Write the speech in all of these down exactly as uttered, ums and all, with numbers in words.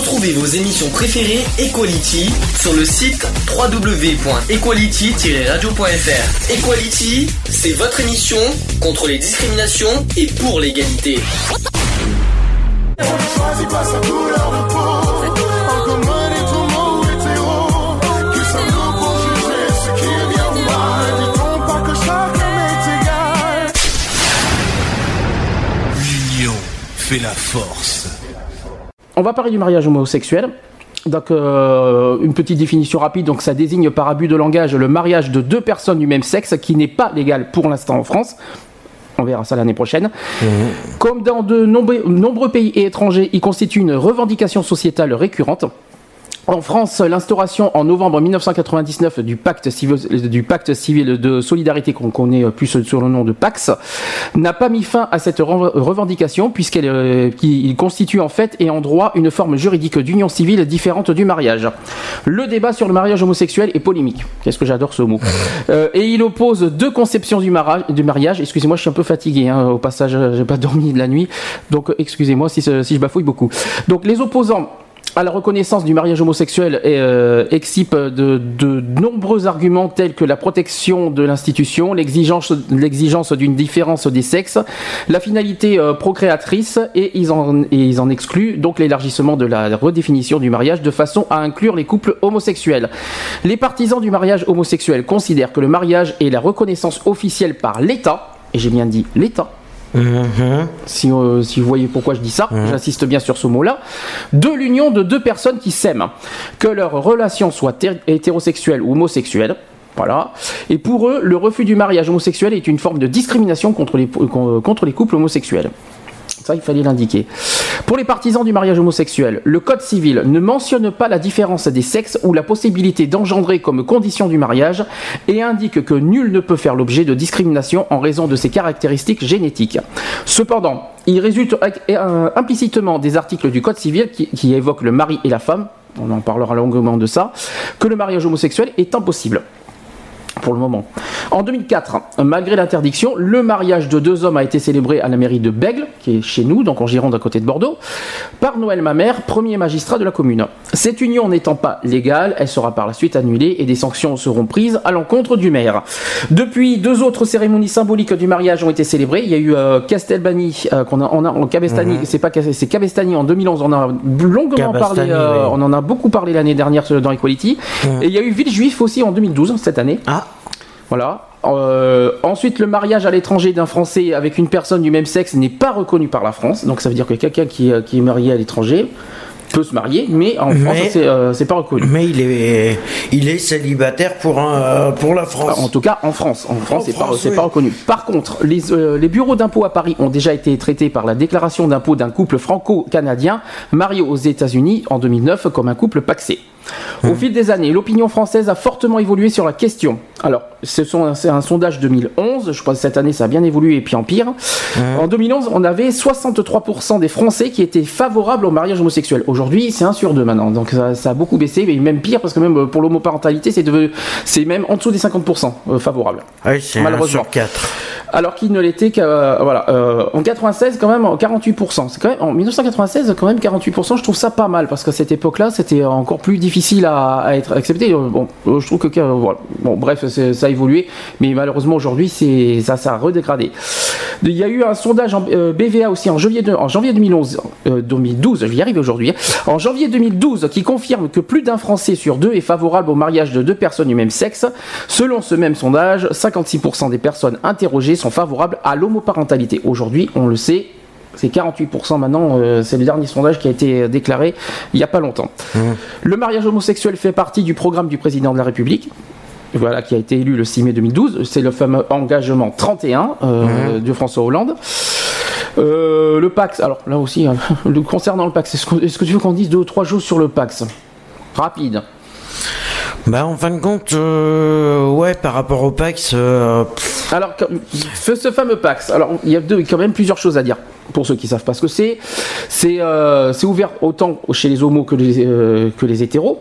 Retrouvez vos émissions préférées Equality sur le site w w w point equality tiret radio point f r. Equality, c'est votre émission contre les discriminations et pour l'égalité. L'union fait la force. On va parler du mariage homosexuel. Donc, euh, une petite définition rapide. Donc, ça désigne par abus de langage le mariage de deux personnes du même sexe qui n'est pas légal pour l'instant en France. On verra ça l'année prochaine. Mmh. Comme dans de nombreux, nombreux pays et étrangers, il constitue une revendication sociétale récurrente. En France, l'instauration en novembre mille neuf cent quatre-vingt-dix-neuf du pacte civil, du pacte civil de solidarité qu'on connaît plus sur le nom de Pacs n'a pas mis fin à cette revendication puisqu'elle euh, qui constitue en fait et en droit une forme juridique d'union civile différente du mariage. Le débat sur le mariage homosexuel est polémique. Qu'est-ce que j'adore ce mot. Euh, et il oppose deux conceptions du, mara- du mariage. Excusez-moi, je suis un peu fatigué. Hein, au passage, j'ai pas dormi de la nuit, donc excusez-moi si, si je bafouille beaucoup. Donc les opposants à la reconnaissance du mariage homosexuel euh, excipent de, de nombreux arguments tels que la protection de l'institution, l'exigence, l'exigence d'une différence des sexes, la finalité euh, procréatrice et ils, en, et ils en excluent donc l'élargissement de la redéfinition du mariage de façon à inclure les couples homosexuels. Les partisans du mariage homosexuel considèrent que le mariage est la reconnaissance officielle par l'État, et j'ai bien dit l'État, Mmh. Si, euh, si vous voyez pourquoi je dis ça, mmh. j'insiste bien sur ce mot-là, de l'union de deux personnes qui s'aiment, que leur relation soit ter- hétérosexuelle ou homosexuelle. Voilà. Et pour eux, le refus du mariage homosexuel est une forme de discrimination contre les, contre les couples homosexuels. Ça, il fallait l'indiquer. Pour les partisans du mariage homosexuel, le Code civil ne mentionne pas la différence des sexes ou la possibilité d'engendrer comme condition du mariage et indique que nul ne peut faire l'objet de discrimination en raison de ses caractéristiques génétiques. Cependant, il résulte euh, implicitement des articles du Code civil qui, qui évoquent le mari et la femme, on en parlera longuement de ça, que le mariage homosexuel est impossible. Pour le moment. En deux mille quatre, malgré l'interdiction, le mariage de deux hommes a été célébré à la mairie de Bègle, qui est chez nous, donc en Gironde à côté de Bordeaux, par Noël Mamère, premier magistrat de la commune. Cette union n'étant pas légale, elle sera par la suite annulée et des sanctions seront prises à l'encontre du maire. Depuis, deux autres cérémonies symboliques du mariage ont été célébrées. Il y a eu euh, Castelbani, euh, qu'on a, on a en Cabestany, mm-hmm. c'est pas c'est Cabestany en deux mille onze. On en a longuement parlé, euh, oui. on en a beaucoup parlé l'année dernière dans Equality. Mm. Et il y a eu Villejuif aussi en deux mille douze cette année. Ah. Voilà. Euh, ensuite, le mariage à l'étranger d'un Français avec une personne du même sexe n'est pas reconnu par la France. Donc ça veut dire que quelqu'un qui, qui est marié à l'étranger peut se marier, mais en mais, France, c'est, euh, c'est pas reconnu. Mais il est, il est célibataire pour, un, pour la France. En tout cas, en France. En France, en c'est, France pas, c'est oui. pas reconnu. Par contre, les, euh, les bureaux d'impôts à Paris ont déjà été traités par la déclaration d'impôt d'un couple franco-canadien marié aux États-Unis en deux mille neuf comme un couple pacsé. Au mmh. fil des années, l'opinion française a fortement évolué sur la question. Alors, ce sont, c'est un sondage deux mille onze, je crois que cette année ça a bien évolué et puis empire. Mmh. En deux mille onze, on avait soixante-trois pour cent des Français qui étaient favorables au mariage homosexuel. Aujourd'hui, c'est un sur deux maintenant, donc ça, ça a beaucoup baissé, mais même pire parce que même pour l'homoparentalité, c'est, devenu, c'est même en dessous des cinquante pour cent favorables. Oui, c'est malheureusement. un sur quatre. Alors qu'il ne l'était qu'à, euh, voilà, euh, en quatre-vingt-seize quand même quarante-huit pour cent. C'est quand même, en dix-neuf cent quatre-vingt-seize quand même quarante-huit pour cent, je trouve ça pas mal parce qu'à cette époque-là, c'était encore plus difficile à, à être accepté. Bon, je trouve que euh, voilà. Bon, bref, c'est, ça a évolué, mais malheureusement aujourd'hui, c'est ça, ça a redégradé. Il y a eu un sondage en euh, B V A aussi en janvier, de, en janvier deux mille onze, euh, deux mille douze, je vais y arriver aujourd'hui. Hein, en janvier deux mille douze, qui confirme que plus d'un Français sur deux est favorable au mariage de deux personnes du même sexe. Selon ce même sondage, cinquante-six pour cent des personnes interrogées sont favorables à l'homoparentalité. Aujourd'hui, on le sait, c'est quarante-huit pour cent maintenant, euh, c'est le dernier sondage qui a été déclaré il n'y a pas longtemps. Mmh. Le mariage homosexuel fait partie du programme du président de la République, voilà, qui a été élu le six mai deux mille douze. C'est le fameux engagement trente et un euh, mmh. de François Hollande. Euh, le Pacs, alors là aussi, hein, le, concernant le Pacs, est-ce que, est-ce que tu veux qu'on dise deux ou trois choses sur le Pacs ? Rapide. Bah en fin de compte, euh, ouais, par rapport au Pacs. Euh, alors, ce fameux Pacs, alors il y a deux, quand même plusieurs choses à dire pour ceux qui savent pas ce que c'est. C'est, euh, c'est ouvert autant chez les homos que les, euh, que les hétéros.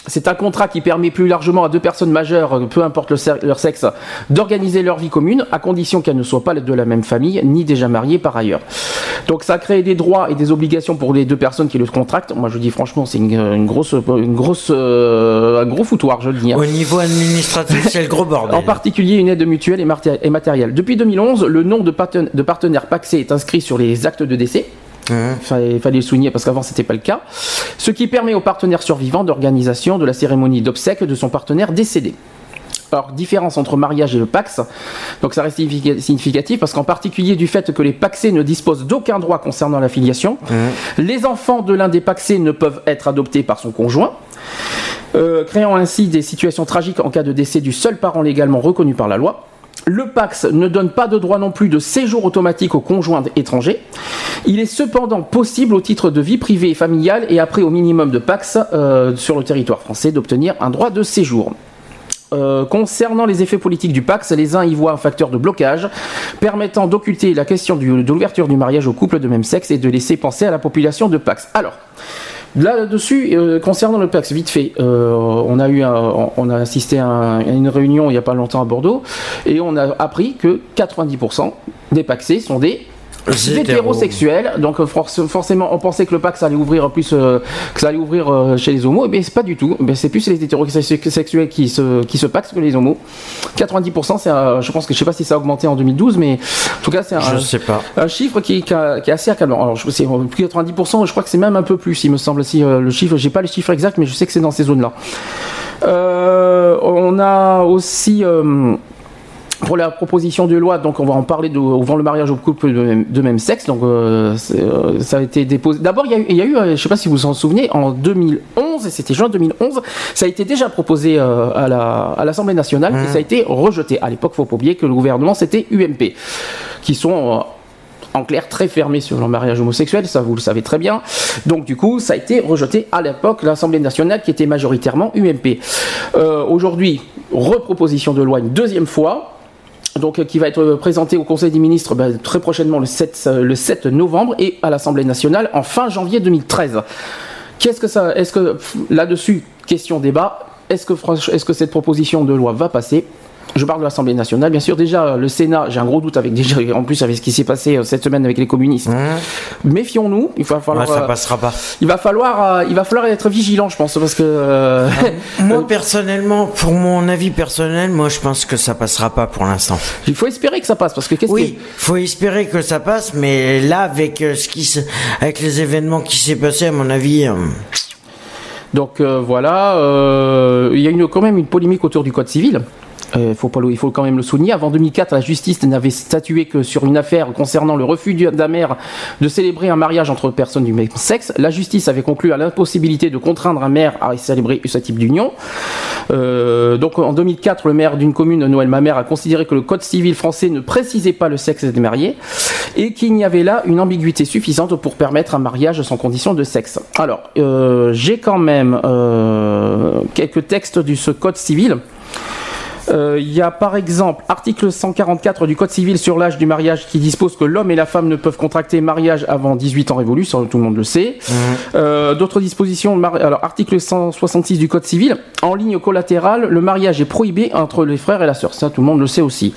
C'est un contrat qui permet plus largement à deux personnes majeures, peu importe le, leur sexe, d'organiser leur vie commune, à condition qu'elles ne soient pas de la même famille, ni déjà mariées par ailleurs. Donc ça crée des droits et des obligations pour les deux personnes qui le contractent. Moi je dis franchement, c'est une, une grosse, une grosse, euh, un gros foutoir, je le dis. Hein. Au niveau administratif, c'est le gros bordel. En particulier une aide mutuelle et, maté- et matérielle. Depuis deux mille onze, le nom de, parten- de partenaires pacsés est inscrit sur les actes de décès. Il mmh. fallait, fallait le souligner parce qu'avant c'était pas le cas. Ce qui permet aux partenaires survivants d'organisation de la cérémonie d'obsèques de son partenaire décédé. Alors, différence entre mariage et le Pacs, donc ça reste significatif parce qu'en particulier du fait que les pacsés ne disposent d'aucun droit concernant la filiation, mmh. les enfants de l'un des pacsés ne peuvent être adoptés par son conjoint, euh, créant ainsi des situations tragiques en cas de décès du seul parent légalement reconnu par la loi. Le Pacs ne donne pas de droit non plus de séjour automatique aux conjoints étrangers. Il est cependant possible au titre de vie privée et familiale et après au minimum de Pacs euh, sur le territoire français d'obtenir un droit de séjour. Euh, concernant les effets politiques du Pacs, les uns y voient un facteur de blocage permettant d'occulter la question du, de l'ouverture du mariage aux couples de même sexe et de laisser penser à la population de Pacs. Alors, là-dessus, euh, concernant le Pacs, vite fait, euh, on a eu, un, on a assisté à, un, à une réunion il n'y a pas longtemps à Bordeaux et on a appris que quatre-vingt-dix pour cent des pacsés sont des hétérosexuels. Donc forcément, on pensait que le Pacs allait ouvrir plus, euh, que ça allait ouvrir euh, chez les homos, mais c'est pas du tout. Mais c'est plus les hétérosexuels qui se qui se pacsent que les homos. quatre-vingt-dix pour cent, c'est, un, je pense que je sais pas si ça a augmenté en deux mille douze, mais en tout cas c'est un, je sais pas. un chiffre qui, qui, a, qui est assez accablant. Alors je sais plus quatre-vingt-dix pour cent, je crois que c'est même un peu plus, il me semble. Si euh, le chiffre, j'ai pas le chiffre exact, mais je sais que c'est dans ces zones-là. Euh, on a aussi euh, pour la proposition de loi, donc on va en parler de, ouvrant le mariage aux couples de même, de même sexe. Donc euh, euh, ça a été déposé. D'abord, il y a eu, il y a eu euh, je ne sais pas si vous vous en souvenez, en deux mille onze, et c'était juin deux mille onze, ça a été déjà proposé euh, à, la, à l'Assemblée nationale mmh. et ça a été rejeté. À l'époque, il ne faut pas oublier que le gouvernement c'était U M P, qui sont euh, en clair très fermés sur le mariage homosexuel, ça vous le savez très bien. Donc du coup, ça a été rejeté à l'époque, l'Assemblée nationale qui était majoritairement U M P. Euh, aujourd'hui, reproposition de loi une deuxième fois. Donc, qui va être présenté au Conseil des ministres ben, très prochainement le sept, le sept novembre et à l'Assemblée nationale en fin janvier deux mille treize. Qu'est-ce que ça, est-ce que là-dessus, question débat, est-ce que, est-ce que cette proposition de loi va passer ? Je parle de l'Assemblée nationale, bien sûr. Déjà, le Sénat, j'ai un gros doute avec déjà, en plus avec ce qui s'est passé cette semaine avec les communistes. Mmh. Méfions-nous. Il va falloir. Ouais, ça passera pas. Il va falloir, il va falloir être vigilant, je pense, parce que. Euh, moi personnellement, pour mon avis personnel, moi je pense que ça passera pas pour l'instant. Il faut espérer que ça passe, parce que qu'est-ce oui, que... faut espérer que ça passe, mais là, avec euh, ce qui, se... avec les événements qui s'est passé, à mon avis. Euh... Donc euh, voilà, euh, il y a une, quand même une polémique autour du Code civil. Euh, faut pas, il faut quand même le souligner. Avant deux mille quatre, la justice n'avait statué que sur une affaire concernant le refus d'un maire de célébrer un mariage entre personnes du même sexe. La justice avait conclu à l'impossibilité de contraindre un maire à célébrer ce type d'union. Euh, donc en deux mille quatre, le maire d'une commune, Noël Mamère, a considéré que le Code civil français ne précisait pas le sexe des mariés et qu'il y avait là une ambiguïté suffisante pour permettre un mariage sans condition de sexe. Alors, euh, j'ai quand même euh, quelques textes de ce Code civil. Il euh, y a par exemple article cent quarante-quatre du Code civil sur l'âge du mariage qui dispose que l'homme et la femme ne peuvent contracter mariage avant dix-huit ans révolus, ça tout le monde le sait. Mmh. Euh, d'autres dispositions, alors article cent soixante-six du Code civil, en ligne collatérale, le mariage est prohibé entre les frères et la sœur, ça tout le monde le sait aussi.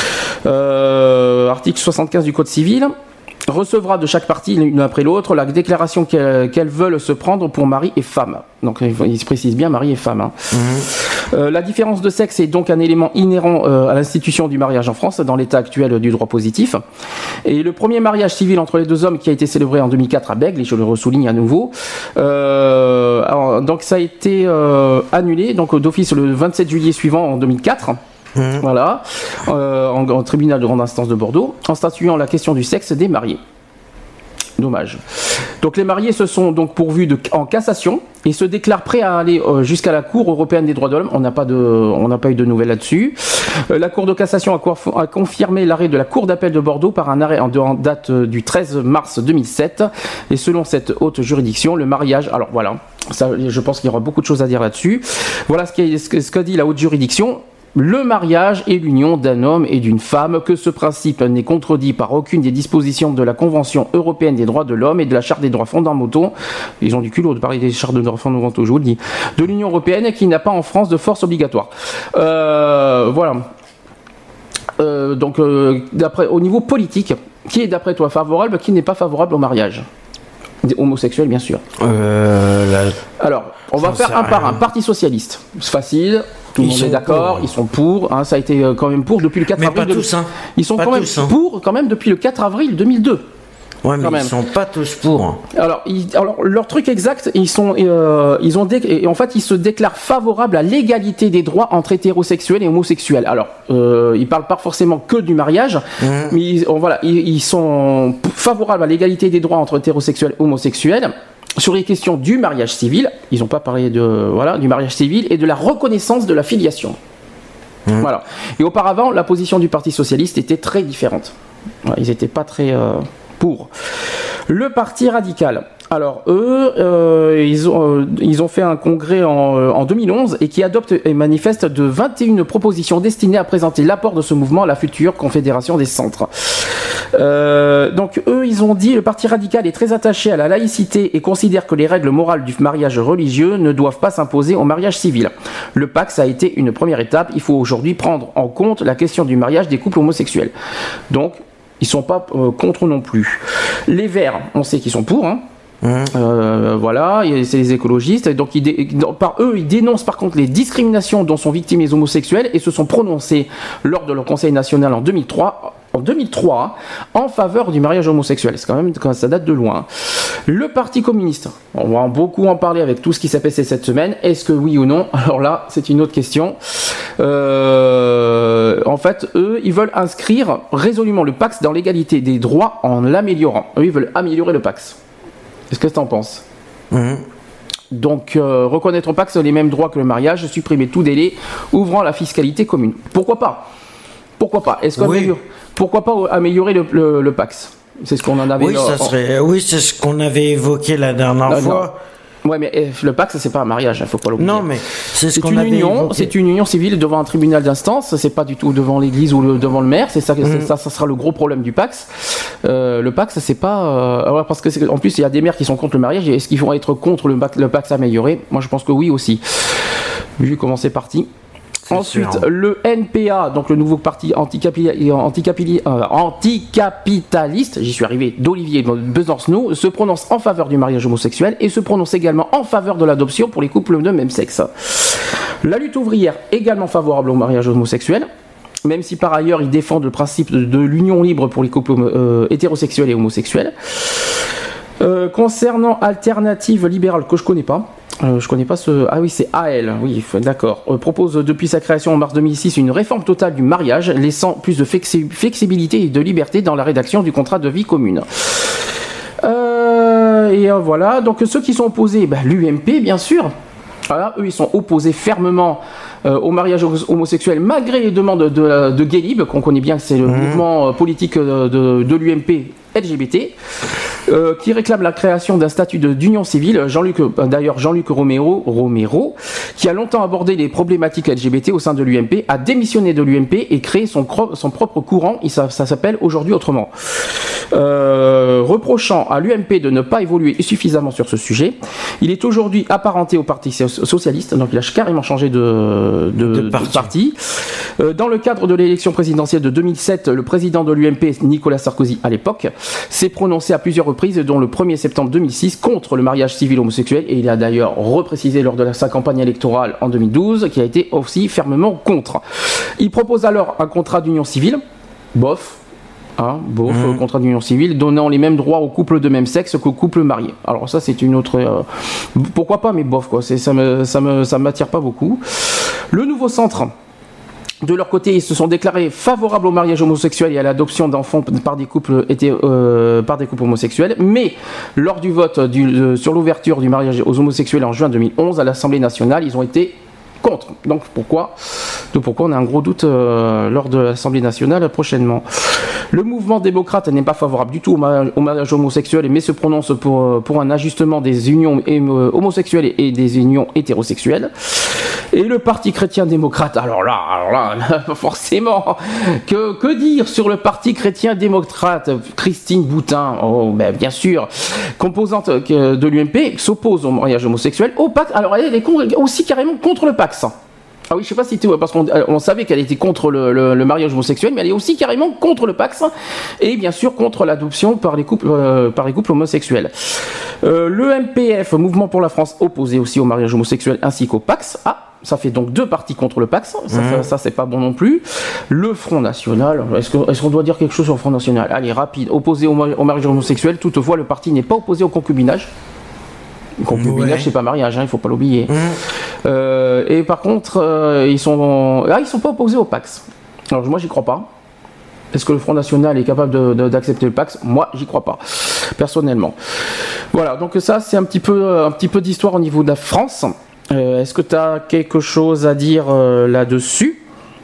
Euh, article soixante-quinze du Code civil, recevra de chaque partie, l'une après l'autre, la déclaration qu'elles, qu'elles veulent se prendre pour mari et femme. Donc il se précise bien mari et femme. Hein. Mmh. Euh, la différence de sexe est donc un élément inhérent euh, à l'institution du mariage en France, dans l'état actuel du droit positif. Et le premier mariage civil entre les deux hommes qui a été célébré en deux mille quatre à Bègles, et je le ressouligne à nouveau, euh, alors, donc ça a été euh, annulé donc d'office le vingt-sept juillet suivant en deux mille quatre. Mmh. Voilà, euh, en, en tribunal de grande instance de Bordeaux, en statuant la question du sexe des mariés. Dommage. Donc les mariés se sont donc pourvus de, en cassation et se déclarent prêts à aller euh, jusqu'à la Cour européenne des droits de l'homme. On n'a pas de, on n'a pas eu de nouvelles là-dessus. Euh, la Cour de cassation a, a confirmé l'arrêt de la Cour d'appel de Bordeaux par un arrêt en, en date du treize mars deux mille sept. Et selon cette haute juridiction, le mariage, alors voilà, ça, je pense qu'il y aura beaucoup de choses à dire là-dessus. Voilà ce qu'a, ce qu'a dit la haute juridiction. Le mariage est l'union d'un homme et d'une femme, que ce principe n'est contredit par aucune des dispositions de la Convention européenne des droits de l'homme et de la Charte des droits fondamentaux, ils ont du culot de parler des chartes de droits fondamentaux, je vous le dis, de l'Union européenne, qui n'a pas en France de force obligatoire. Euh, voilà. Euh, donc, euh, d'après, au niveau politique, qui est d'après toi favorable, qui n'est pas favorable au mariage ? Des homosexuels, bien sûr. Euh, la... Alors, on va faire un par un. Parti socialiste, c'est facile. Tout le monde est d'accord, pour. Ils sont pour. Hein, ça a été quand même pour depuis le quatre Mais avril. Pas tous, hein. Ils sont pas quand même tous, hein. pour quand même depuis le quatre avril deux mille deux. Ouais, mais quand ils même. sont pas tous pour. Alors, ils, alors leur truc exact, ils sont, euh, ils ont, dé, et en fait, ils se déclarent favorables à l'égalité des droits entre hétérosexuels et homosexuels. Alors, euh, ils parlent pas forcément que du mariage, mmh. mais ils, voilà, ils, ils sont favorables à l'égalité des droits entre hétérosexuels et homosexuels. Sur les questions du mariage civil, ils n'ont pas parlé de voilà du mariage civil et de la reconnaissance de la filiation. Mmh. Voilà. Et auparavant, la position du Parti socialiste était très différente. Ouais, ils n'étaient pas très euh, pour. Le Parti radical. Alors eux, euh, ils, ont, euh, ils ont fait un congrès en, euh, en deux mille onze et qui adopte et manifeste de vingt et une propositions destinées à présenter l'apport de ce mouvement à la future Confédération des centres. Euh, donc eux, ils ont dit, le Parti radical est très attaché à la laïcité et considère que les règles morales du mariage religieux ne doivent pas s'imposer au mariage civil. Le P A C, ça a été une première étape. Il faut aujourd'hui prendre en compte la question du mariage des couples homosexuels. Donc, ils sont pas euh, contre non plus. Les Verts, on sait qu'ils sont pour, hein. Mmh. Euh, voilà, c'est les écologistes. Donc, ils dé... par eux, ils dénoncent par contre les discriminations dont sont victimes les homosexuels et se sont prononcés lors de leur Conseil national en deux mille trois, en deux mille trois en faveur du mariage homosexuel. C'est quand même, ça date de loin. Le Parti communiste, on va beaucoup en parler avec tout ce qui s'est passé cette semaine. Est-ce que oui ou non ? Alors là, c'est une autre question. Euh, en fait, eux, ils veulent inscrire résolument le P A C dans l'égalité des droits en l'améliorant. Eux, ils veulent améliorer le P A C. Qu'est-ce que tu en penses ? Mmh. Donc, euh, reconnaître au P A C les mêmes droits que le mariage, supprimer tout délai, ouvrant la fiscalité commune. Pourquoi pas ? Pourquoi pas ? Est-ce qu'on oui. améliore... Pourquoi pas améliorer le, le, le P A C ? C'est ce qu'on en avait... Oui, ça serait... oui, c'est ce qu'on avait évoqué la dernière non, fois. Non. Ouais, mais le P A C, c'est pas un mariage, il faut pas l'oublier. Non, mais c'est ce c'est qu'on une avait union, évoqué. C'est une union civile devant un tribunal d'instance. C'est pas du tout devant l'église ou le, devant le maire. C'est ça, mmh. c'est ça, ça sera le gros problème du P A C. Euh, le P A C, c'est pas euh, parce que c'est, en plus il y a des maires qui sont contre le mariage. Est-ce qu'ils vont être contre le, le P A C amélioré ? Moi, je pense que oui aussi. Vu comment c'est parti. C'est Ensuite, sûr. Le N P A, donc le nouveau parti anticapi- anticapi- euh, anticapitaliste, j'y suis arrivé, d'Olivier Besancenot, se prononce en faveur du mariage homosexuel et se prononce également en faveur de l'adoption pour les couples de même sexe. La lutte ouvrière, également favorable au mariage homosexuel, même si par ailleurs ils défendent le principe de, de l'union libre pour les couples euh, hétérosexuels et homosexuels. Euh, concernant Alternative Libérale, que je connais pas, euh, je connais pas ce... Ah oui, c'est A L, oui, d'accord. Euh, propose depuis sa création en mars deux mille six une réforme totale du mariage, laissant plus de flexi- flexibilité et de liberté dans la rédaction du contrat de vie commune. Euh, et euh, voilà, donc ceux qui sont opposés, bah, l'U M P, bien sûr. Voilà, eux, ils sont opposés fermement euh, au mariage homosexuel, malgré les demandes de, de, de Gay-Lib, qu'on connaît bien, c'est le mmh. mouvement politique de, de, de l'U M P L G B T. Euh, qui réclame la création d'un statut de, d'union civile. Jean-Luc, d'ailleurs Jean-Luc Romero, Romero, qui a longtemps abordé les problématiques L G B T au sein de l'U M P, a démissionné de l'U M P et créé son, son propre courant. Et ça, ça s'appelle Aujourd'hui Autrement. Euh, reprochant à l'U M P de ne pas évoluer suffisamment sur ce sujet, il est aujourd'hui apparenté au Parti socialiste, donc il a carrément changé de, de, de parti. De parti. Euh, dans le cadre de l'élection présidentielle de deux mille sept, le président de l'U M P, Nicolas Sarkozy à l'époque, s'est prononcé à plusieurs reprises, dont le premier septembre deux mille six, contre le mariage civil homosexuel, et il a d'ailleurs reprécisé lors de sa campagne électorale en deux mille douze qu'il a été aussi fermement contre. Il propose alors un contrat d'union civile, bof, hein, bof, mmh. contrat d'union civile, donnant les mêmes droits aux couples de même sexe qu'aux couples mariés. Alors ça, c'est une autre... Euh, pourquoi pas, mais bof, quoi, c'est, ça me, ça me, ça m'attire pas beaucoup. Le nouveau centre... De leur côté, ils se sont déclarés favorables au mariage homosexuel et à l'adoption d'enfants par des couples, étaient, euh, par des couples homosexuels. Mais lors du vote du, euh, sur l'ouverture du mariage aux homosexuels en juin deux mille onze à l'Assemblée nationale, ils ont été contre. Donc pourquoi, donc pourquoi on a un gros doute euh, lors de l'Assemblée nationale prochainement. Le mouvement démocrate n'est pas favorable du tout au mariage, au mariage homosexuel, mais se prononce pour, pour un ajustement des unions homosexuelles et des unions hétérosexuelles. Et le Parti chrétien-démocrate, alors là, alors là, forcément, que, que dire sur le Parti chrétien-démocrate? Christine Boutin, oh, ben, bien sûr, composante de l'U M P, s'oppose au mariage homosexuel, au Pax. Alors elle est aussi carrément contre le Pax. Ah oui, je sais pas si tu vois, parce qu'on on savait qu'elle était contre le, le, le mariage homosexuel, mais elle est aussi carrément contre le Pax et bien sûr contre l'adoption par les couples, euh, par les couples homosexuels. Euh, le M P F, Mouvement pour la France, opposé aussi au mariage homosexuel ainsi qu'au Pax. Ah, ça fait donc deux partis contre le Pax, ça, mmh. ça, ça c'est pas bon non plus. Le Front National, est-ce, que, est-ce qu'on doit dire quelque chose sur le Front National? Allez, rapide, opposé au, au mariage homosexuel, toutefois le parti n'est pas opposé au concubinage. Concubinage, ouais. C'est pas mariage, hein, il faut pas l'oublier. Mmh. Euh, et par contre, euh, ils sont, ah, ils sont pas opposés au Pax. Alors moi, j'y crois pas. Est-ce que le Front National est capable de, de, d'accepter le Pax? Moi, j'y crois pas, personnellement. Voilà, donc ça, c'est un petit peu, un petit peu d'histoire au niveau de la France. Euh, est-ce que tu as quelque chose à dire euh, là-dessus?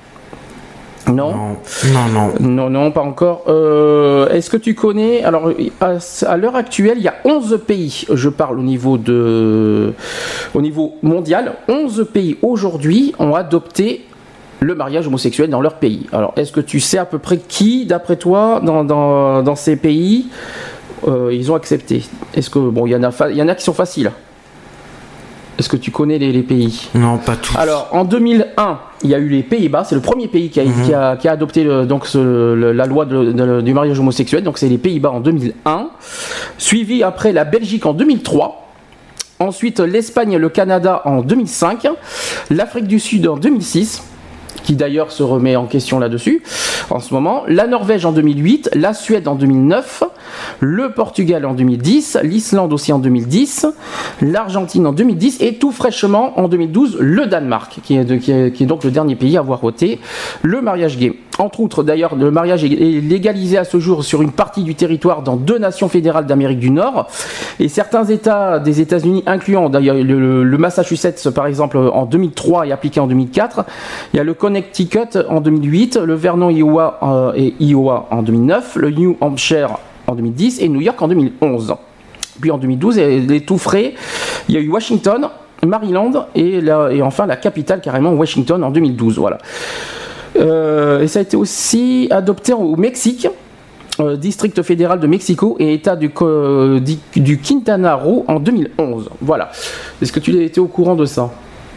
Non. non, non, non, non, pas encore. Euh, est-ce que tu connais? Alors, à, à l'heure actuelle, il y a onze pays. Je parle au niveau de, au niveau mondial. onze pays aujourd'hui ont adopté le mariage homosexuel dans leur pays. Alors, est-ce que tu sais à peu près qui, d'après toi, dans dans, dans ces pays, euh, ils ont accepté? Est-ce que bon, il y en a, il y en a qui sont faciles. Est-ce que tu connais les, les pays? Non, pas tous. Alors, en deux mille un, il y a eu les Pays-Bas. C'est le premier pays qui a, mmh. qui a, qui a adopté le, donc ce, le, la loi de, de, du mariage homosexuel. Donc, c'est les Pays-Bas en deux mille un. Suivi après la Belgique en deux mille trois. Ensuite, l'Espagne et le Canada en deux mille cinq. L'Afrique du Sud en deux mille six. Qui d'ailleurs se remet en question là-dessus en ce moment. La Norvège en deux mille huit, la Suède en deux mille neuf, le Portugal en deux mille dix, l'Islande aussi en deux mille dix, l'Argentine en deux mille dix et tout fraîchement en deux mille douze, le Danemark, qui est, de, qui est, qui est donc le dernier pays à avoir voté le mariage gay. Entre autres, d'ailleurs, le mariage est légalisé à ce jour sur une partie du territoire dans deux nations fédérales d'Amérique du Nord et certains États des États-Unis, incluant d'ailleurs le, le Massachusetts par exemple en deux mille trois et appliqué en deux mille quatre. Il y a le Connecticut en deux mille huit, le Vermont Iowa, euh, et Iowa en deux mille neuf, le New Hampshire en deux mille dix et New York en deux mille onze. Puis en deux mille douze, les tout frais, il y a eu Washington, Maryland et, la, et enfin la capitale carrément Washington en deux mille douze. Voilà. Euh, et ça a été aussi adopté au Mexique, euh, district fédéral de Mexico et état du, euh, du, du Quintana Roo en deux mille onze. Voilà. Est-ce que tu étais au courant de ça?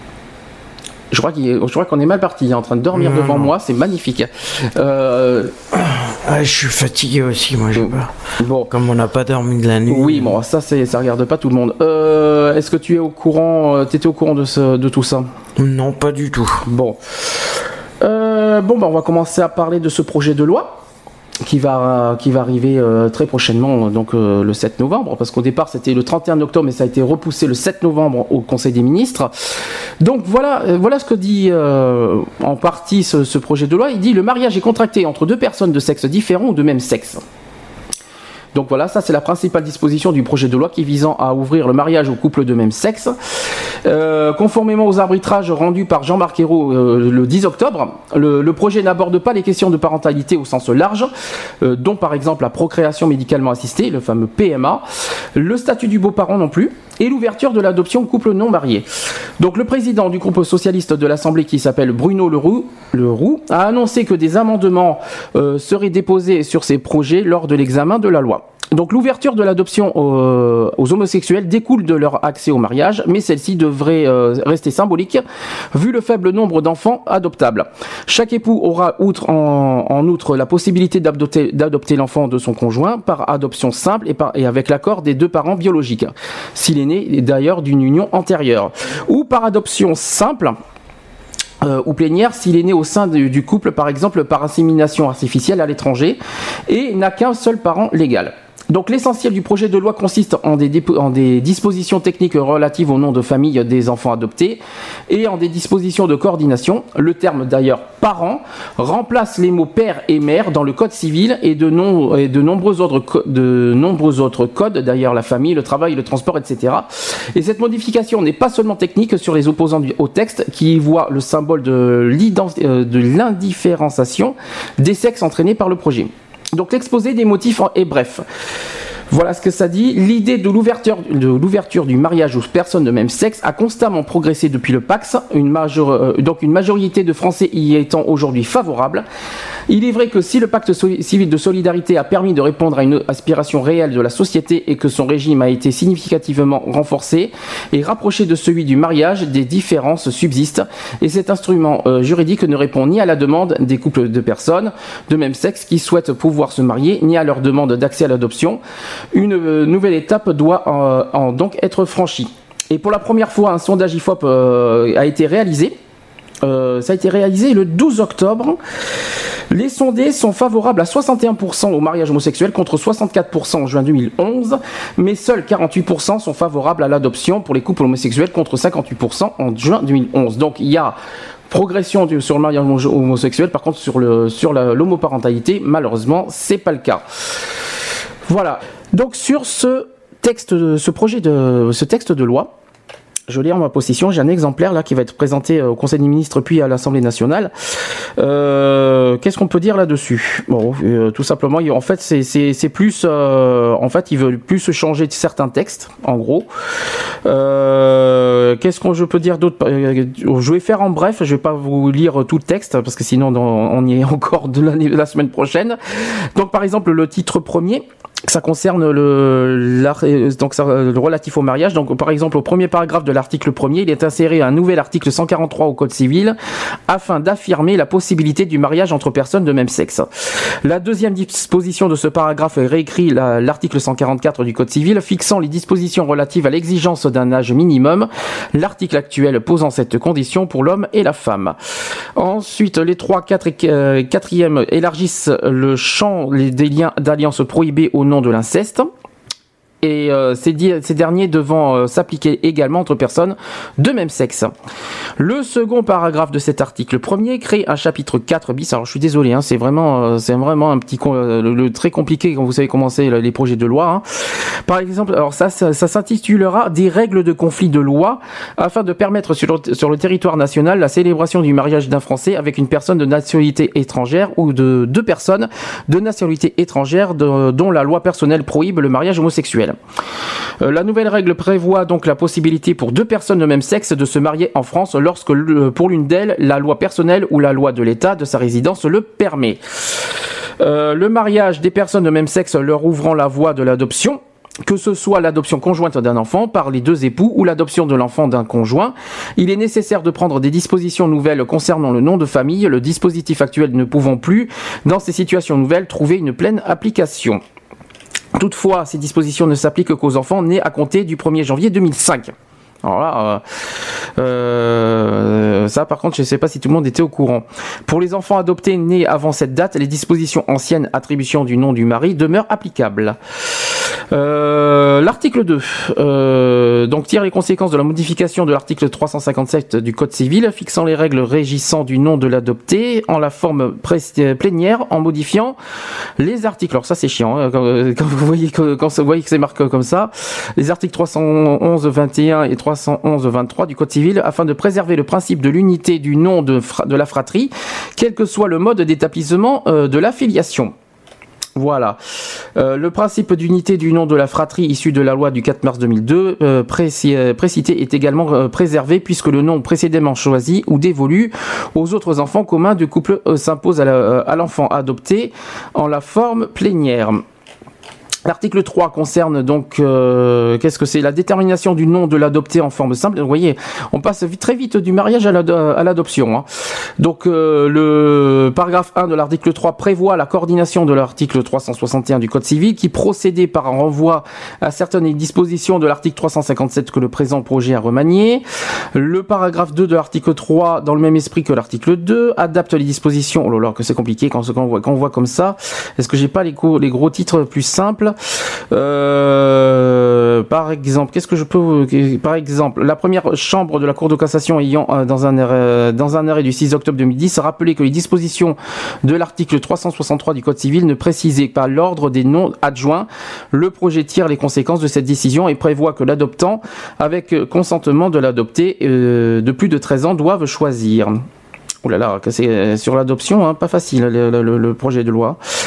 Je crois, qu'il est, je crois qu'on est mal parti, il est en train de dormir devant moi, c'est magnifique. Euh... Ah, je suis fatigué aussi, moi, j'ai peur. Bon. Comme on n'a pas dormi de la nuit. Oui, bon, ça, c'est, ça regarde pas tout le monde. Euh, est-ce que tu es au courant, t'étais au courant de, ce, de tout ça? Non, pas du tout. Bon. Euh, bon, bah, on va commencer à parler de ce projet de loi qui va, qui va arriver euh, très prochainement, donc euh, le sept novembre, parce qu'au départ c'était le trente et un octobre, mais ça a été repoussé le sept novembre au Conseil des ministres. Donc voilà, euh, voilà ce que dit euh, en partie ce, ce projet de loi. Il dit: le mariage est contracté entre deux personnes de sexe différent ou de même sexe. Donc voilà, ça c'est la principale disposition du projet de loi qui visant à ouvrir le mariage aux couples de même sexe. Euh, conformément aux arbitrages rendus par Jean-Marc Ayrault euh, le dix octobre, le, le projet n'aborde pas les questions de parentalité au sens large, euh, dont par exemple la procréation médicalement assistée, le fameux P M A, le statut du beau-parent non plus, et l'ouverture de l'adoption aux couples non mariés. Donc le président du groupe socialiste de l'Assemblée, qui s'appelle Bruno Leroux, Leroux a annoncé que des amendements euh, seraient déposés sur ces projets lors de l'examen de la loi. Donc l'ouverture de l'adoption aux, aux homosexuels découle de leur accès au mariage, mais celle-ci devrait euh, rester symbolique vu le faible nombre d'enfants adoptables. Chaque époux aura outre, en, en outre la possibilité d'adopter, d'adopter l'enfant de son conjoint par adoption simple et, par, et avec l'accord des deux parents biologiques, s'il est né d'ailleurs d'une union antérieure, ou par adoption simple Euh, ou plénière s'il est né au sein de, du couple, par exemple par insémination artificielle à l'étranger, et n'a qu'un seul parent légal. Donc l'essentiel du projet de loi consiste en des, dépo- en des dispositions techniques relatives au nom de famille des enfants adoptés et en des dispositions de coordination. Le terme d'ailleurs parent remplace les mots père et mère dans le code civil et de, non- et de, nombreux, autres co- de nombreux autres codes, d'ailleurs la famille, le travail, le transport, et cetera. Et cette modification n'est pas seulement technique sur les opposants du, au texte qui y voient le symbole de, de l'indifférenciation des sexes entraînés par le projet. Donc l'exposé des motifs est bref. Voilà ce que ça dit. L'idée de l'ouverture, de l'ouverture du mariage aux personnes de même sexe a constamment progressé depuis le Pacs, une major, euh, donc une majorité de Français y étant aujourd'hui favorable. Il est vrai que si le pacte civil de solidarité a permis de répondre à une aspiration réelle de la société et que son régime a été significativement renforcé et rapproché de celui du mariage, des différences subsistent et cet instrument euh, juridique ne répond ni à la demande des couples de personnes de même sexe qui souhaitent pouvoir se marier, ni à leur demande d'accès à l'adoption. Une euh, nouvelle étape doit euh, en donc être franchie. Et pour la première fois, un sondage I F O P euh, a été réalisé. Euh, ça a été réalisé le douze octobre. Les sondés sont favorables à soixante et un pour cent au mariage homosexuel contre soixante-quatre pour cent en juin deux mille onze, mais seuls quarante-huit pour cent sont favorables à l'adoption pour les couples homosexuels contre cinquante-huit pour cent en juin deux mille onze. Donc il y a progression du, sur le mariage homosexuel, par contre sur, le, sur la, l'homoparentalité, malheureusement, c'est pas le cas. Voilà. Donc sur ce texte, ce projet de, ce texte de loi, je l'ai en ma possession, j'ai un exemplaire là qui va être présenté au Conseil des ministres puis à l'Assemblée nationale. Euh, qu'est-ce qu'on peut dire là-dessus ? Bon, euh, tout simplement, en fait, c'est, c'est, c'est plus, euh, en fait, ils veulent plus changer certains textes, en gros. Euh, qu'est-ce que je peux dire d'autre ? Je vais faire en bref, je vais pas vous lire tout le texte parce que sinon on y est encore de l'année, de la semaine prochaine. Donc, par exemple, le titre premier. Ça concerne le, donc ça, le relatif au mariage. Donc, par exemple, au premier paragraphe de l'article premier, il est inséré un nouvel article cent quarante-trois au Code civil afin d'affirmer la possibilité du mariage entre personnes de même sexe. La deuxième disposition de ce paragraphe réécrit la, l'article cent quarante-quatre du Code civil fixant les dispositions relatives à l'exigence d'un âge minimum, l'article actuel posant cette condition pour l'homme et la femme. Ensuite, les trois, quatre et euh, quatrième élargissent le champ des liens d'alliance prohibés au nom de l'inceste. Et euh, ces, di- ces derniers devant euh, s'appliquer également entre personnes de même sexe. Le second paragraphe de cet article premier crée un chapitre quatre bis. Alors je suis désolé, hein, c'est vraiment, euh, c'est vraiment un petit con- euh, le, le très compliqué quand vous savez comment c'est les projets de loi. Hein. Par exemple, alors ça, ça, ça s'intitulera des règles de conflit de loi afin de permettre sur le, sur le territoire national la célébration du mariage d'un Français avec une personne de nationalité étrangère ou de deux personnes de nationalité étrangère de, dont la loi personnelle prohibe le mariage homosexuel. Euh, la nouvelle règle prévoit donc la possibilité pour deux personnes de même sexe de se marier en France lorsque le, pour l'une d'elles la loi personnelle ou la loi de l'État de sa résidence le permet. Euh, le mariage des personnes de même sexe leur ouvrant la voie de l'adoption, que ce soit l'adoption conjointe d'un enfant par les deux époux ou l'adoption de l'enfant d'un conjoint, il est nécessaire de prendre des dispositions nouvelles concernant le nom de famille, le dispositif actuel ne pouvant plus, dans ces situations nouvelles, trouver une pleine application. Toutefois, ces dispositions ne s'appliquent qu'aux enfants nés à compter du premier janvier deux mille cinq. Alors là, euh, euh, ça par contre, je ne sais pas si tout le monde était au courant. Pour les enfants adoptés nés avant cette date, les dispositions anciennes attribution du nom du mari demeurent applicables. Euh, l'article deux euh, donc tire les conséquences de la modification de l'article trois cent cinquante-sept du Code civil fixant les règles régissant du nom de l'adopté en la forme pré- plénière en modifiant les articles. Alors ça c'est chiant hein, quand, quand vous voyez que, quand vous voyez que c'est marqué comme ça, les articles trois cent onze vingt et un et trois cent onze vingt-trois du Code civil afin de préserver le principe de l'unité du nom de, fra- de la fratrie, quel que soit le mode d'établissement euh, de la filiation. Voilà. Euh, le principe d'unité du nom de la fratrie issu de la loi du quatre mars deux mille deux euh, précis, euh, précité est également euh, préservé puisque le nom précédemment choisi ou dévolu aux autres enfants communs du couple euh, s'impose à, la, à l'enfant adopté en la forme plénière. L'article trois concerne donc euh, qu'est-ce que c'est la détermination du nom de l'adopté en forme simple. Vous voyez, on passe vite, très vite du mariage à, l'ad- à l'adoption. Hein. Donc euh, le paragraphe un de l'article trois prévoit la coordination de l'article trois cent soixante et un du Code civil qui procédait par un renvoi à certaines dispositions de l'article trois cent cinquante-sept que le présent projet a remanié. Le paragraphe deux de l'article trois, dans le même esprit que l'article deux, adapte les dispositions. Oh là là, que c'est compliqué quand, quand, on voit, quand on voit comme ça. Est-ce que j'ai pas les, co- les gros titres plus simples? Euh, par exemple, qu'est-ce que je peux, par exemple, la première chambre de la Cour de cassation ayant, euh, dans un arrêt, dans un arrêt du six octobre deux mille dix, rappelé que les dispositions de l'article trois cent soixante-trois du Code civil ne précisaient pas l'ordre des noms adjoints. Le projet tire les conséquences de cette décision et prévoit que l'adoptant, avec consentement de l'adopté, euh, de plus de treize ans, doivent choisir. Oh là là, c'est sur l'adoption, hein, pas facile le, le, le projet de loi.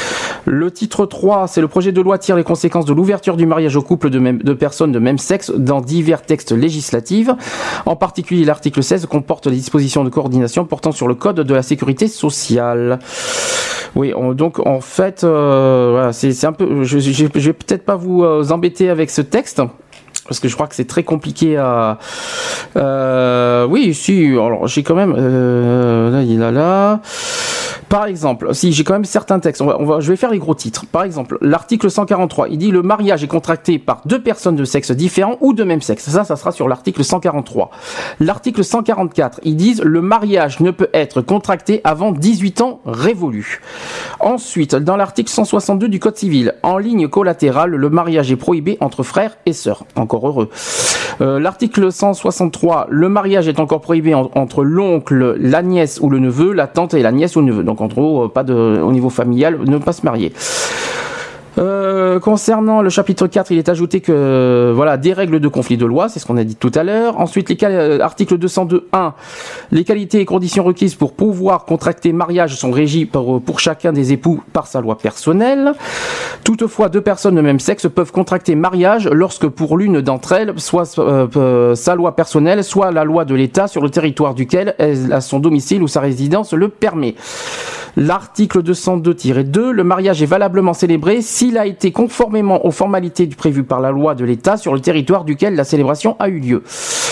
Le titre trois, c'est le projet de loi tire les conséquences de l'ouverture du mariage aux couples de, même, de personnes de même sexe dans divers textes législatifs. En particulier, l'article seize comporte les dispositions de coordination portant sur le code de la sécurité sociale. Oui, on, donc en fait, euh, voilà, c'est, c'est un peu. Je, je, je vais peut-être pas vous euh, embêter avec ce texte. Parce que je crois que c'est très compliqué à. Euh, oui, si. Alors j'ai quand même. Euh, là, il a là. Par exemple, si j'ai quand même certains textes, on va, on va, je vais faire les gros titres. Par exemple, l'article cent quarante-trois, il dit le mariage est contracté par deux personnes de sexe différent ou de même sexe. Ça, ça sera sur l'article cent quarante-trois. L'article cent quarante-quatre, ils disent le mariage ne peut être contracté avant dix-huit ans révolus. Ensuite, dans l'article cent soixante-deux du Code civil, en ligne collatérale, le mariage est prohibé entre frères et sœurs. Encore heureux. Euh, l'article cent soixante-trois, le mariage est encore prohibé en, entre l'oncle, la nièce ou le neveu, la tante et la nièce ou le neveu. Donc en gros, pas de, au niveau familial, ne pas se marier. Euh, concernant le chapitre quatre, il est ajouté que voilà des règles de conflit de loi, c'est ce qu'on a dit tout à l'heure. Ensuite, les euh, article deux cent deux point un, les qualités et conditions requises pour pouvoir contracter mariage sont régies pour, pour chacun des époux par sa loi personnelle. Toutefois, deux personnes de même sexe peuvent contracter mariage lorsque pour l'une d'entre elles, soit euh, euh, sa loi personnelle, soit la loi de l'État sur le territoire duquel elle a son domicile ou sa résidence le permet. L'article deux cent deux tiret deux, le mariage est valablement célébré s'il a été conformément aux formalités prévues par la loi de l'État sur le territoire duquel la célébration a eu lieu.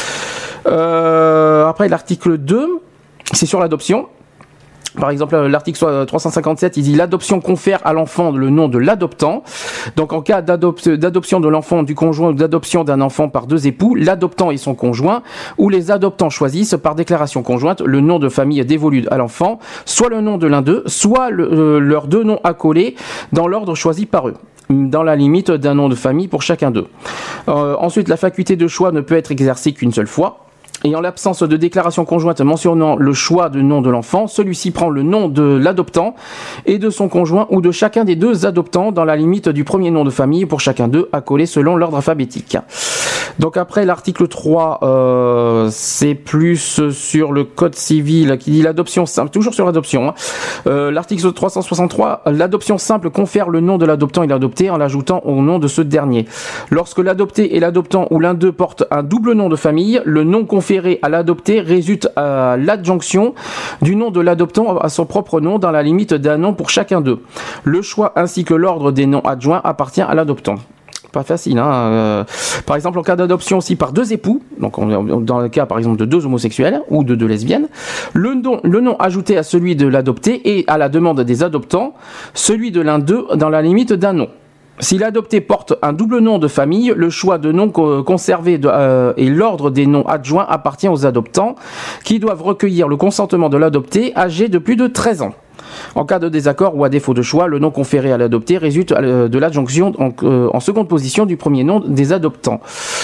Euh, après, l'article deux, c'est sur l'adoption. Par exemple, l'article trois cent cinquante-sept, il dit l'adoption confère à l'enfant le nom de l'adoptant. Donc, en cas d'adop- d'adoption de l'enfant du conjoint ou d'adoption d'un enfant par deux époux, l'adoptant et son conjoint, ou les adoptants choisissent par déclaration conjointe le nom de famille dévolu à l'enfant, soit le nom de l'un d'eux, soit le, euh, leurs deux noms accolés dans l'ordre choisi par eux, dans la limite d'un nom de famille pour chacun d'eux. Euh, ensuite, la faculté de choix ne peut être exercée qu'une seule fois. Et en l'absence de déclaration conjointe mentionnant le choix de nom de l'enfant, celui-ci prend le nom de l'adoptant et de son conjoint ou de chacun des deux adoptants dans la limite du premier nom de famille pour chacun d'eux, accolé selon l'ordre alphabétique. Donc après l'article trois, euh, c'est plus sur le code civil qui dit l'adoption simple, toujours sur l'adoption. Hein. Euh, l'article trois cent soixante-trois, l'adoption simple confère le nom de l'adoptant et l'adopté en l'ajoutant au nom de ce dernier. Lorsque l'adopté et l'adoptant ou l'un d'eux portent un double nom de famille, le nom conféré à l'adopté résulte à l'adjonction du nom de l'adoptant à son propre nom dans la limite d'un nom pour chacun d'eux. Le choix ainsi que l'ordre des noms adjoints appartient à l'adoptant. Pas facile, hein. Euh, par exemple, en cas d'adoption aussi par deux époux, donc on, dans le cas par exemple de deux homosexuels ou de deux lesbiennes, le nom, le nom ajouté à celui de l'adopté et à la demande des adoptants, celui de l'un d'eux dans la limite d'un nom. Si l'adopté porte un double nom de famille, le choix de nom conservé de, euh, et l'ordre des noms adjoints appartient aux adoptants qui doivent recueillir le consentement de l'adopté âgé de plus de treize ans. En cas de désaccord ou à défaut de choix, le nom conféré à l'adopté résulte de l'adjonction en, euh, en seconde position du premier nom des adoptants.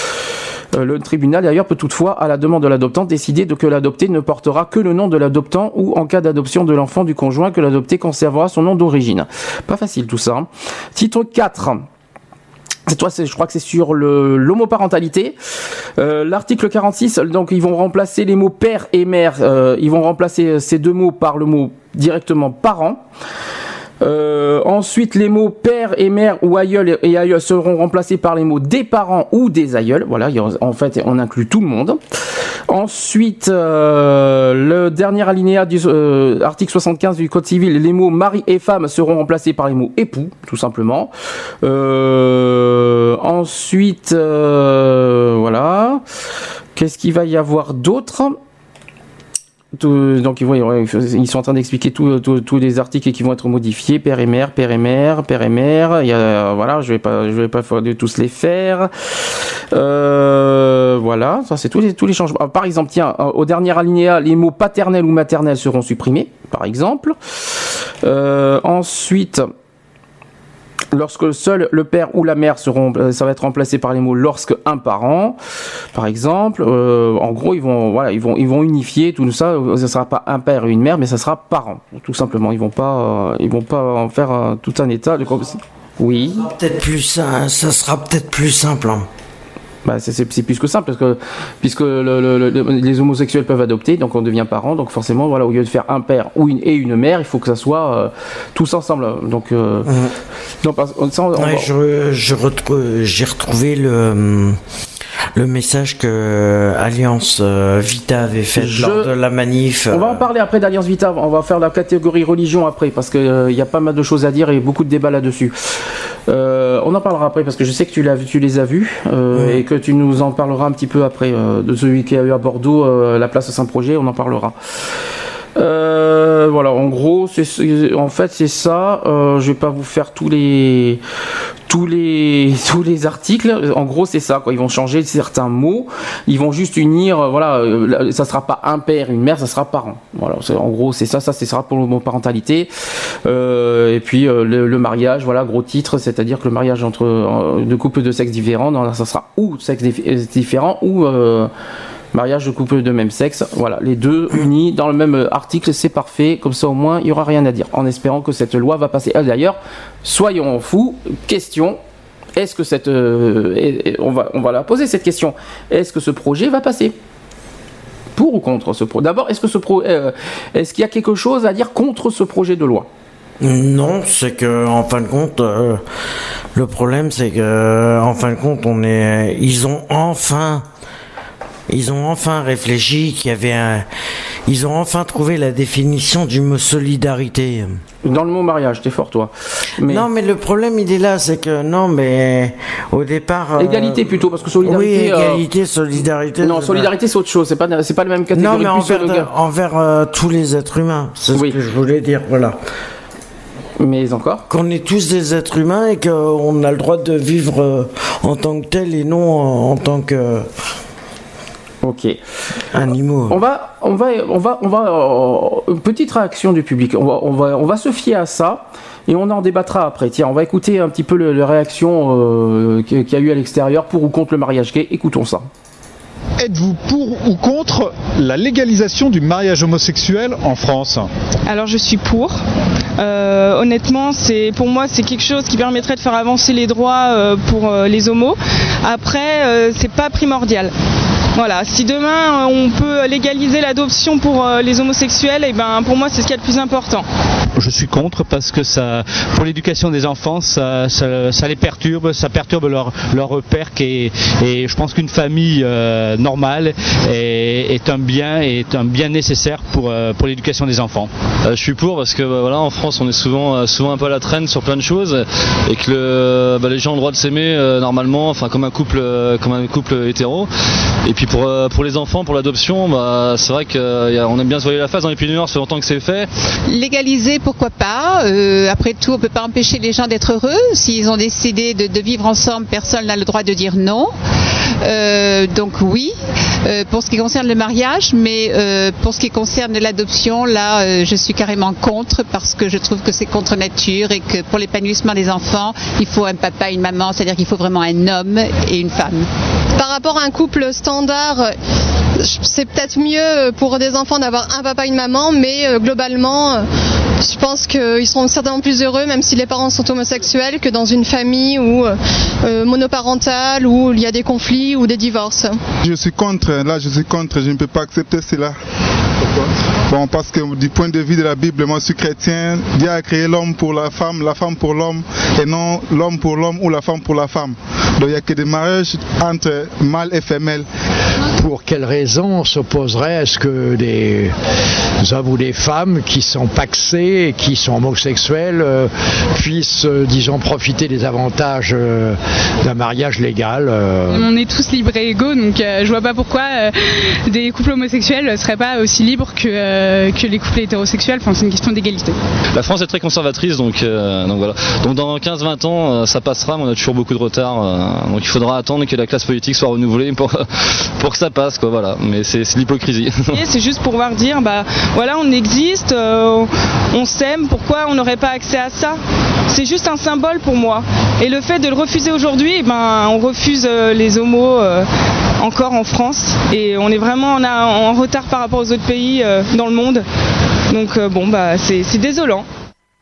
Euh, le tribunal d'ailleurs peut toutefois, à la demande de l'adoptant, décider de que l'adopté ne portera que le nom de l'adoptant ou en cas d'adoption de l'enfant du conjoint que l'adopté conservera son nom d'origine. Pas facile tout ça. Hein. Titre quatre. C'est toi, c'est, je crois que c'est sur le, l'homoparentalité. Euh, l'article quarante-six, donc ils vont remplacer les mots père et mère, euh, ils vont remplacer ces deux mots par le mot directement parent. Euh, ensuite, les mots père et mère ou aïeul et aïeul seront remplacés par les mots des parents ou des aïeuls. Voilà, en fait, on inclut tout le monde. Ensuite, euh, le dernier alinéa du euh, article soixante-quinze du Code civil, les mots mari et femme seront remplacés par les mots époux, tout simplement. Euh, ensuite, euh, voilà. Qu'est-ce qu'il va y avoir d'autre ? Tout, donc ils, vont, ils sont en train d'expliquer tous les articles qui vont être modifiés, père et mère, père et mère, père et mère. Il y a, voilà, je vais pas, je vais pas tous les faire. Euh, voilà, ça c'est tous les tous les changements. Par exemple, tiens, au dernier alinéa, les mots paternel ou maternel seront supprimés, par exemple. Euh, ensuite. Lorsque seul le père ou la mère seront, ça va être remplacé par les mots lorsque un parent, par exemple. Euh, en gros, ils vont, voilà, ils vont, ils vont unifier tout ça. Ça sera pas un père et une mère, mais ça sera parent, tout simplement. Ils vont pas, euh, ils vont pas en faire euh, tout un état de. Oui. Ça sera peut-être plus, ça, ça sera peut-être plus simple. Hein. Bah, c'est, c'est, c'est plus que simple parce que puisque le, le, le, les homosexuels peuvent adopter, donc on devient parent, donc forcément voilà, au lieu de faire un père ou une et une mère, il faut que ça soit euh, tous ensemble. Donc, euh, mmh. donc ça, on, on ouais, va... je, je retrouve, j'ai retrouvé le le message que Alliance Vita avait fait je... lors de la manif. On va en parler après d'Alliance Vita. On va faire la catégorie religion après parce que il euh, y a pas mal de choses à dire et beaucoup de débats là-dessus. Euh, on en parlera après parce que je sais que tu, l'as, tu les as vus euh, mmh. et que tu nous en parleras un petit peu après euh, de celui qui a eu à Bordeaux, euh, la place Saint-Projet, on en parlera. Euh, voilà, en gros, c'est, c'est, en fait, c'est ça. Euh, je vais pas vous faire tous les, tous les, tous les articles. En gros, c'est ça, quoi. Ils vont changer certains mots. Ils vont juste unir. Euh, voilà, euh, ça sera pas un père, une mère, ça sera parent. Voilà, c'est, en gros, c'est ça. Ça, ce sera pour l'homoparentalité. Euh, et puis euh, le, le mariage, voilà, gros titre, c'est-à-dire que le mariage entre euh, deux couples de sexes différents, non, ça sera ou sexe différent ou euh, mariage de couple de même sexe, voilà, les deux unis dans le même article, c'est parfait, comme ça au moins il n'y aura rien à dire, en espérant que cette loi va passer. Ah, d'ailleurs, soyons fous, question, est-ce que cette... Euh, et, et on, va, on va la poser cette question, est-ce que ce projet va passer ? Pour ou contre ce projet ? D'abord, est-ce, que ce pro, euh, est-ce qu'il y a quelque chose à dire contre ce projet de loi ? Non, c'est que en fin de compte, euh, le problème c'est que en fin de compte, on est, ils ont enfin... Ils ont enfin réfléchi qu'il y avait un... Ils ont enfin trouvé la définition du mot solidarité. Dans le mot mariage, t'es fort toi. Mais... Non, mais le problème il est là, c'est que non, mais au départ... Égalité euh... plutôt, parce que solidarité... Oui, égalité, euh... solidarité... Non, solidarité c'est autre chose, c'est pas, c'est pas la même catégorie. Non, mais envers, de... envers euh, tous les êtres humains, c'est oui. ce que je voulais dire, voilà. Mais encore qu'on est tous des êtres humains et qu'on a le droit de vivre euh, en tant que tel et non en, en tant que... Ok. Animaux. On va, on va, on va, on va. Euh, une petite réaction du public. On va, on va, on va se fier à ça et on en débattra après. Tiens, on va écouter un petit peu le, la réaction euh, qu'il y a eu à l'extérieur pour ou contre le mariage gay. Écoutons ça. Êtes-vous pour ou contre la légalisation du mariage homosexuel en France ? Alors je suis pour. Euh, honnêtement, c'est, pour moi, c'est quelque chose qui permettrait de faire avancer les droits euh, pour euh, les homos. Après, euh, c'est pas primordial. Voilà, si demain on peut légaliser l'adoption pour les homosexuels, et ben pour moi c'est ce qu'il y a de plus important. Je suis contre parce que ça, pour l'éducation des enfants, ça, ça, ça les perturbe, ça perturbe leur, leur repère qui est, et je pense qu'une famille euh, normale est, est un bien, est un bien nécessaire pour, euh, pour l'éducation des enfants. Euh, je suis pour parce que bah, voilà, en France on est souvent, souvent un peu à la traîne sur plein de choses et que le, bah, les gens ont le droit de s'aimer euh, normalement, enfin comme un couple, comme un couple hétéro. Et puis pour, euh, pour les enfants, pour l'adoption, bah, c'est vrai qu'on aime bien se voiler la face dans les Pays du Nord, ça fait longtemps que c'est fait. Légaliser, pourquoi pas. Euh, après tout, on ne peut pas empêcher les gens d'être heureux. S'ils ont décidé de, de vivre ensemble, personne n'a le droit de dire non. Euh, donc oui, euh, pour ce qui concerne le mariage, mais euh, pour ce qui concerne l'adoption, là, euh, je suis carrément contre parce que je trouve que c'est contre nature et que pour l'épanouissement des enfants, il faut un papa et une maman, c'est-à-dire qu'il faut vraiment un homme et une femme. Par rapport à un couple standard, c'est peut-être mieux pour des enfants d'avoir un papa et une maman, mais euh, globalement, euh, je pense qu'ils seront certainement plus heureux, même si les parents sont homosexuels, que dans une famille où, euh, monoparentale où il y a des conflits ou des divorces. Je suis contre, là je suis contre, je ne peux pas accepter cela. Pourquoi ? Bon, parce que du point de vue de la Bible, moi je suis chrétien, Dieu a créé l'homme pour la femme, la femme pour l'homme, et non l'homme pour l'homme ou la femme pour la femme. Donc il n'y a que des mariages entre mâle et femelle. Pour quelle raison on s'opposerait à ce que des hommes ou des femmes qui sont pacsés et qui sont homosexuels euh, puissent, euh, disons, profiter des avantages euh, d'un mariage légal euh. On est tous libres et égaux, donc euh, je vois pas pourquoi euh, des couples homosexuels seraient pas aussi libres que, euh, que les couples hétérosexuels. Enfin, c'est une question d'égalité. La France est très conservatrice, donc, euh, donc voilà. Donc dans quinze vingt ans, euh, ça passera, mais on a toujours beaucoup de retard. Euh, donc il faudra attendre que la classe politique soit renouvelée pour, pour que ça passe, quoi, voilà. Mais c'est, c'est l'hypocrisie. Et c'est juste pour pouvoir dire, bah voilà, on existe, euh, on s'aime, pourquoi on n'aurait pas accès à ça ? C'est juste un symbole pour moi. Et le fait de le refuser aujourd'hui, ben, on refuse euh, les homos euh, encore en France. Et on est vraiment en, en retard par rapport aux autres pays euh, dans le monde. Donc euh, bon, bah c'est, c'est désolant.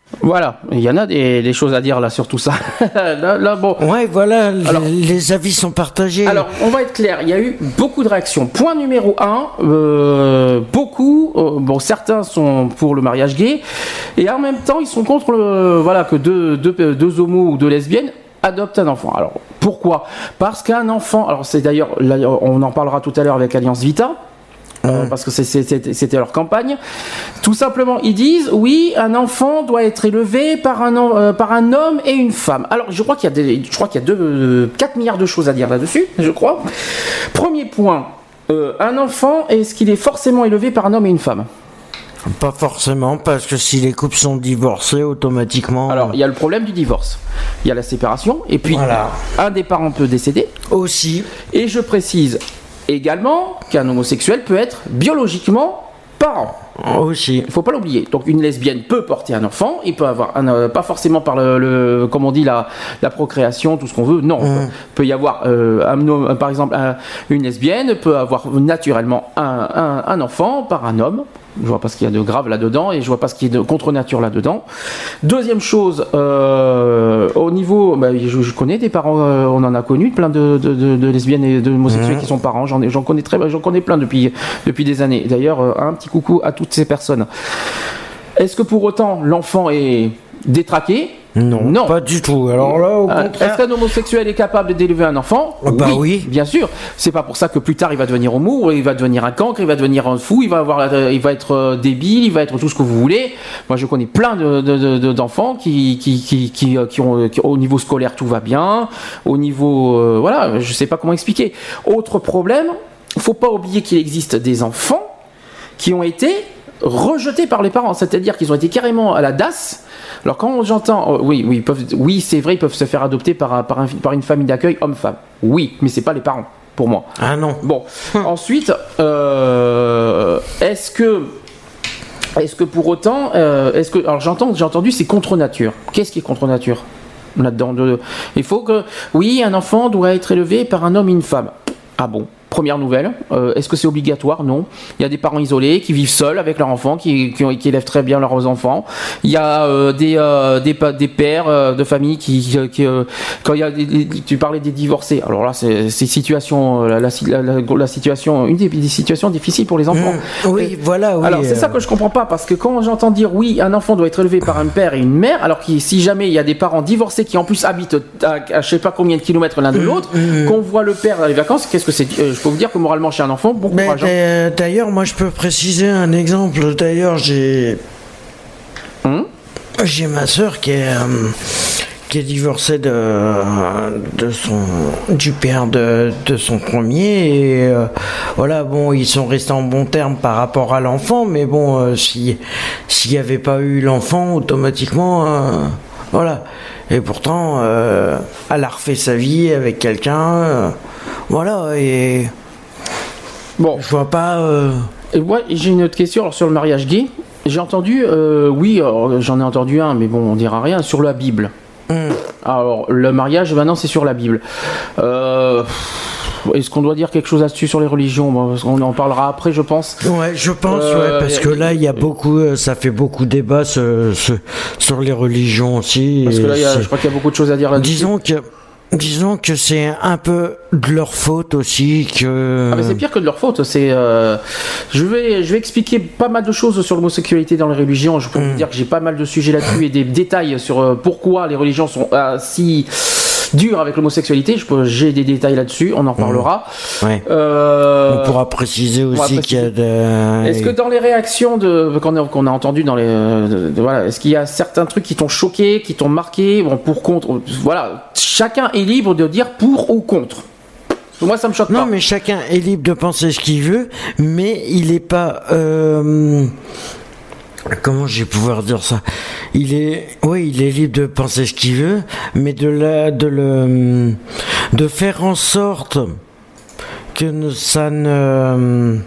Voilà, il y en a des, des choses à dire là sur tout ça. là, là, bon. Ouais, voilà, alors, les avis sont partagés. Alors, on va être clair, il y a eu beaucoup de réactions. Point numéro un, euh, beaucoup, euh, bon, certains sont pour le mariage gay, et en même temps, ils sont contre le, voilà, que deux, deux, deux homos ou deux lesbiennes adoptent un enfant. Alors, pourquoi ? Parce qu'un enfant, alors c'est d'ailleurs, là, on en parlera tout à l'heure avec Alliance Vita, Euh, parce que c'est, c'est, c'était leur campagne. Tout simplement, ils disent oui, un enfant doit être élevé par un, euh, par un homme et une femme. Alors, je crois qu'il y a, des, je crois qu'il y a deux, euh, quatre milliards de choses à dire là-dessus, je crois. Premier point, euh, un enfant, est-ce qu'il est forcément élevé par un homme et une femme ? Pas forcément, parce que si les couples sont divorcés, automatiquement... Alors, il y a le problème du divorce. Il y a la séparation, et puis voilà. Un des parents peut décéder. Aussi. Et je précise également qu'un homosexuel peut être biologiquement parent. Aussi. Il ne faut pas l'oublier. Donc une lesbienne peut porter un enfant, il peut avoir un, euh, pas forcément par le, le, comme on dit, la, la procréation, tout ce qu'on veut. Non, il mmh. peut y avoir, euh, un, un, par exemple, un, une lesbienne peut avoir naturellement un, un, un enfant par un homme. Je vois pas ce qu'il y a de grave là-dedans et je vois pas ce qu'il y a de contre-nature là-dedans. Deuxième chose, euh, au niveau, bah, je, je connais des parents, euh, on en a connu plein de, de, de, de lesbiennes et de homosexuels mmh. qui sont parents. J'en, ai, j'en connais très, j'en connais plein depuis depuis des années. D'ailleurs, euh, un petit coucou à toutes ces personnes. Est-ce que pour autant l'enfant est détraqué ? Non, non, pas du tout. Alors là, au contraire... Est-ce qu'un homosexuel est capable d'élever un enfant ? Bah oui, oui, bien sûr. C'est pas pour ça que plus tard il va devenir homo, il va devenir un cancre, il va devenir un fou, il va avoir, il va être débile, il va être tout ce que vous voulez. Moi, je connais plein de, de, de d'enfants qui qui qui qui, qui, ont, qui au niveau scolaire tout va bien, au niveau euh, voilà, je sais pas comment expliquer. Autre problème, faut pas oublier qu'il existe des enfants qui ont été rejetés par les parents, c'est-à-dire qu'ils ont été carrément à la D A S. Alors quand j'entends, oh, oui, oui, ils peuvent, oui, c'est vrai, ils peuvent se faire adopter par, par, un, par une famille d'accueil homme-femme. Oui, mais c'est pas les parents, pour moi. Ah non. Bon, ensuite, euh, est-ce que, est-ce que pour autant, euh, est-ce que, alors j'entends, j'ai entendu, c'est contre nature. Qu'est-ce qui est contre nature là-dedans de, il faut que, oui, un enfant doit être élevé par un homme et une femme. Ah bon? Première nouvelle, euh, est-ce que c'est obligatoire? Non. Il y a des parents isolés qui vivent seuls avec leurs enfants, qui, qui, qui élèvent très bien leurs enfants. Il y a euh, des, euh, des, des pères euh, de famille qui, qui, qui euh, quand il y a des, tu parlais des divorcés. Alors là, c'est, c'est situation, la, la, la, la situation, une des, des situations difficiles pour les enfants. Mmh, oui, et, voilà. Oui, alors c'est euh... ça que je comprends pas, parce que quand j'entends dire oui, un enfant doit être élevé par un père et une mère, alors que si jamais il y a des parents divorcés qui en plus habitent à, à je sais pas combien de kilomètres l'un de l'autre, mmh, qu'on voit le père dans les vacances, qu'est-ce que c'est? euh, Je peux vous dire que moralement chez un enfant, bon courage. Mais d'ailleurs, moi je peux préciser un exemple. D'ailleurs, j'ai hum j'ai ma sœur qui est euh, qui est divorcée de de son du père de de son premier et euh, voilà, bon, ils sont restés en bons termes par rapport à l'enfant, mais bon, euh, si s'il n'y avait pas eu l'enfant, automatiquement, euh, voilà. Et pourtant, euh, elle a refait sa vie avec quelqu'un, euh, voilà, et bon, je vois pas. Euh... Et moi, j'ai une autre question alors, sur le mariage gay. J'ai entendu, euh, oui, alors, j'en ai entendu un, mais bon, on dira rien, sur la Bible. Mm. Alors, le mariage, maintenant, c'est sur la Bible. Euh, est-ce qu'on doit dire quelque chose là-dessus sur les religions? Bon, on en parlera après, je pense. Ouais, je pense, euh, ouais, parce que là, il y a beaucoup, ça fait beaucoup de débats ce, ce, sur les religions aussi. Parce que là, y a, je crois qu'il y a beaucoup de choses à dire là-dessus. Disons que. Disons que c'est un peu de leur faute aussi que... Ah mais c'est pire que de leur faute, c'est... Euh... Je, vais, je vais expliquer pas mal de choses sur l'homosexualité dans les religions, je peux mmh. vous dire que j'ai pas mal de sujets là-dessus et des détails sur euh, pourquoi les religions sont euh, si dures avec l'homosexualité, je peux, j'ai des détails là-dessus, on en parlera. Mmh. Ouais. Euh... On pourra préciser aussi pourra préciser. qu'il y a de... Est-ce que dans les réactions de, qu'on, a, qu'on a entendues dans les... De, de, voilà, est-ce qu'il y a certains trucs qui t'ont choqué, qui t'ont marqué, bon, pour, contre... Voilà, chacun est libre de dire pour ou contre. Moi, ça me choque non, pas. Non, mais chacun est libre de penser ce qu'il veut, mais il n'est pas... Euh... Comment je vais pouvoir dire ça? Il est, oui, il est libre de penser ce qu'il veut, mais de la, de le, de faire en sorte que ça ne,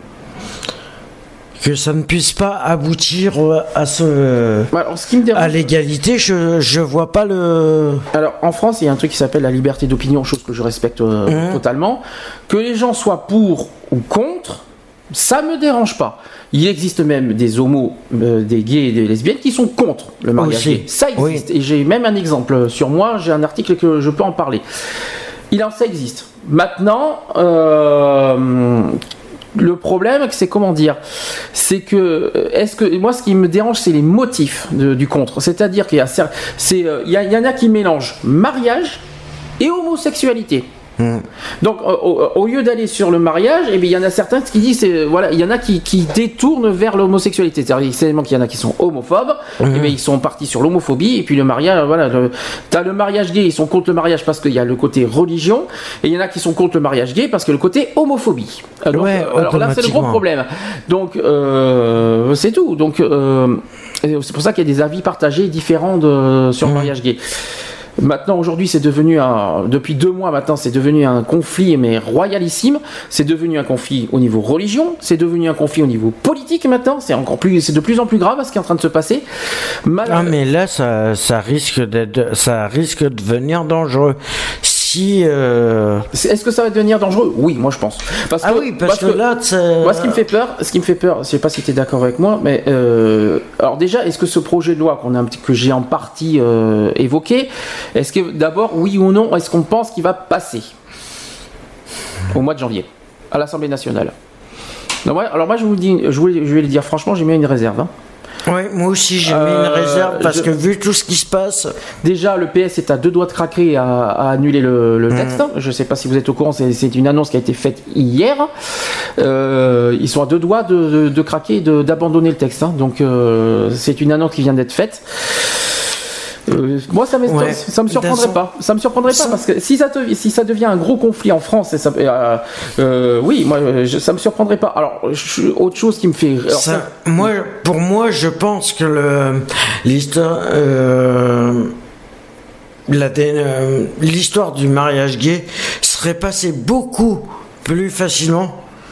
que ça ne puisse pas aboutir à ce, alors, ce qui me dérange, à l'égalité. Je, je vois pas le. Alors, en France, il y a un truc qui s'appelle la liberté d'opinion, chose que je respecte euh, mmh. totalement. Que les gens soient pour ou contre, Ça me dérange pas. Il existe même des homos, euh, des gays et des lesbiennes qui sont contre le mariage Aussi. gay. Ça existe. Oui. Et j'ai même un exemple sur moi, j'ai un article que je peux en parler. Il en, ça existe. Maintenant, euh, le problème, c'est comment dire, c'est que, est-ce que, moi, ce qui me dérange, c'est les motifs de, du contre. C'est-à-dire qu'il y a, c'est, il y, a, il y en a qui mélangent mariage et homosexualité. Mmh. Donc, au, au lieu d'aller sur le mariage, eh bien, il y en a certains qui disent, c'est, voilà, il y en a qui, qui détournent vers l'homosexualité. C'est-à-dire, c'est qu'il y en a qui sont homophobes, mmh. eh bien, ils sont partis sur l'homophobie, et puis le mariage, voilà, le, t'as le mariage gay, ils sont contre le mariage parce qu'il y a le côté religion, et il y en a qui sont contre le mariage gay parce que le côté homophobie. Donc, ouais, alors là, c'est le gros problème. Donc, euh, c'est tout. Donc, euh, c'est pour ça qu'il y a des avis partagés différents de, sur mmh. le mariage gay. Maintenant, aujourd'hui, c'est devenu un, depuis deux mois maintenant, c'est devenu un conflit, mais royalissime. C'est devenu un conflit au niveau religion. C'est devenu un conflit au niveau politique maintenant. C'est encore plus, c'est de plus en plus grave ce qui est en train de se passer. Mal... Ah, mais là, ça, ça risque d'être, ça risque de devenir dangereux. Si, euh... Est-ce que ça va devenir dangereux ? Oui, moi je pense. Parce ah que, oui, parce, parce que, que là, c'est... moi, ce qui me fait peur, ce qui me fait peur, je sais pas si tu es d'accord avec moi, mais euh... alors déjà, est-ce que ce projet de loi qu'on a un petit, que j'ai en partie euh, évoqué, est-ce que d'abord, oui ou non, est-ce qu'on pense qu'il va passer au mois de janvier à l'Assemblée nationale ? Non, ouais, alors moi, je vous dis, je, voulais, je vais le dire franchement, j'ai mis une réserve. Hein. Oui, moi aussi j'ai mis euh, une réserve parce je... que vu tout ce qui se passe... Déjà, le P S est à deux doigts de craquer à, à annuler le, le texte. Mmh. Je ne sais pas si vous êtes au courant, c'est, c'est une annonce qui a été faite hier. Euh, ils sont à deux doigts de, de, de craquer et de, d'abandonner le texte. Hein. Donc euh, c'est une annonce qui vient d'être faite. Euh, moi, ça, ouais. ça me surprendrait pas. Ça me surprendrait pas parce que si ça, te, si ça devient un gros conflit en France, et ça, euh, euh, oui, moi, je, ça me surprendrait pas. Alors, je, autre chose qui me fait. Alors, ça, ça, moi, pour moi, je pense que le, l'histoire, euh, la, euh, l'histoire du mariage gay serait passée beaucoup plus facilement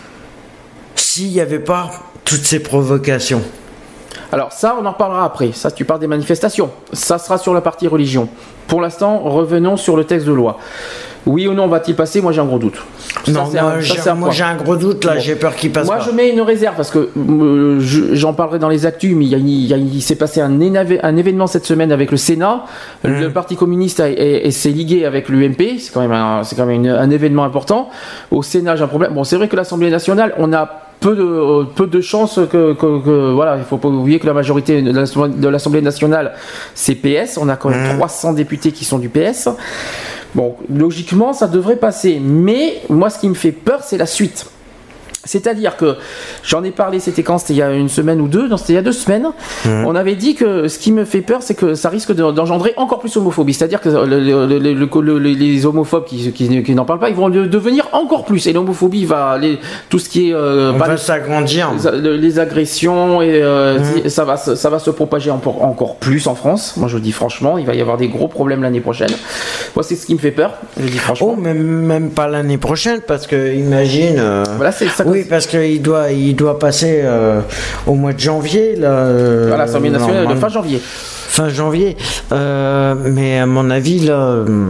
s'il n'y avait pas toutes ces provocations. Alors ça, on en reparlera après. Ça, tu parles des manifestations. Ça sera sur la partie religion. Pour l'instant, revenons sur le texte de loi. Oui ou non va-t-il passer ? Moi, j'ai un gros doute. Non, ça, moi, un, j'ai, ça, moi j'ai un gros doute là. Bon. J'ai peur qu'il passe moi, pas. Moi, je mets une réserve parce que euh, je, j'en parlerai dans les actus, mais il, y a, il, y a, il s'est passé un, énave, un événement cette semaine avec le Sénat. Mmh. Le Parti communiste a, est, est, s'est ligué avec l'U M P. C'est quand même un, c'est quand même une, un événement important. Au Sénat, j'ai un problème. Bon, c'est vrai que l'Assemblée nationale, on a peu de euh, peu de chances que, que, que voilà, il faut pas oublier que la majorité de l'Assemblée nationale c'est P S, on a quand même mmh. trois cents députés qui sont du P S. Bon, logiquement ça devrait passer, mais moi ce qui me fait peur c'est la suite. C'est-à-dire que, j'en ai parlé, c'était quand ? C'était il y a une semaine ou deux, non, c'était il y a deux semaines. Mmh. On avait dit que ce qui me fait peur, c'est que ça risque d'engendrer encore plus d'homophobie. C'est-à-dire que le, le, le, le, le, les homophobes qui, qui, qui n'en parlent pas, ils vont le devenir encore plus. Et l'homophobie va, les, tout ce qui est... Euh, On bah, va les, s'agrandir. Les, les agressions, et, euh, mmh. ça, va, ça va se propager encore, encore plus en France. Moi, je le dis franchement, il va y avoir des gros problèmes l'année prochaine. Moi, c'est ce qui me fait peur, je le dis franchement. Oh, même, même pas l'année prochaine, parce que, imagine... Euh... Voilà, c'est ça. Oui, parce qu'il doit, il doit passer euh, au mois de janvier. Là, euh, voilà, l'Assemblée nationale de fin janvier. Fin janvier. Euh, mais à mon avis, là. Euh,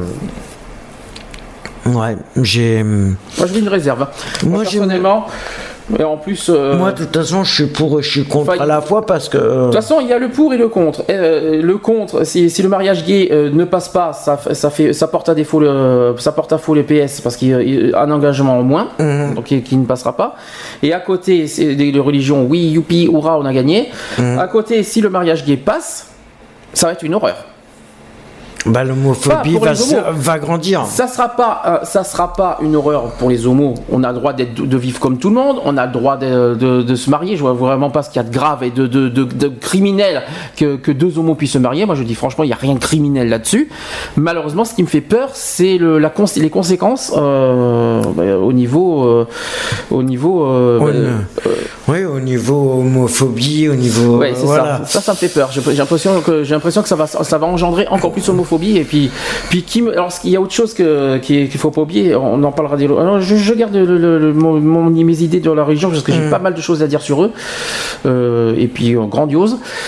ouais, j'ai. Moi, je veux une réserve. Moi, Moi personnellement. Et en plus, euh, moi, de toute façon, je suis pour, je suis contre enfin, à la fois parce que. Euh... De toute façon, il y a le pour et le contre. Euh, le contre, si, si le mariage gay euh, ne passe pas, ça, ça fait, ça porte à défaut le, ça porte à faux le P S parce qu'il y a un engagement en moins, mmh. donc qui, qui ne passera pas. Et à côté, c'est des, des religions, oui, youpi, hurrah, on a gagné. Mmh. À côté, si le mariage gay passe, ça va être une horreur. Bah, l'homophobie va, va grandir. Ça sera pas, euh, ça sera pas une horreur pour les homos. On a le droit d'être, de vivre comme tout le monde. On a le droit de, de, de se marier. Je vois vraiment pas ce qu'il y a de grave et de, de, de, de criminel que, que deux homos puissent se marier. Moi, je dis franchement, il y a rien de criminel là-dessus. Malheureusement, ce qui me fait peur, c'est le, la, les conséquences euh, bah, au niveau, euh, au niveau. Euh, oui, bah, euh, oui, au niveau homophobie, au niveau. Oui, c'est voilà. ça. Ça, ça me fait peur. J'ai, j'ai l'impression que j'ai l'impression que ça va, ça va engendrer encore plus d'homophobie. Et puis, puis qui me, alors il y a autre chose que, qu'il ne faut pas oublier, on en parlera des. Alors, je, je garde le, le, le, mon, mon, mes idées de la région parce que j'ai mmh. pas mal de choses à dire sur eux. Euh, et puis, euh, grandiose.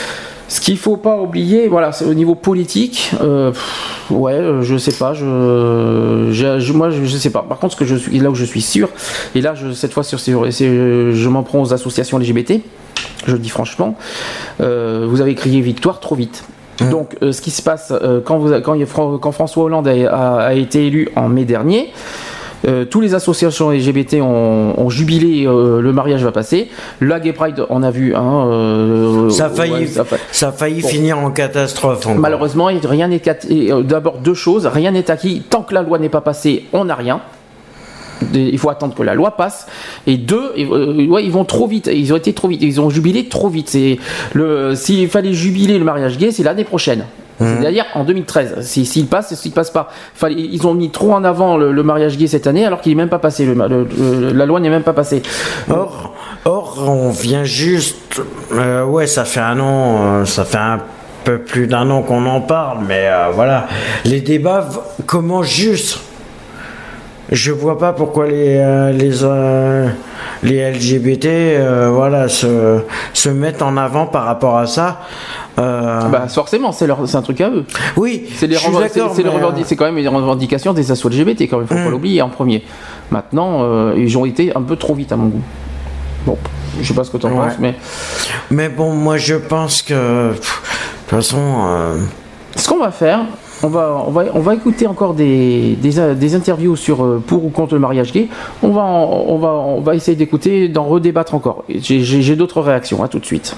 Ce qu'il faut pas oublier, voilà, c'est au niveau politique. Euh, pff, ouais, euh, je sais pas. Je, je, je- moi, je, je sais pas. Par contre, ce que je suis, là où je suis sûr, et là, je, cette fois, sur, c'est, c'est- je m'en prends aux associations L G B T. Je le dis franchement. Euh, vous avez crié victoire trop vite. Donc, euh, ce qui se passe euh, quand, vous, quand, il y a Fran- quand François Hollande a, a- a été élu en mai dernier. Euh, tous les associations L G B T ont, ont jubilé, euh, le mariage va passer. La Gay Pride, on a vu. Hein, euh, Ça a failli, ouais, ça a fa- ça a failli Bon. finir en catastrophe. encore. Malheureusement, il- rien n'est cat- et, euh, d'abord deux choses. Rien n'est acquis. Tant que la loi n'est pas passée, on n'a rien. Des- Il faut attendre que la loi passe. Et deux, et, euh, ouais, ils vont trop vite. Ils ont été trop vite. Ils ont jubilé trop vite. C'est le, s'il fallait jubiler le mariage gay, c'est l'année prochaine. C'est-à-dire en deux mille treize. Si- S'il passe, s'il passe pas. Fallait- ils ont mis trop en avant le, le mariage gay cette année, alors qu'il n'est même pas passé. Le, le- le- la loi n'est même pas passée. Or, or, on vient juste. euh, ouais, ça fait un an, euh, ça fait un peu plus d'un an qu'on en parle, mais euh, voilà. Les débats v- commencent juste. Je vois pas pourquoi les euh, les euh, les L G B T euh, voilà se se mettent en avant par rapport à ça. Euh... Bah forcément, c'est leur, c'est un truc à eux. Oui, c'est les je suis reven- d'accord, c'est- c'est le mais, revendi- euh, c'est quand même les revendications des assos L G B T, quand même. Faut pas l'oublier en premier. Maintenant, euh, ils ont été un peu trop vite à mon goût. Bon, je sais pas ce que t'en Ouais. penses, mais Mais bon, moi je pense que pff, de toute façon. euh, ce qu'on va faire, on va, on va, on va écouter encore des, des, des interviews sur euh, pour ou contre le mariage gay. On va, en- on va, on va essayer d'écouter, d'en redébattre encore. J'ai, j'ai, j'ai d'autres réactions. À tout de suite.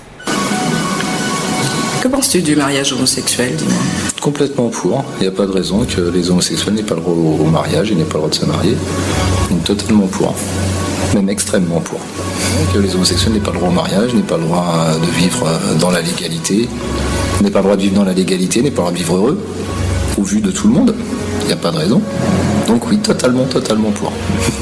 Que penses-tu du mariage homosexuel, dis-moi? Complètement pour. Il n'y a pas de raison que les homosexuels n'aient pas le droit au mariage et n'aient pas le droit de se marier. Donc totalement pour. Même extrêmement pour. Que les homosexuels n'aient pas le droit au mariage, n'aient pas le droit de vivre dans la légalité, n'aient pas le droit de vivre dans la légalité, n'aient pas le droit de vivre heureux, au vu de tout le monde. Il n'y a pas de raison. Donc oui, totalement, totalement pour.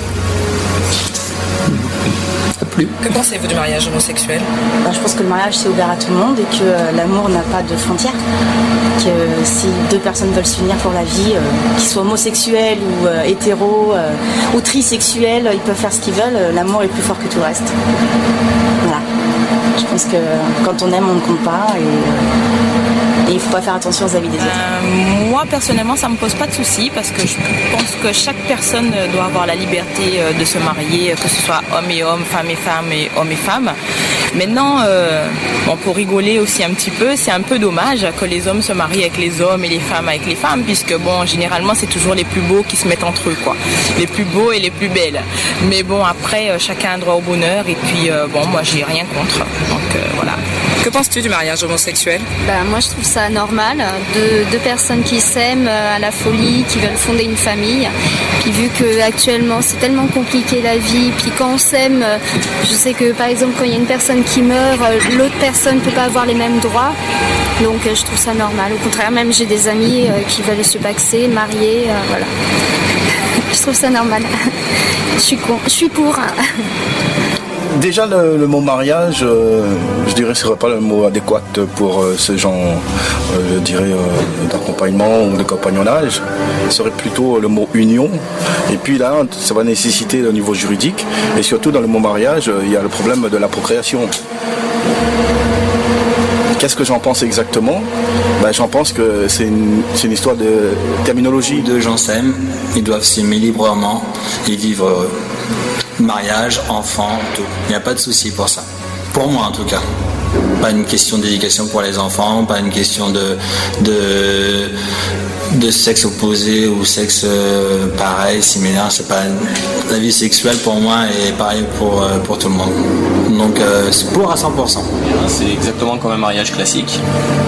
Que pensez-vous du mariage homosexuel? Ben, je pense que le mariage c'est ouvert à tout le monde et que euh, l'amour n'a pas de frontières. Que euh, si deux personnes veulent s'unir pour la vie, euh, qu'ils soient homosexuels ou euh, hétéros euh, ou trisexuels, ils peuvent faire ce qu'ils veulent. euh, L'amour est plus fort que tout le reste. Voilà. Je pense que euh, quand on aime, on ne compte pas et, euh, et il faut pas faire attention aux avis des autres. Euh, moi personnellement ça me pose pas de soucis parce que je pense que chaque personne doit avoir la liberté euh, de se marier, que ce soit homme et homme, femme et femme et homme et femme. Maintenant, euh, bon, pour rigoler aussi un petit peu, c'est un peu dommage que les hommes se marient avec les hommes et les femmes avec les femmes, puisque bon, généralement c'est toujours les plus beaux qui se mettent entre eux, quoi. Les plus beaux et les plus belles. Mais bon, après, euh, chacun a droit au bonheur et puis euh, bon, moi j'ai rien contre. Donc euh, voilà. Que penses-tu du mariage homosexuel? Ben, moi je trouve ça normal, deux, deux personnes qui s'aiment euh, à la folie, qui veulent fonder une famille. Puis vu que actuellement c'est tellement compliqué la vie, puis quand on s'aime, euh, je sais que par exemple quand il y a une personne qui meurt, euh, l'autre personne ne peut pas avoir les mêmes droits. Donc euh, je trouve ça normal. Au contraire, même j'ai des amis euh, qui veulent se paxer, marier, euh, voilà. Je trouve ça normal. Je suis con, je suis pour. Déjà, le, le mot mariage, euh, je dirais que ce serait pas le mot adéquat pour euh, ce genre, euh, je dirais, euh, d'accompagnement ou de compagnonnage. Ce serait plutôt le mot union. Et puis là, ça va nécessiter le niveau juridique. Et surtout, dans le mot mariage, euh, il y a le problème de la procréation. Qu'est-ce que j'en pense exactement? Ben, j'en pense que c'est une, c'est une histoire de terminologie. Deux gens s'aiment, ils doivent s'aimer librement et vivre heureux. Mariage, enfant, tout. Il n'y a pas de souci pour ça. Pour moi en tout cas. Pas une question d'éducation pour les enfants, pas une question de, de, de sexe opposé ou sexe euh, pareil, similaire. C'est pas, la vie sexuelle pour moi est pareil pour, euh, pour tout le monde. Donc euh, c'est pour à cent pour cent. C'est exactement comme un mariage classique.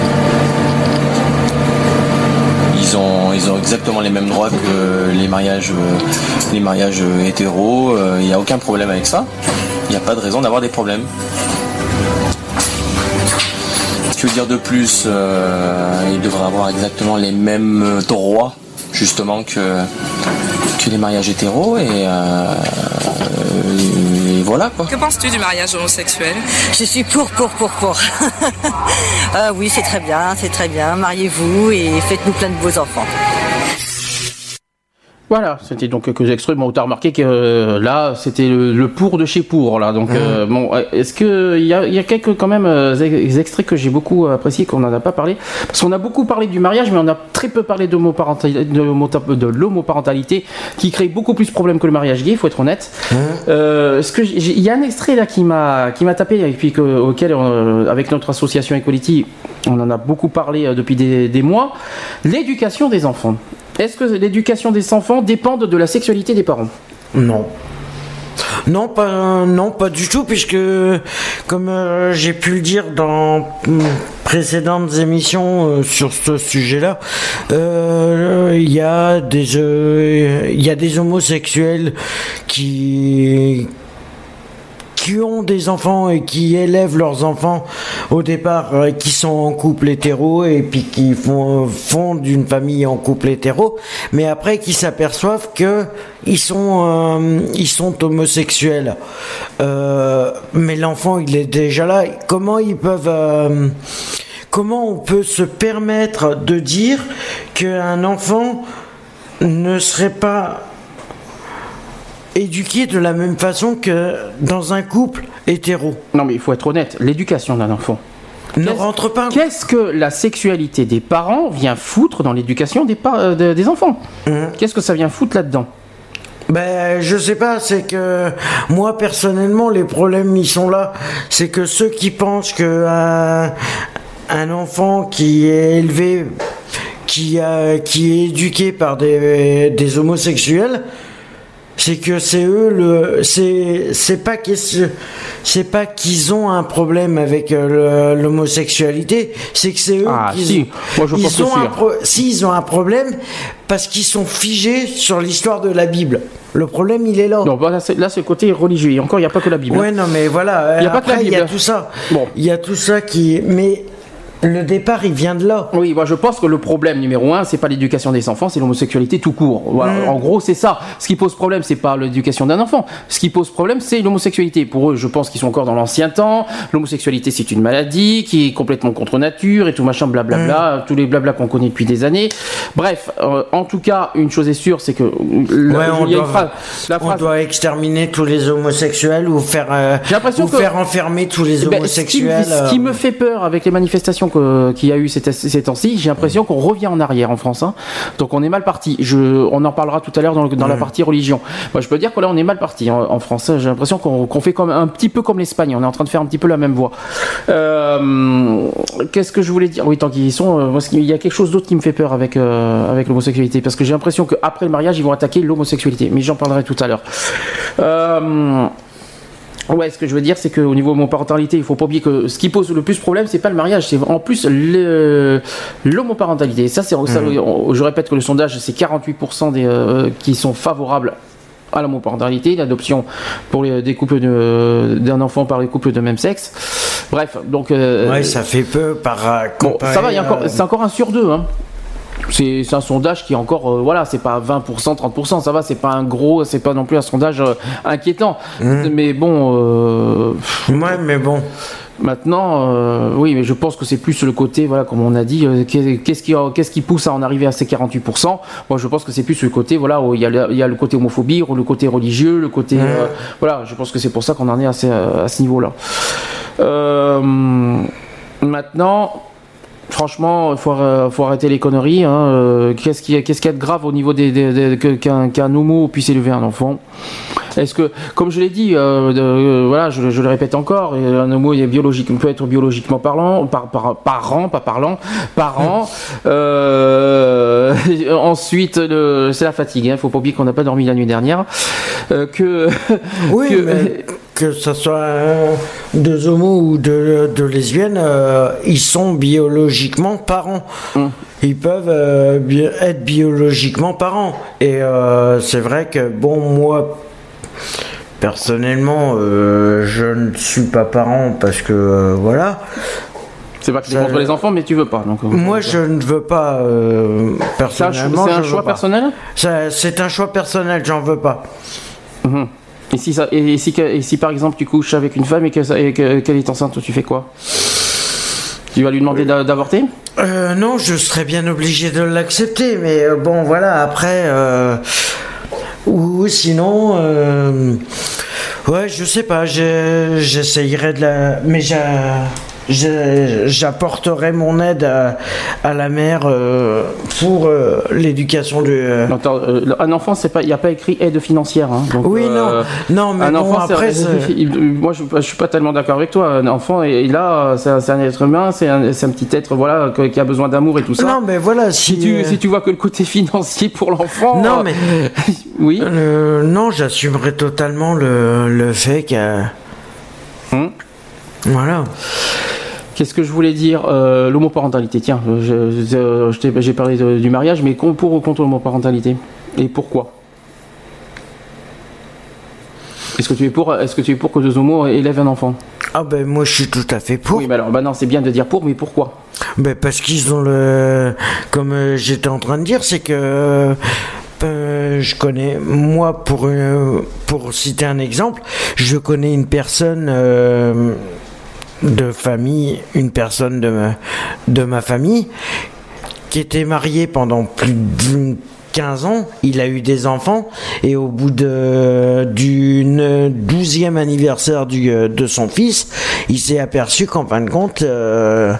Ils ont, ils ont exactement les mêmes droits que les mariages, les mariages hétéros. Il n'y a aucun problème avec ça. Il n'y a pas de raison d'avoir des problèmes. Que dire de plus? euh, Ils devraient avoir exactement les mêmes droits, justement, que, que les mariages hétéros. Et, euh, et voilà, quoi. Que penses-tu du mariage homosexuel? Je suis pour, pour, pour, pour. Ah oui, c'est très bien, c'est très bien. Mariez-vous et faites-nous plein de beaux enfants. Voilà, c'était donc que j'ai extrait. Bon, t'as remarqué que euh, là, c'était le, le pour de chez pour là. Donc, mmh. euh, bon, est-ce que il y a, y a quelques quand même euh, extraits que j'ai beaucoup appréciés qu'on n'en a pas parlé, parce qu'on a beaucoup parlé du mariage, mais on a très peu parlé de l'homoparentalité, de l'homoparentalité, qui crée beaucoup plus de problèmes que le mariage gay. Il faut être honnête. Mmh. Euh, ce que il y a un extrait là qui m'a qui m'a tapé, et puis que, auquel on, avec notre association Equality, on en a beaucoup parlé euh, depuis des, des mois. L'éducation des enfants. Est-ce que l'éducation des enfants dépend de la sexualité des parents ? Non. Non, pas, non, pas du tout, puisque, comme euh, j'ai pu le dire dans précédentes émissions euh, sur ce sujet-là, il euh, y a des, il euh, y a des homosexuels qui qui ont des enfants et qui élèvent leurs enfants au départ, euh, qui sont en couple hétéro et puis qui font, fondent une famille en couple hétéro, mais après qui s'aperçoivent que ils sont, euh, ils sont homosexuels. Euh, mais l'enfant, il est déjà là. Comment ils peuvent... Euh, comment on peut se permettre de dire qu'un enfant ne serait pas éduqué de la même façon que dans un couple hétéro? Non, mais il faut être honnête, l'éducation d'un enfant ne qu'est-ce, rentre pas. Qu'est-ce que la sexualité des parents vient foutre dans l'éducation des, par- euh, de, des enfants? mmh. Qu'est-ce que ça vient foutre là-dedans? Ben, je sais pas, c'est que moi personnellement, les problèmes ils sont là. C'est que ceux qui pensent que un, un enfant qui est élevé, qui, a, qui est éduqué par des, des homosexuels, c'est que c'est eux le c'est c'est pas qu'ils c'est pas qu'ils ont un problème avec euh, le, l'homosexualité, c'est que c'est eux ah, qui si. Moi, je ils ont un pro, si si ils ont un problème parce qu'ils sont figés sur l'histoire de la Bible. Le problème, il est là. Non, bah là, c'est, là, c'est le côté religieux. Et encore, il n'y a pas que la Bible. Ouais, hein. Non, mais voilà. Il y a après, pas que la Bible. Il y a tout ça. Bon, il y a tout ça qui mais le départ, il vient de là. Oui, moi je pense que le problème numéro un, c'est pas l'éducation des enfants, c'est l'homosexualité tout court. Voilà. Mmh. En gros, c'est ça. Ce qui pose problème, c'est pas l'éducation d'un enfant. Ce qui pose problème, c'est l'homosexualité. Pour eux, je pense qu'ils sont encore dans l'ancien temps. L'homosexualité, c'est une maladie qui est complètement contre nature et tout machin, blablabla, mmh. tous les blabla qu'on connaît depuis des années. Bref, euh, en tout cas, une chose est sûre, c'est que ouais, la, on, il y a doit, une phrase, la on phrase, doit exterminer tous les homosexuels ou faire, euh, j'ai l'impression ou que, faire enfermer tous les ben, homosexuels. Ce qui, ce qui me fait peur avec les manifestations que, qu'il y a eu ces, ces temps-ci, j'ai l'impression qu'on revient en arrière en France. Hein. Donc on est mal parti. Je, on en parlera tout à l'heure dans, le, dans mmh. la partie religion. Moi, je peux dire que là, on est mal parti en, en France. J'ai l'impression qu'on, qu'on fait comme, un petit peu comme l'Espagne. On est en train de faire un petit peu la même voie. Euh, qu'est-ce que je voulais dire? Oui, tant qu'ils y sont, euh, moi, il y a quelque chose d'autre qui me fait peur avec, euh, avec l'homosexualité. Parce que j'ai l'impression qu'après le mariage, ils vont attaquer l'homosexualité. Mais j'en parlerai tout à l'heure. Euh, Ouais, ce que je veux dire, c'est qu'au niveau de mon parentalité, il faut pas oublier que ce qui pose le plus problème, c'est pas le mariage, c'est en plus le, l'homoparentalité. Ça, c'est, mmh. ça, je répète que le sondage, c'est quarante-huit pour cent des, euh, qui sont favorables à l'homoparentalité, l'adoption pour les, des couples de, d'un enfant par les couples de même sexe. Bref, donc. Euh, ouais, ça fait peu par. Euh, bon, ça va, il y a encore, c'est encore un sur deux, hein. C'est, c'est un sondage qui est encore, euh, voilà, c'est pas vingt pour cent, trente pour cent, ça va, c'est pas un gros, c'est pas non plus un sondage euh, inquiétant. Mmh. Mais bon. Euh, ouais, mais bon. Maintenant, euh, oui, mais je pense que c'est plus le côté, voilà, comme on a dit, euh, qu'est-ce qui, qu'est-ce qui pousse à en arriver à ces quarante-huit pour cent. Moi, je pense que c'est plus le côté, voilà, où il y a le, il y a le côté homophobie, ou le côté religieux, le côté, mmh. euh, voilà, je pense que c'est pour ça qu'on en est à, ces, à ce niveau-là. Euh, maintenant. Franchement, il faut, euh, faut arrêter les conneries. Hein. Euh, qu'est-ce qui, qu'est-ce qu'il y a de grave au niveau des, des, des, des qu'un, qu'un homo puisse élever un enfant? Est-ce que, comme je l'ai dit, euh, de, euh, voilà, je, je le répète encore, un homo il est biologique, peut être biologiquement parlant, par, par, parent, pas parlant, parent. euh, ensuite, le, c'est la fatigue. Il hein, faut pas oublier qu'on n'a pas dormi la nuit dernière. Euh, que, oui, que, mais... que ce soit euh, deux homos ou deux, deux lesbiennes, euh, ils sont biologiquement parents. Mmh. Ils peuvent euh, bi- être biologiquement parents. Et euh, c'est vrai que, bon, moi, personnellement, euh, je ne suis pas parent parce que, euh, voilà. C'est pas que c'est contre les enfants, mais tu veux pas. Donc, moi, je ne veux pas. Euh, personnellement, c'est un, c'est un je choix personnel. Ça, c'est un choix personnel, j'en veux pas. Mmh. Et si, ça, et, si, et si par exemple tu couches avec une femme et, que, et que, qu'elle est enceinte, tu fais quoi? Tu vas lui demander d'avorter? euh, Non, je serais bien obligé de l'accepter, mais euh, bon, voilà, après, euh, Ou sinon, euh, ouais, je sais pas, je, j'essayerai de la, mais j'ai. Je, j'apporterai mon aide à, à la mère euh, pour euh, l'éducation du. Euh... Attends, euh, un enfant, c'est pas, il n'y a pas écrit aide financière. Hein, donc, oui, euh, non, non, mais un bon, enfant, après, c'est, c'est... moi, je, je suis pas tellement d'accord avec toi. Un enfant, et, et là, c'est, c'est un être humain, c'est un, c'est un petit être, voilà, qui a besoin d'amour et tout ça. Non, mais voilà, si, si tu, euh... si tu vois que le côté financier pour l'enfant. Non, mais oui. Euh, non, j'assumerai totalement le, le fait que. Hum. Voilà. Qu'est-ce que je voulais dire euh, l'homoparentalité, tiens, je, je, je, j'ai parlé de, du mariage, mais pour ou contre l'homoparentalité? Et pourquoi? Est-ce que tu es pour, est-ce que tu es pour que deux homos élèvent un enfant? Ah ben moi je suis tout à fait pour. Oui, mais alors, bah non, c'est bien de dire pour, mais pourquoi? Ben parce qu'ils ont le... Comme euh, j'étais en train de dire, c'est que... Euh, je connais, moi, pour, euh, pour citer un exemple, je connais une personne... Euh, de famille, une personne de ma, de ma famille qui était mariée pendant plus de quinze ans, il a eu des enfants et au bout de, du douzième anniversaire du, de son fils, il s'est aperçu qu'en fin de compte euh,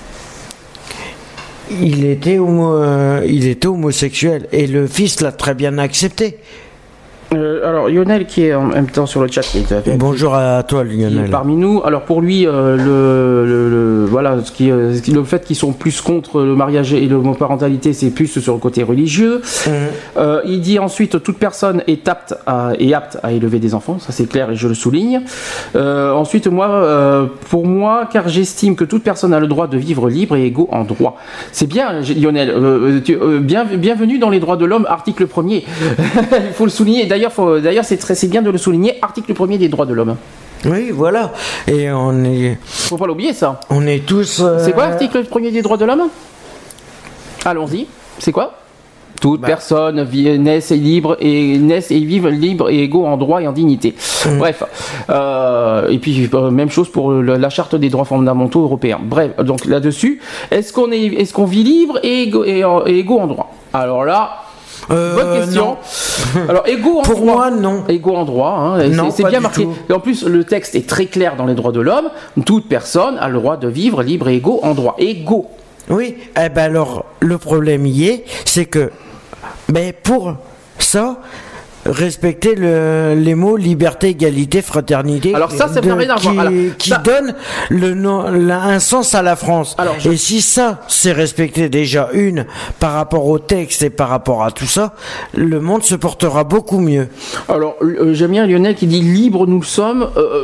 il était homo, euh, il était homosexuel et le fils l'a très bien accepté. Euh, alors Lionel qui est en même temps sur le chat. Qui est, Bonjour à toi Lionel. Qui est parmi nous. Alors pour lui, euh, le, le, le voilà, ce qui, euh, le fait qu'ils sont plus contre le mariage et l'homoparentalité, c'est plus sur le côté religieux. Mmh. Euh, il dit ensuite toute personne est apte à, est apte à élever des enfants, ça c'est clair et je le souligne. Euh, ensuite moi, euh, pour moi, car j'estime que toute personne a le droit de vivre libre et égaux en droit. C'est bien Lionel. Euh, tu, euh, bien, bienvenue dans les droits de l'homme, article premier. Il faut le souligner. D'ailleurs, faut, d'ailleurs c'est, très, c'est bien de le souligner, article premier des droits de l'homme. Oui, voilà. Et on est... Faut pas l'oublier, ça. On est tous... Euh... C'est quoi l'article premier des droits de l'homme? Allons-y. C'est quoi? Toute bah. personne vit, naissent, et libre et, naissent et vivent libres et égaux en droit et en dignité. Mmh. Bref. Euh, et puis, même chose pour le, la charte des droits fondamentaux européens. Bref, donc là-dessus, est-ce qu'on, est, est-ce qu'on vit libre et égaux, et, et égaux en droit? Alors là... Euh, Bonne question. Non. Alors, égaux en Pour droit. moi, non. Égaux en droit, hein. Non, c'est, c'est bien marqué. Et en plus, le texte est très clair dans les droits de l'homme. Toute personne a le droit de vivre libre et égaux en droit. Égaux. Oui. Eh ben alors, le problème y est, c'est que, ben pour ça, respecter le, les mots liberté, égalité, fraternité. Alors ça, ça n'a rien à voir. Qui donne le nom, la, un sens à la France. Alors, je... Et si ça, c'est respecté déjà une par rapport au texte et par rapport à tout ça, le monde se portera beaucoup mieux. Alors euh, j'aime bien Lionel qui dit libre nous sommes. Euh,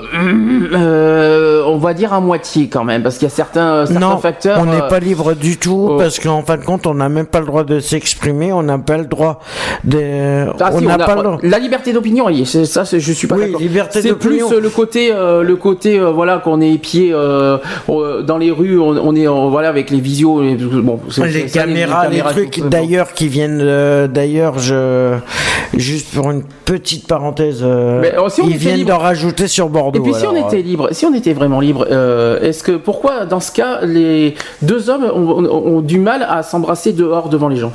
euh, on va dire à moitié quand même, parce qu'il y a certains, certains non, facteurs. On n'est euh... pas libre du tout, oh. Parce qu'en fin de compte, on n'a même pas le droit de s'exprimer, on n'a pas le droit de. Ah, on si, n'a on a, pas le la liberté d'opinion, c'est ça, c'est, je suis pas oui, d'accord. Liberté c'est d'opinion. plus euh, le côté, euh, le côté, euh, voilà, qu'on est épié euh, euh, dans les rues, on, on est, euh, voilà, avec les visios, les, bon, c'est, les, c'est, caméras, les, les caméras, les trucs, d'ailleurs, bon. Qui viennent, euh, d'ailleurs, je, juste pour une petite parenthèse, euh, Mais, alors, si ils viennent libre. de rajouter sur Bordeaux. Et puis alors, si on était libre, si on était vraiment libre, euh, est-ce que, pourquoi, dans ce cas, les deux hommes ont, ont, ont du mal à s'embrasser dehors devant les gens?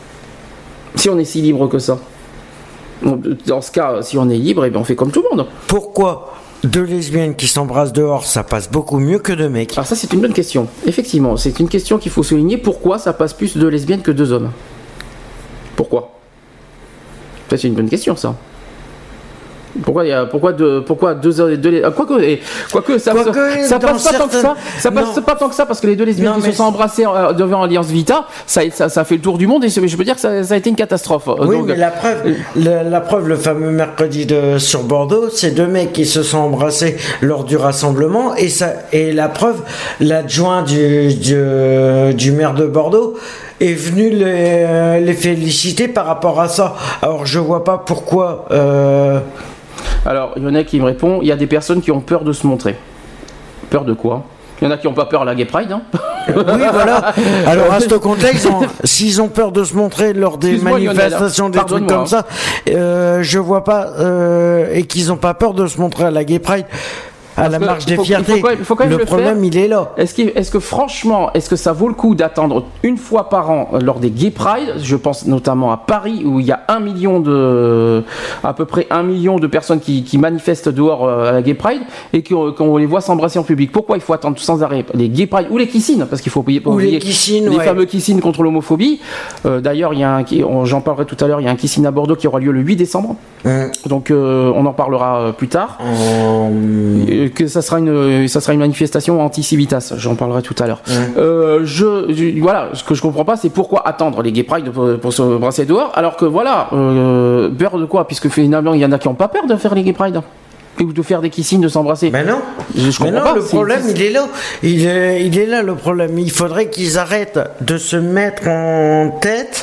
Si on est si libre que ça. Dans ce cas, si on est libre, et bien on fait comme tout le monde. Pourquoi deux lesbiennes qui s'embrassent dehors, ça passe beaucoup mieux que deux mecs? Alors ça, c'est une bonne question. Effectivement, c'est une question qu'il faut souligner. Pourquoi ça passe plus de lesbiennes que deux hommes? Pourquoi? Ça, c'est une bonne question, ça. Pourquoi il y a pourquoi deux pourquoi deux heures deux quoique quoique ça quoi ça, ça passe pas tant que ça ça passe non. pas tant que ça parce que les deux lesbiennes non, qui se sont embrassées euh, devant Alliance Vita ça, ça ça fait le tour du monde et je peux dire que ça, ça a été une catastrophe. Oui, donc, mais la preuve euh, la, la preuve le fameux mercredi de sur Bordeaux, c'est deux mecs qui se sont embrassés lors du rassemblement et ça et la preuve l'adjoint du du, du maire de Bordeaux est venu les, les féliciter par rapport à ça. Alors je vois pas pourquoi. Euh... Alors il y en a qui me répond, il y a des personnes qui ont peur de se montrer. Peur de quoi? Il y en a qui n'ont pas peur à la Gay Pride, hein. Oui, voilà. Alors à ce compte-là, ils ont, s'ils ont peur de se montrer lors des Excuse-moi, manifestations, des trucs comme ça, euh, je vois pas, euh, et qu'ils n'ont pas peur de se montrer à la Gay Pride. à la marche des faut, fiertés. Il faut quand même, il faut quand même le, le problème, faire. il est là. Est-ce que, est-ce que franchement, est-ce que ça vaut le coup d'attendre une fois par an lors des Gay Pride? Je pense notamment à Paris où il y a un million de, à peu près un million de personnes qui, qui manifestent dehors à la Gay Pride et qu'on, qu'on les voit s'embrasser en public. Pourquoi il faut attendre sans arrêt les Gay Pride ou les kissines? Parce qu'il faut oublier, pas oublier les, kissines, les ouais. fameux kissines contre l'homophobie. Euh, d'ailleurs, il y a un, j'en parlerai tout à l'heure, il y a un kissine à Bordeaux qui aura lieu le huit décembre. Mmh. Donc euh, on en parlera plus tard. Mmh. Que ça sera une, ça sera une manifestation anti-civitas. J'en parlerai tout à l'heure. Mmh. Euh, je, je, voilà, ce que je comprends pas, c'est pourquoi attendre les Gay Pride pour, pour se brasser dehors, alors que voilà, euh, peur de quoi? Puisque finalement, il y en a qui ont pas peur de faire les Gay Pride. Ou de faire des kissines, de s'embrasser. Mais non, je, je mais non pas, le c'est, problème c'est... il est là. Il est, il est là le problème. Il faudrait qu'ils arrêtent de se mettre en tête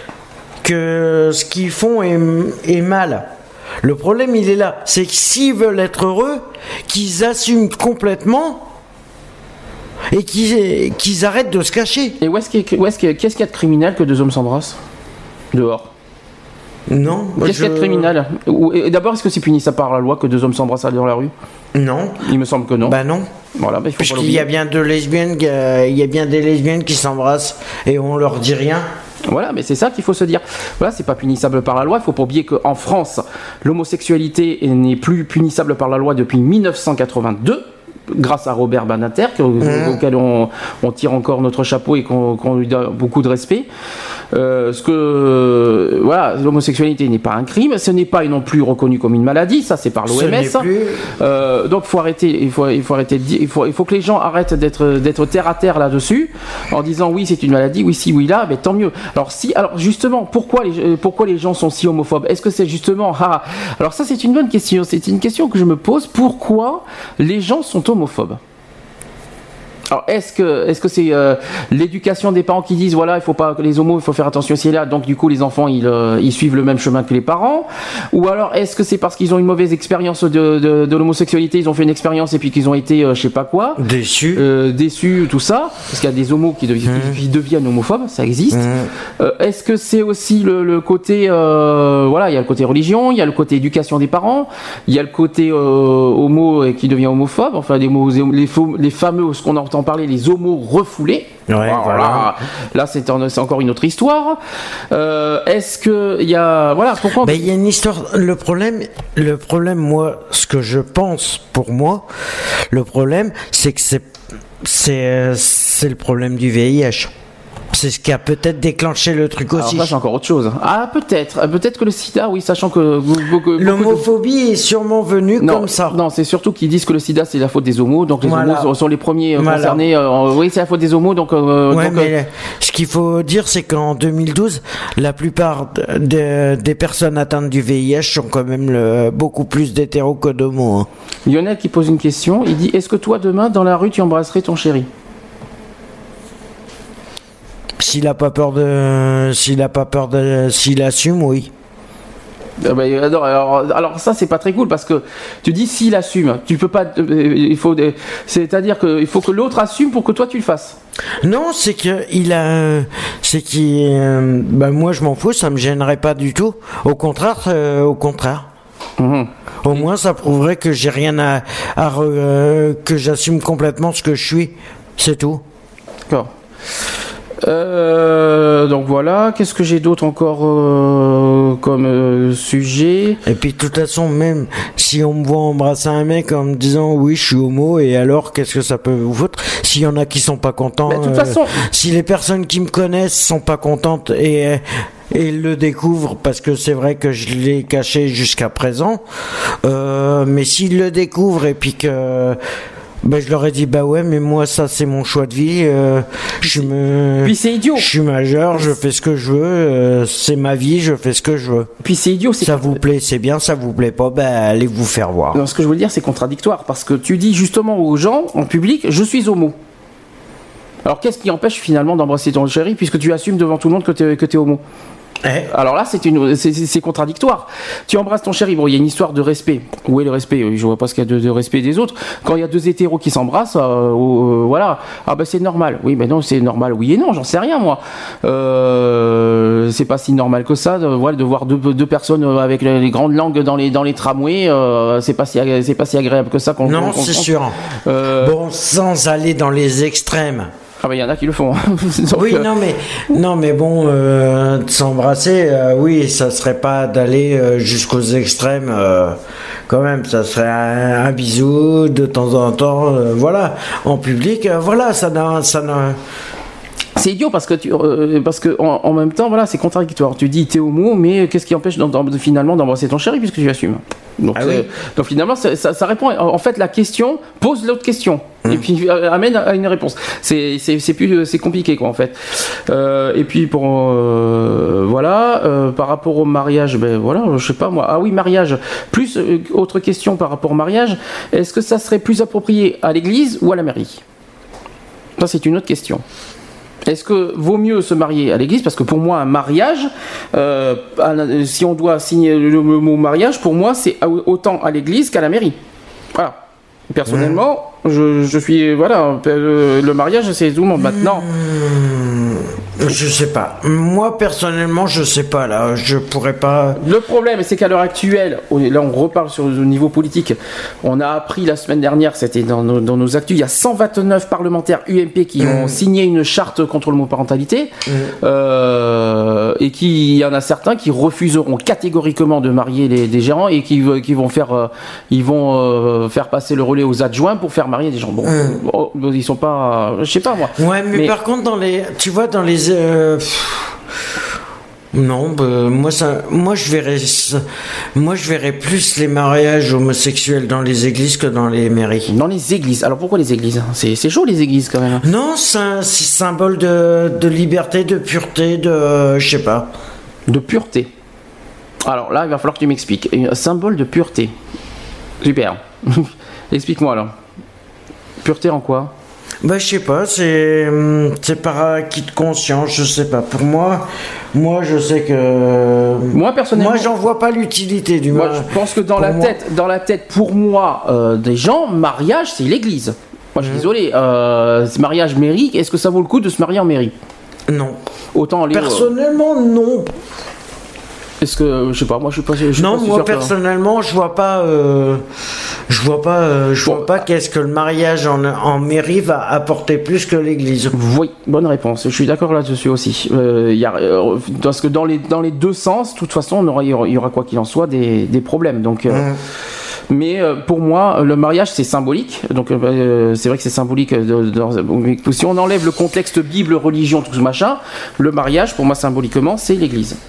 que ce qu'ils font est, est mal. Le problème il est là. C'est que s'ils veulent être heureux, qu'ils assument complètement et qu'ils, qu'ils arrêtent de se cacher. Et où est-ce qu'il y a, où est-ce qu'il y a, qu'est-ce qu'il y a de criminel que deux hommes s'embrassent dehors? Non. Qu'est-ce je... qu'il y a de criminel? Et d'abord, est-ce que c'est punissable par la loi que deux hommes s'embrassent dans la rue? Non. Il me semble que non. Bah non. Voilà, bah il faut Parce pas qu'il y a bien deux lesbiennes, il y a bien des lesbiennes qui s'embrassent et on leur dit rien. Voilà, mais c'est ça qu'il faut se dire. Voilà, c'est pas punissable par la loi. Il faut pas oublier qu'en France, l'homosexualité n'est plus punissable par la loi depuis dix-neuf cent quatre-vingt-deux. Grâce à Robert Badinter, mmh. auquel on, on tire encore notre chapeau et qu'on, qu'on lui donne beaucoup de respect. Euh, ce que euh, voilà, l'homosexualité n'est pas un crime, ce n'est pas non plus reconnu comme une maladie, ça c'est par l'O M S. Euh, donc faut arrêter, il faut, il faut arrêter de dire, il faut, il faut que les gens arrêtent d'être, d'être terre à terre là-dessus, en disant oui c'est une maladie, oui si, oui là, mais tant mieux. Alors si, alors justement, pourquoi les, pourquoi les gens sont si homophobes? Est-ce que c'est justement, ah, alors ça c'est une bonne question, c'est une question que je me pose. Pourquoi les gens sont homophobes? Homophobe. Alors est-ce que est-ce que c'est euh, l'éducation des parents qui disent voilà il faut pas que les homos il faut faire attention ici et là, donc du coup les enfants ils euh, ils suivent le même chemin que les parents, ou alors est-ce que c'est parce qu'ils ont une mauvaise expérience de, de, de l'homosexualité, ils ont fait une expérience et puis qu'ils ont été euh, je sais pas quoi déçus euh, déçus tout ça, parce qu'il y a des homos qui, devi- mmh. qui deviennent homophobes, ça existe. Mmh. Euh, est-ce que c'est aussi le, le côté euh, voilà il y a le côté religion, il y a le côté éducation des parents, il y a le côté euh, homo qui devient homophobe, enfin les mots les, les fameux ce qu'on entend parler les homos refoulés. Ouais, voilà. voilà. Là, c'est, un, c'est encore une autre histoire. Euh, est-ce que il y a voilà pourquoi ben, il y a une histoire. Le problème, le problème, moi, ce que je pense pour moi, le problème, c'est que c'est c'est c'est le problème du V I H. C'est ce qui a peut-être déclenché le truc aussi. Alors ça, c'est encore autre chose. Ah, peut-être. Peut-être que le sida, oui, sachant que... que l'homophobie de... est sûrement venue non, comme ça. Non, c'est surtout qu'ils disent que le sida, c'est la faute des homos. Donc les voilà. homos sont, sont les premiers voilà. concernés. Euh, oui, c'est la faute des homos. Donc, euh, ouais, donc mais euh... ce qu'il faut dire, c'est qu'en deux mille douze, la plupart de, de, des personnes atteintes du V I H sont quand même le, beaucoup plus d'hétéros que d'homos. Hein. Lionel qui pose une question. Il dit, est-ce que toi, demain, dans la rue, tu embrasserais ton chéri ? S'il a pas peur de, s'il a pas peur de, s'il assume, oui. Ah bah, alors, alors, alors ça c'est pas très cool parce que tu dis s'il assume, tu peux pas, euh, il faut, euh, c'est-à-dire que il faut que l'autre assume pour que toi tu le fasses. Non, c'est que il a, c'est qu'il, euh, bah moi je m'en fous, ça me gênerait pas du tout. Au contraire, euh, au contraire. Mmh. Au moins ça prouverait que j'ai rien à, à re, euh, que j'assume complètement ce que je suis, c'est tout. D'accord. Euh, donc voilà, qu'est-ce que j'ai d'autre encore euh, comme euh, sujet? Et puis de toute façon, même si on me voit embrasser un mec en me disant oui je suis homo, et alors qu'est-ce que ça peut vous foutre? S'il y en a qui sont pas contents, bah, de toute euh, façon... si les personnes qui me connaissent sont pas contentes et et le découvrent, parce que c'est vrai que je l'ai caché jusqu'à présent, euh, mais s'ils le découvrent et puis que ben je leur ai dit bah ouais mais moi ça c'est mon choix de vie, euh, je me puis c'est idiot, je suis majeur, je fais ce que je veux, euh, c'est ma vie, je fais ce que je veux. Puis c'est idiot, c'est ça vous plaît c'est bien, ça vous plaît pas, ben allez vous faire voir. Non, ce que je veux dire c'est contradictoire parce que tu dis justement aux gens en public je suis homo. Alors qu'est-ce qui empêche finalement d'embrasser ton chéri puisque tu assumes devant tout le monde que t'es, que t'es homo? Eh. Alors là, c'est, une, c'est, c'est contradictoire. Tu embrasses ton chéri, bon, il y a une histoire de respect. Où est le respect ? Je vois pas ce qu'il y a de, de respect des autres. Quand il y a deux hétéros qui s'embrassent, euh, euh, voilà, ah ben c'est normal. Oui, ben non, c'est normal. Oui et non, j'en sais rien moi. Euh, c'est pas si normal que ça. De, voilà, de voir deux, deux personnes avec les, les grandes langues dans les dans les tramways, euh, c'est pas si c'est pas si agréable que ça. Qu'on, non, qu'on, c'est qu'on, sûr. Euh, bon, sans aller dans les extrêmes. Ah ben il y en a qui le font. Donc, oui, euh... non mais non mais bon, euh, de s'embrasser, euh, oui, ça serait pas d'aller euh, jusqu'aux extrêmes. Euh, quand même, ça serait un, un bisou de temps en temps, euh, voilà, en public, euh, voilà, ça n'a, ça n'a. C'est idiot parce que tu, euh, parce que en, en même temps, voilà, c'est contradictoire. Tu dis t'es homo, mais qu'est-ce qui empêche d'en, d'en, finalement d'embrasser ton chéri puisque tu assumes. Donc, ah oui. donc finalement, ça, ça, ça répond. En fait, la question pose l'autre question mmh. et puis euh, amène à une réponse. C'est, c'est, c'est plus, c'est compliqué quoi en fait. Euh, et puis pour euh, voilà, euh, par rapport au mariage, ben voilà, je sais pas moi. Ah oui, mariage. Plus euh, autre question par rapport au mariage. Est-ce que ça serait plus approprié à l'église ou à la mairie ? Ça, c'est une autre question. Est-ce que vaut mieux se marier à l'église ? Parce que pour moi, un mariage, euh, si on doit signer le, le mot mariage, pour moi, c'est autant à l'église qu'à la mairie. Voilà. Personnellement, mmh. je, je suis... Voilà, le, le mariage, c'est tout le monde. Maintenant... Mmh. Je sais pas. Moi, personnellement, je sais pas, là. Je pourrais pas... Le problème, c'est qu'à l'heure actuelle, là, on reparle sur le niveau politique. On a appris la semaine dernière, c'était dans nos, dans nos actus, il y a cent vingt-neuf parlementaires U M P qui mmh. ont signé une charte contre l'homoparentalité. Mmh. Euh, et qu'il y en a certains qui refuseront catégoriquement de marier les, des gérants et qui, qui vont faire, euh, ils vont euh, faire passer le relais aux adjoints pour faire marier des gens. Bon, mmh. oh, ils sont pas... Je sais pas, moi. Ouais, mais, mais par contre, dans les... Tu vois, dans les... Euh, non, bah, moi ça, moi je verrais, moi je verrais plus les mariages homosexuels dans les églises que dans les mairies. Dans les églises. Alors pourquoi les églises ? C'est, c'est chaud les églises quand même. Non, c'est un c'est symbole de, de liberté, de pureté, de, euh, je sais pas. De pureté. Alors là, il va falloir que tu m'expliques. Un symbole de pureté. Super. Explique-moi alors. Pureté en quoi ? Bah, je sais pas, c'est, c'est par acquis de conscience, je sais pas. Pour moi, moi, je sais que. Moi, personnellement. Moi, j'en vois pas l'utilité du mariage. Moi, je pense que dans la moi... tête, dans la tête, pour moi, euh, des gens, mariage, c'est l'église. Moi, je suis mmh. désolé, euh, mariage mairie, est-ce que ça vaut le coup de se marier en mairie ? Non. Autant aller. Personnellement, euh... non. Est-ce que je sais pas, moi je suis pas. Je suis non, pas moi sûr personnellement, que... je vois pas, euh, je vois pas, euh, je bon, vois pas qu'est-ce que le mariage en, en mairie va apporter plus que l'église. Oui, bonne réponse. Je suis d'accord là-dessus aussi. Euh, y a, euh, parce que dans les dans les deux sens, de toute façon, on aura, il y aura, il y aura quoi qu'il en soit des, des problèmes. Donc. Euh, mmh. Mais euh, pour moi, le mariage c'est symbolique. Donc euh, c'est vrai que c'est symbolique. De, de, si on enlève le contexte Bible, religion, tout ce machin, le mariage, pour moi symboliquement, c'est l'église.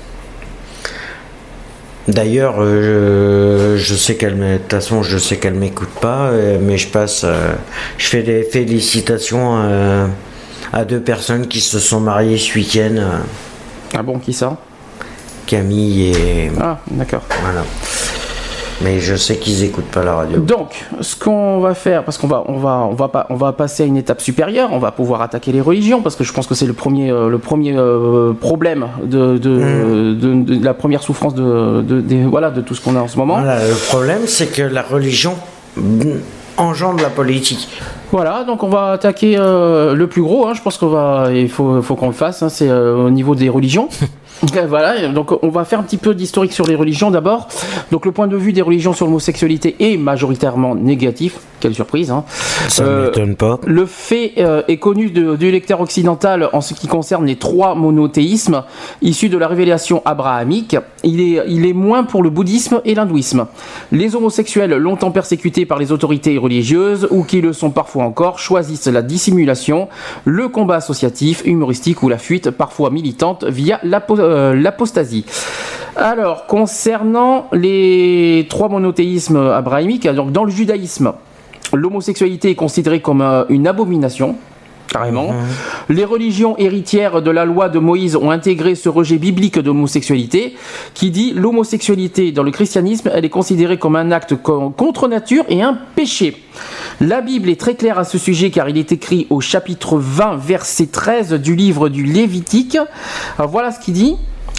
D'ailleurs, euh, je sais qu'elle, de toute façon, je sais qu'elle m'écoute pas, euh, mais je passe, euh, je fais des félicitations euh, à deux personnes qui se sont mariées ce week-end. Euh, ah bon, qui ça ? Camille et. Ah, d'accord. Voilà. Mais je sais qu'ils écoutent pas la radio. Donc, ce qu'on va faire, parce qu'on va, on va, on va pas, on va passer à une étape supérieure. On va pouvoir attaquer les religions, parce que je pense que c'est le premier, euh, le premier euh, problème de, de, mmh. de, de, de la première souffrance de, de, de, voilà, de tout ce qu'on a en ce moment. Voilà, le problème, c'est que la religion engendre la politique. Voilà, donc on va attaquer euh, le plus gros. Hein, je pense qu'on va, il faut, faut qu'on le fasse. Hein, c'est euh, au niveau des religions. Voilà, donc on va faire un petit peu d'historique sur les religions d'abord. Donc le point de vue des religions sur l'homosexualité est majoritairement négatif. Quelle surprise, hein. Ça ne euh, m'étonne pas. Le fait euh, est connu de, du lecteur occidental en ce qui concerne les trois monothéismes issus de la révélation abrahamique. Il est, il est moins pour le bouddhisme et l'hindouisme. Les homosexuels, longtemps persécutés par les autorités religieuses ou qui le sont parfois encore, choisissent la dissimulation, le combat associatif, humoristique ou la fuite, parfois militante, via l'apo- euh, l'apostasie. Alors, concernant les trois monothéismes abrahamiques, donc dans le judaïsme, l'homosexualité est considérée comme euh, une abomination, carrément. Mmh. Les religions héritières de la loi de Moïse ont intégré ce rejet biblique de l'homosexualité, qui dit l'homosexualité dans le christianisme, elle est considérée comme un acte contre nature et un péché. La Bible est très claire à ce sujet car il est écrit au chapitre vingt, verset treize du livre du Lévitique. Alors voilà ce qu'il dit.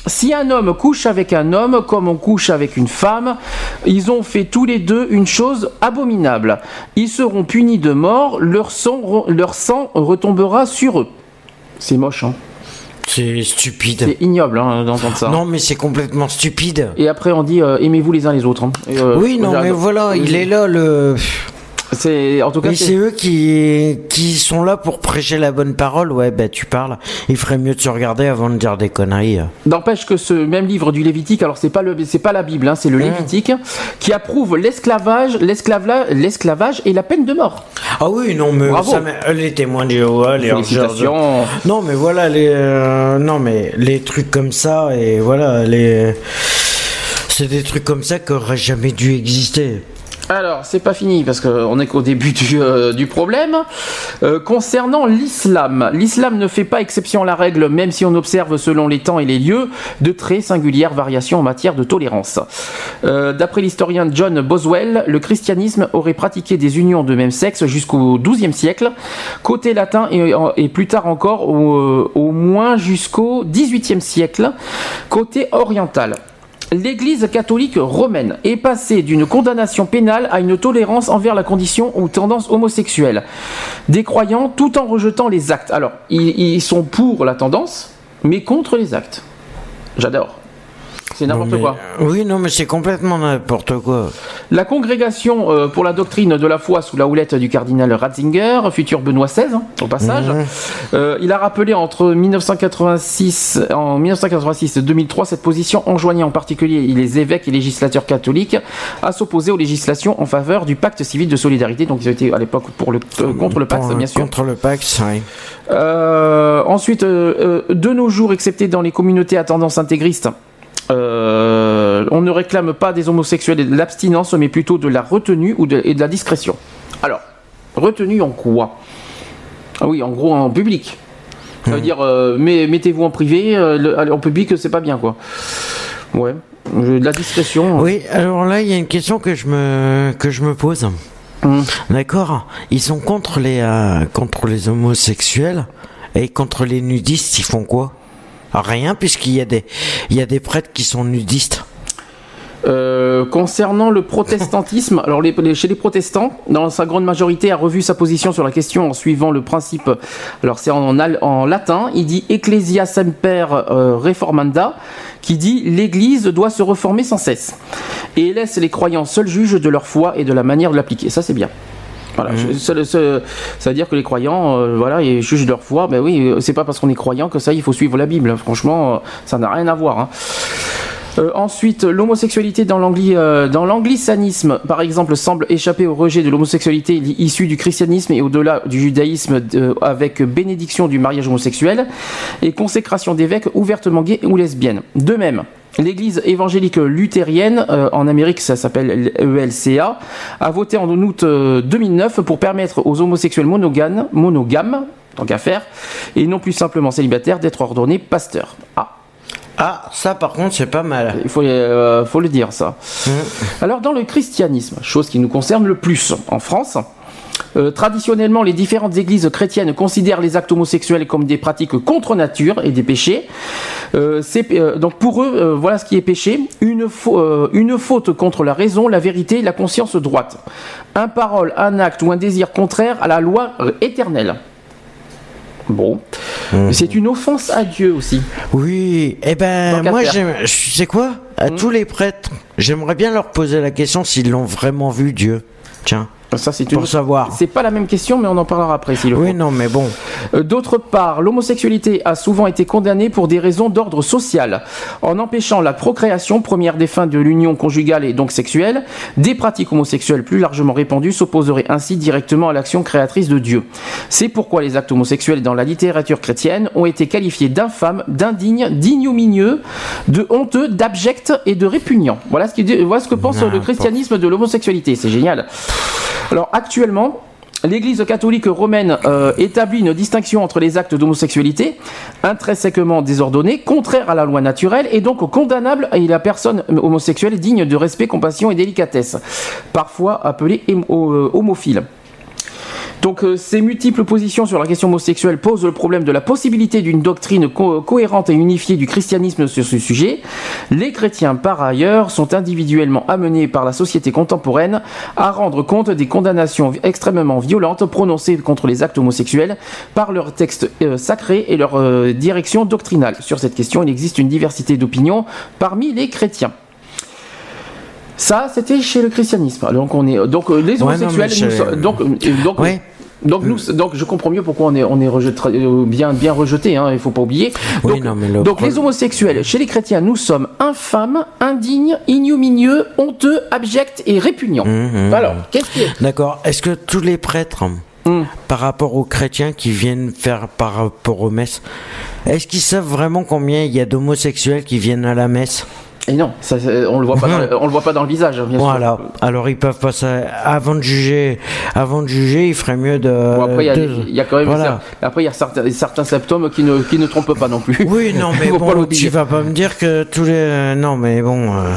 Si un homme couche avec un homme comme on couche avec une femme, ils ont fait tous les deux une chose abominable. Ils seront punis de mort, leur sang, leur sang retombera sur eux. C'est moche, hein. C'est stupide. C'est ignoble hein, d'entendre ça. Non, mais c'est complètement stupide. Et après, on dit euh, aimez-vous les uns les autres. Hein. Et, euh, oui, non, mais voilà, il est là le. C'est en tout cas. Et c'est eux qui qui sont là pour prêcher la bonne parole. Ouais, bah tu parles. Il ferait mieux de se regarder avant de dire des conneries. N'empêche que ce même livre du Lévitique, alors c'est pas le, c'est pas la Bible, hein, c'est le mmh. Lévitique, qui approuve l'esclavage, l'esclavage, l'esclavage et la peine de mort. Ah oui, non mais Bravo. ça, mais les témoins de Jéhovah, les félicitations. Non mais voilà les, euh, non mais les trucs comme ça et voilà les, c'est des trucs comme ça qui auraient jamais dû exister. Alors, c'est pas fini parce qu'on est qu'au début du, euh, du problème. Euh, concernant l'islam, l'islam ne fait pas exception à la règle, même si on observe selon les temps et les lieux de très singulières variations en matière de tolérance. Euh, d'après l'historien John Boswell, le christianisme aurait pratiqué des unions de même sexe jusqu'au douzième siècle, côté latin et, et plus tard encore au, au moins jusqu'au dix-huitième siècle, côté oriental. L'Église catholique romaine est passée d'une condamnation pénale à une tolérance envers la condition ou tendance homosexuelle des croyants tout en rejetant les actes. Alors, ils, ils sont pour la tendance, mais contre les actes. J'adore. C'est n'importe non, mais, quoi. Oui, non, mais c'est complètement n'importe quoi. La congrégation euh, pour la doctrine de la foi sous la houlette du cardinal Ratzinger, futur Benoît seize, hein, au passage, mmh. euh, il a rappelé entre dix-neuf cent quatre-vingt-six, en dix-neuf cent quatre-vingt-six et deux mille trois cette position, enjoignant en particulier les évêques et législateurs catholiques à s'opposer aux législations en faveur du pacte civil de solidarité. Donc ils ont été à l'époque pour le, euh, contre le pacte, pour, bien sûr. Contre le pacte, oui. Euh, ensuite, euh, euh, de nos jours, excepté dans les communautés à tendance intégriste, Euh, on ne réclame pas des homosexuels et de l'abstinence, mais plutôt de la retenue ou de, et de la discrétion. Alors, retenue en quoi ? Ah oui, en gros, en public. Ça veut mmh. dire, euh, mais, mettez-vous en privé, euh, le, en public, c'est pas bien, quoi. Ouais, de la discrétion. Oui, alors là, il y a une question que je me, que je me pose. Mmh. D'accord ? Ils sont contre les, euh, contre les homosexuels et contre les nudistes, ils font quoi ? Rien, puisqu'il y a des, il y a des prêtres qui sont nudistes. Euh, concernant le protestantisme, alors les, les, chez les protestants, dans sa grande majorité, a revu sa position sur la question en suivant le principe. Alors c'est en, en latin, il dit Ecclesia semper euh, reformanda, qui dit l'Église doit se reformer sans cesse et laisse les croyants seuls juges de leur foi et de la manière de l'appliquer. Ça c'est bien. Voilà, mmh. ça, ça, ça veut dire que les croyants, euh, voilà, ils jugent leur foi. Ben oui, c'est pas parce qu'on est croyant que ça, il faut suivre la Bible. Franchement, ça n'a rien à voir. Hein. Euh, ensuite, l'homosexualité dans, l'angli, euh, dans l'anglicanisme, par exemple, semble échapper au rejet de l'homosexualité issue du christianisme et au-delà du judaïsme, de, avec bénédiction du mariage homosexuel et consécration d'évêques ouvertement gays ou lesbiennes. De même, l'Église évangélique luthérienne, euh, en Amérique ça s'appelle E L C A, a voté en août euh, deux mille neuf pour permettre aux homosexuels monogames, monogames, tant qu'à faire, et non plus simplement célibataires, d'être ordonnés pasteurs. Ah. Ah, ça par contre c'est pas mal. Il faut, euh, faut le dire ça. Mmh. Alors dans le christianisme, chose qui nous concerne le plus en France, Euh, traditionnellement, les différentes églises chrétiennes considèrent les actes homosexuels comme des pratiques contre nature et des péchés. Euh, c'est, euh, donc pour eux, euh, voilà ce qui est péché. Une, fa- euh, une faute contre la raison, la vérité, la conscience droite. Un parole, un acte ou un désir contraire à la loi éternelle. Bon, mmh. C'est une offense à Dieu aussi. Oui, eh ben moi, j'aime, tu sais quoi ? À mmh. tous les prêtres, j'aimerais bien leur poser la question s'ils l'ont vraiment vu, Dieu. Tiens. Ça, c'est pour une... savoir. C'est pas la même question, mais on en parlera après. Si le oui, faut. non, mais bon. Euh, d'autre part, l'homosexualité a souvent été condamnée pour des raisons d'ordre social, en empêchant la procréation, première des fins de l'union conjugale et donc sexuelle. Des pratiques homosexuelles plus largement répandues s'opposeraient ainsi directement à l'action créatrice de Dieu. C'est pourquoi les actes homosexuels dans la littérature chrétienne ont été qualifiés d'infâmes, d'indignes, d'ignominieux, de honteux, d'abjects et de répugnants. Voilà ce, qu'il, voilà ce que pense N'importe. le christianisme de l'homosexualité. C'est génial. Alors actuellement, l'Église catholique romaine euh, établit une distinction entre les actes d'homosexualité intrinsèquement désordonnés, contraires à la loi naturelle et donc condamnables, et la personne homosexuelle digne de respect, compassion et délicatesse, parfois appelée homophile. Donc euh, ces multiples positions sur la question homosexuelle posent le problème de la possibilité d'une doctrine co- cohérente et unifiée du christianisme sur ce sujet. Les chrétiens, par ailleurs, sont individuellement amenés par la société contemporaine à rendre compte des condamnations extrêmement violentes prononcées contre les actes homosexuels par leurs textes euh, sacrés et leur euh, direction doctrinale. Sur cette question, il existe une diversité d'opinions parmi les chrétiens. Ça, c'était chez le christianisme. Donc, on est donc les homosexuels. Ouais, non, nous sommes, donc, donc, ouais. donc, nous, donc, je comprends mieux pourquoi on est, on est rejeté, bien, bien rejeté. Hein, il faut pas oublier. Donc, oui, non, mais le donc problème... les homosexuels, chez les chrétiens, nous sommes infâmes, indignes, ignominieux, honteux, abjects et répugnants. Mmh, Alors, qu'est-ce qui est... D'accord. Est-ce que tous les prêtres, mmh. par rapport aux chrétiens qui viennent faire par rapport aux messes, est-ce qu'ils savent vraiment combien il y a d'homosexuels qui viennent à la messe? Et non, ça, on le voit pas, dans le, on le voit pas dans le visage, bien voilà. sûr. Alors ils peuvent pas ça. Avant de juger, avant de juger, il ferait mieux de. Bon, après, il y a, de... il y a quand même. Voilà. Après, il y a certains, certains symptômes qui ne, qui ne trompent pas non plus. Oui, non, mais bon, tu vas pas me dire que tous les. Non, mais bon. Euh...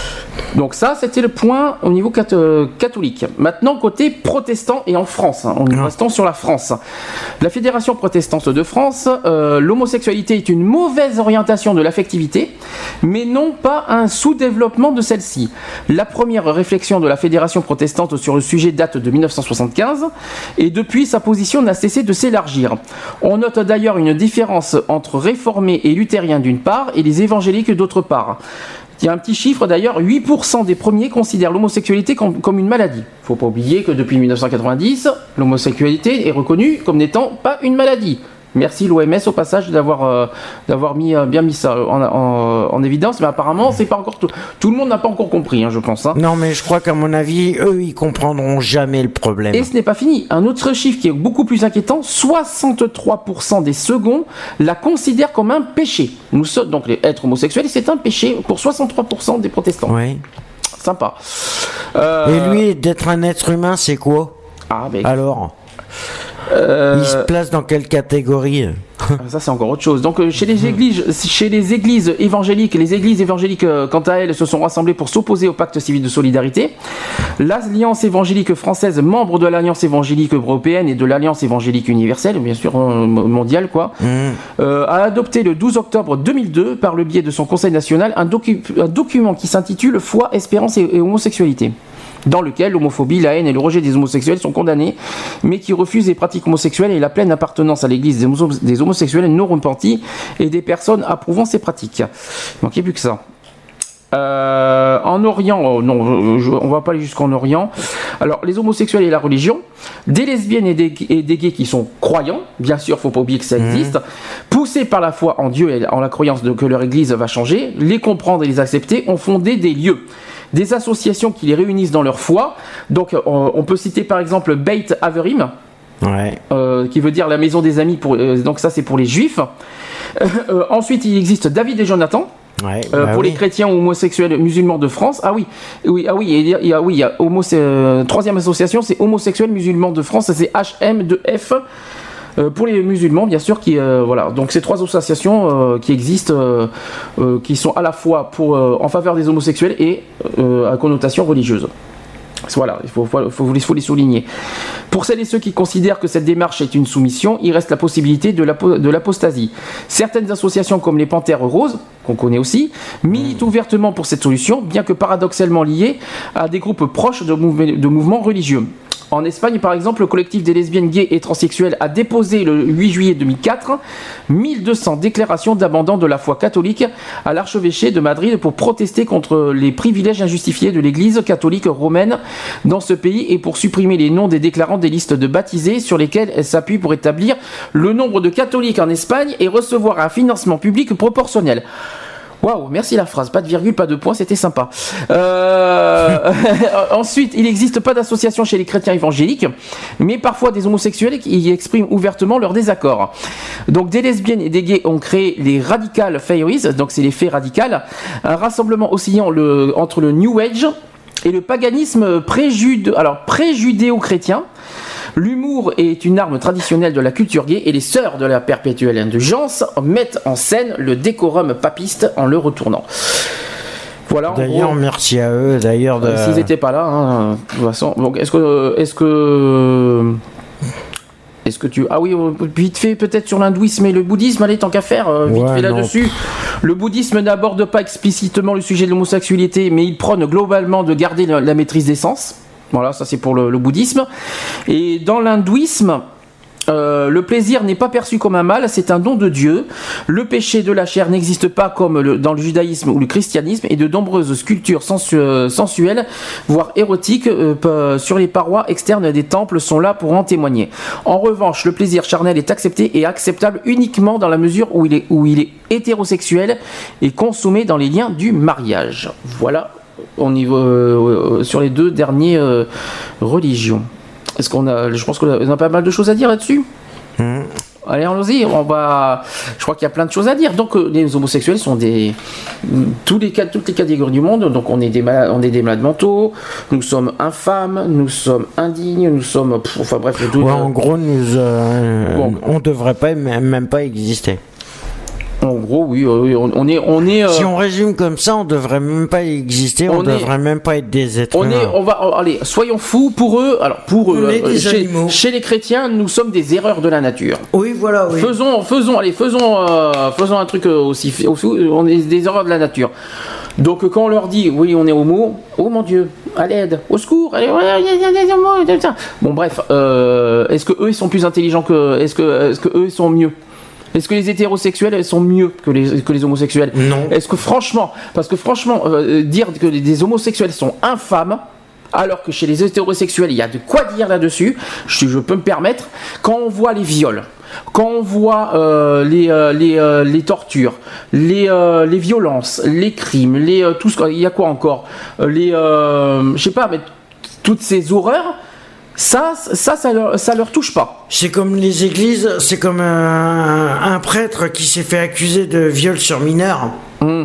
Donc ça, c'était le point au niveau catholique. Maintenant, côté protestant et en France, hein, en ah. restant sur la France. La Fédération protestante de France, euh, l'homosexualité est une mauvaise orientation de l'affectivité, mais non pas un sous-développement de celle-ci. La première réflexion de la Fédération protestante sur le sujet date de dix-neuf cent soixante-quinze, et depuis, sa position n'a cessé de s'élargir. On note d'ailleurs une différence entre réformés et luthériens d'une part, et les évangéliques d'autre part. Il y a un petit chiffre d'ailleurs, huit pour cent des premiers considèrent l'homosexualité comme, comme une maladie. Il ne faut pas oublier que depuis dix-neuf cent quatre-vingt-dix, l'homosexualité est reconnue comme n'étant pas une maladie. Merci l'O M S au passage d'avoir, euh, d'avoir mis, euh, bien mis ça en, en, en évidence, mais apparemment c'est pas encore tout, tout le monde n'a pas encore compris, hein, je pense. Hein. Non, mais je crois qu'à mon avis, eux, ils comprendront jamais le problème. Et ce n'est pas fini. Un autre chiffre qui est beaucoup plus inquiétant, soixante-trois pour cent des seconds la considèrent comme un péché. Nous sommes donc les êtres homosexuels, c'est un péché pour soixante-trois pour cent des protestants. Oui. Sympa. Euh... Et lui, d'être un être humain, c'est quoi? Ah, ben... Alors Euh... Il se place dans quelle catégorie? Ça, c'est encore autre chose. Donc, euh, chez les églises, chez les églises évangéliques, les églises évangéliques, euh, quant à elles, se sont rassemblées pour s'opposer au pacte civil de solidarité. L'Alliance évangélique française, membre de l'Alliance évangélique européenne et de l'Alliance évangélique universelle, bien sûr euh, mondiale, quoi, mmh. euh, a adopté le douze octobre deux mille deux, par le biais de son Conseil national, un, docu- un document qui s'intitule Foi, espérance et, et homosexualité, dans lequel l'homophobie, la haine et le rejet des homosexuels sont condamnés, mais qui refusent les pratiques homosexuelles et la pleine appartenance à l'église des, homo- des homosexuels non repentis et des personnes approuvant ces pratiques. Il manquait plus que ça. Euh, en Orient, oh non, je, on va pas aller jusqu'en Orient. Alors, les homosexuels et la religion, des lesbiennes et des, et des gays qui sont croyants, bien sûr, faut pas oublier que ça existe, mmh. poussés par la foi en Dieu et en la croyance de, que leur église va changer, les comprendre et les accepter, ont fondé des lieux, des associations qui les réunissent dans leur foi. Donc, on, on peut citer par exemple Beit Haverim, ouais. euh, qui veut dire la maison des amis. Pour, euh, donc ça, c'est pour les juifs. Euh, euh, ensuite, il existe David et Jonathan. Ouais, euh, bah pour oui. les chrétiens musulmans de France. Ah oui, oui, oui, ah oui, il y a, il y a, oui, il y a homo, euh, troisième association, c'est homosexuels musulmans de France, c'est H M deux F. Euh, pour les musulmans, bien sûr, qui euh, voilà. Donc ces trois associations euh, qui existent, euh, euh, qui sont à la fois pour euh, en faveur des homosexuels et euh, à connotation religieuse. Voilà, il faut, faut, faut, faut les souligner. Pour celles et ceux qui considèrent que cette démarche est une soumission, il reste la possibilité de, l'apo- de l'apostasie. Certaines associations comme les Panthères Roses, qu'on connaît aussi, militent ouvertement pour cette solution, bien que paradoxalement liées à des groupes proches de, mouve- de mouvements religieux. En Espagne, par exemple, le collectif des lesbiennes, gays et transsexuels a déposé le huit juillet deux mille quatre mille deux cents déclarations d'abandon de la foi catholique à l'archevêché de Madrid pour protester contre les privilèges injustifiés de l'église catholique romaine dans ce pays et pour supprimer les noms des déclarants des listes de baptisés sur lesquels elle s'appuie pour établir le nombre de catholiques en Espagne et recevoir un financement public proportionnel. Waouh, merci la phrase, pas de virgule, pas de point, c'était sympa. Euh... Ensuite, il n'existe pas d'association chez les chrétiens évangéliques, mais parfois des homosexuels qui expriment ouvertement leur désaccord. Donc des lesbiennes et des gays ont créé les Radical Faeries, donc c'est les faits radicales, un rassemblement oscillant le, entre le New Age et le paganisme préjude... Alors, pré-judéo-chrétien. L'humour est une arme traditionnelle de la culture gay et les sœurs de la perpétuelle indulgence mettent en scène le décorum papiste en le retournant. Voilà. D'ailleurs, gros, merci à eux. D'ailleurs, de... euh, s'ils n'étaient pas là, hein, de toute façon. Donc, est-ce que, est-ce que, Qu'est-ce que tu... Ah oui, vite fait, peut-être sur l'hindouisme et le bouddhisme, allez, tant qu'à faire, euh, vite Ouais, fait non. là-dessus. Le bouddhisme n'aborde pas explicitement le sujet de l'homosexualité, mais il prône globalement de garder la, la maîtrise des sens. Voilà, ça c'est pour le, le bouddhisme. Et dans l'hindouisme... Euh, le plaisir n'est pas perçu comme un mal, c'est un don de Dieu. Le péché de la chair n'existe pas comme le, dans le judaïsme ou le christianisme, et de nombreuses sculptures sensu, euh, sensuelles, voire érotiques, euh, p- sur les parois externes des temples sont là pour en témoigner. En revanche, le plaisir charnel est accepté et acceptable uniquement dans la mesure où il est, où il est hétérosexuel et consommé dans les liens du mariage. Voilà, au niveau, euh, sur les deux dernières euh, religions. Est-ce qu'on a, je pense qu'on a, on a pas mal de choses à dire là-dessus. Mmh. Allez, allons-y. On va. Je crois qu'il y a plein de choses à dire. Donc, euh, les homosexuels sont des tous les cas, toutes les catégories du monde. Donc, on est des malades, on est des malades mentaux. Nous sommes infâmes. Nous sommes indignes. Nous sommes. Pff, enfin bref. Tout, Ouais, euh, en gros, nous, euh, bon. on devrait pas même, même pas exister. En gros, oui, oui, on, on est, on est. Euh, si on résume comme ça, on devrait même pas exister. On, on devrait est, même pas être des êtres on humains. Est, on va, oh, allez, soyons fous pour eux. Alors pour eux, euh, chez, chez les chrétiens, nous sommes des erreurs de la nature. Oui, voilà. Oui. Faisons, faisons, allez, faisons, euh, faisons un truc aussi. On est des erreurs de la nature. Donc quand on leur dit, oui, on est homo, oh mon Dieu, à l'aide, au secours, allez, bon bref, euh, est-ce que eux ils sont plus intelligents que, est-ce que, est-ce que eux ils sont mieux? Est-ce que les hétérosexuels sont mieux que les, que les homosexuels? Non. Est-ce que franchement, parce que franchement, euh, dire que les, les homosexuels sont infâmes, alors que chez les hétérosexuels, il y a de quoi dire là-dessus, je, je peux me permettre, quand on voit les viols, quand on voit euh, les, euh, les, euh, les tortures, les, euh, les violences, les crimes, les, euh, tout ce, il y a quoi encore les, euh, je sais pas, mais toutes ces horreurs, Ça, ça, ça leur, ça leur touche pas. C'est comme les églises, c'est comme un, un prêtre qui s'est fait accuser de viol sur mineur. Mmh.